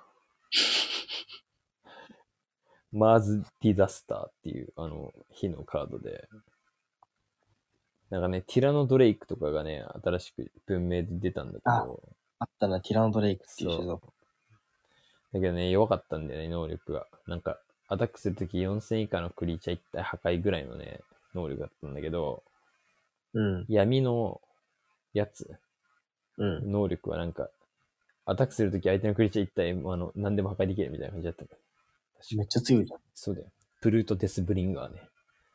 マーズ・ディザスターっていう、火のカードで。なんかね、ティラノドレイクとかがね、新しく文明で出たんだけど。 あったな、ティラノドレイクっていう種族。 だけどね、弱かったんだよね、能力が。なんか、アタックするとき4000以下のクリーチャー1体破壊ぐらいのね、能力だったんだけど、 うん。 闇のやつ、 うん。 能力はなんか、アタックするとき相手のクリーチャー1体、何でも破壊できるみたいな感じだったから。 めっちゃ強いじゃん。 そうだよ。プルート・デス・ブリンガーね。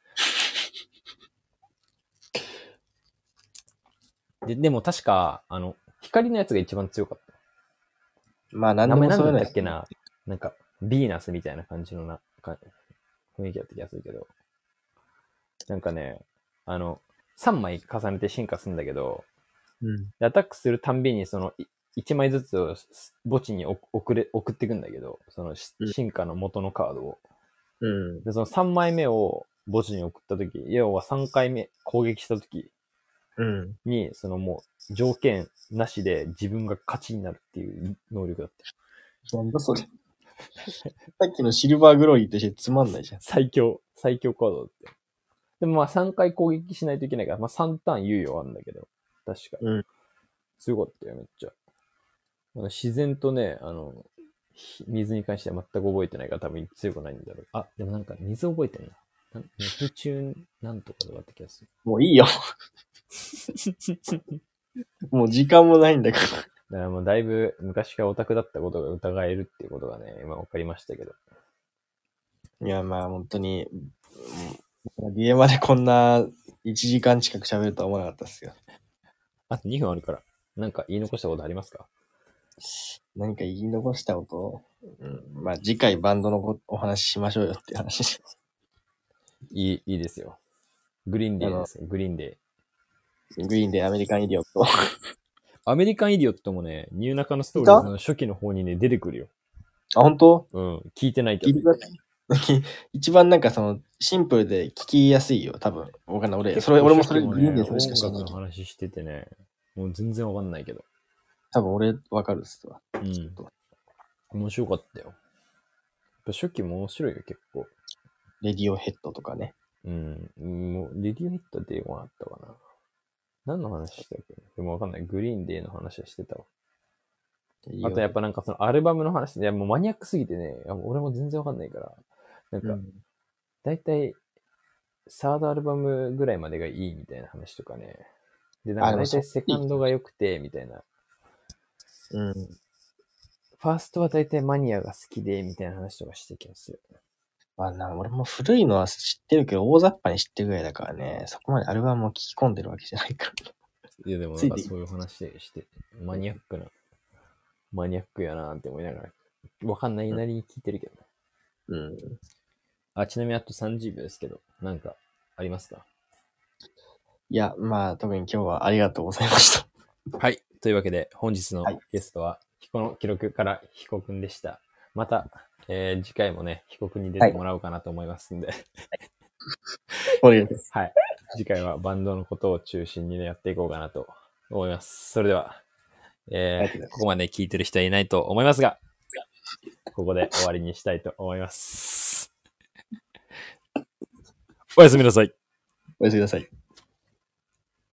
でも確か、光のやつが一番強かった。 まあ、なんでもそういうの名前なんだったっけな。なんか、ビーナスみたいな感じの雰囲気だった気がするけど。なんかね、3枚重ねて進化するんだけど、 うん。 アタックするたんびに1枚ずつを墓地に送っていくんだけど、その進化の元のカードを。 うん。 で、その3枚目を墓地に送ったとき、要は3回目攻撃したときうん。 に、もう条件なしで自分が勝ちになるっていう能力だった。 なんだそれ。さっきのシルバーグローリーとしてつまんないじゃん。 最強カードだって。でもまあ3回攻撃しないといけないから、まあ3ターン猶予あるんだけど、確か。 うん。 強かったよ、めっちゃ。自然とね、水に関しては全く覚えてないから多分強くないんだろう。あ、でもなんか水覚えてんな。ネプチューンなんとかで終わった気がする。 もういいよ。もう時間もないんだから。 だからもうだいぶ昔からオタクだったことが疑えるっていうことがね、今分かりましたけど。 いや、まあ本当に、ゲーマでこんな1時間近く喋るとは思わなかったっすよ。 あと2分あるから。なんか言い残したことありますか？ 何か言い残したこと、まあ次回バンドのお話ししましょうよっていう話。 いいですよ。グリーンデーですよ、グリーンデー。 グリーンでアメリカンイディオット。 アメリカンイディオットもね、ニューナカのストーリーズの初期の方にね、出てくるよ。 あ、本当？ うん、聞いてないけど。 一番なんかシンプルで聞きやすいよ、多分。わかんない。俺もそれグリーンでそれしか知らない。 音楽の話しててね、もう全然わかんないけど。 多分俺わかるっすわ。 うん。面白かったよ。やっぱ初期も面白いよ、結構。 レディオヘッドとかね。 うん。もう、レディオヘッドでもあったかな。何の話したっけ？でもわかんない。グリーンデーの話はしてたわ。あとやっぱなんかそのアルバムの話で、もうマニアックすぎてね、俺も全然わかんないから。なんか、だいたいサードアルバムぐらいまでがいいみたいな話とかね。で、なんかだいたいセカンドが良くて、みたいな。 うん。 ファーストはだいたいマニアが好きで、みたいな話とかしてきますよ。 まあ俺も古いのは知ってるけど、大雑把に知ってるぐらいだからね、そこまでアルバムを聞き込んでるわけじゃないから。 いや、でもなんかそういう話でして、マニアックやなーって思いながら、わかんないなりに聞いてるけどね。 うん。 あ、ちなみにあと30秒ですけど、なんかありますか？ いや、まあ、特に今日はありがとうございました。 はい。というわけで、本日のはいゲストは、彦の記録から彦くんでした。また、次回もね、彦くんに出てもらおうかなと思いますんで、 お願いします。 はい。次回はバンドのことを中心にね、やっていこうかなと思います。それでは、 りがとうございますここまで聞いてる人はいないと思いますが、ここで終わりにしたいと思います。おやすみなさい。 おやすみなさい。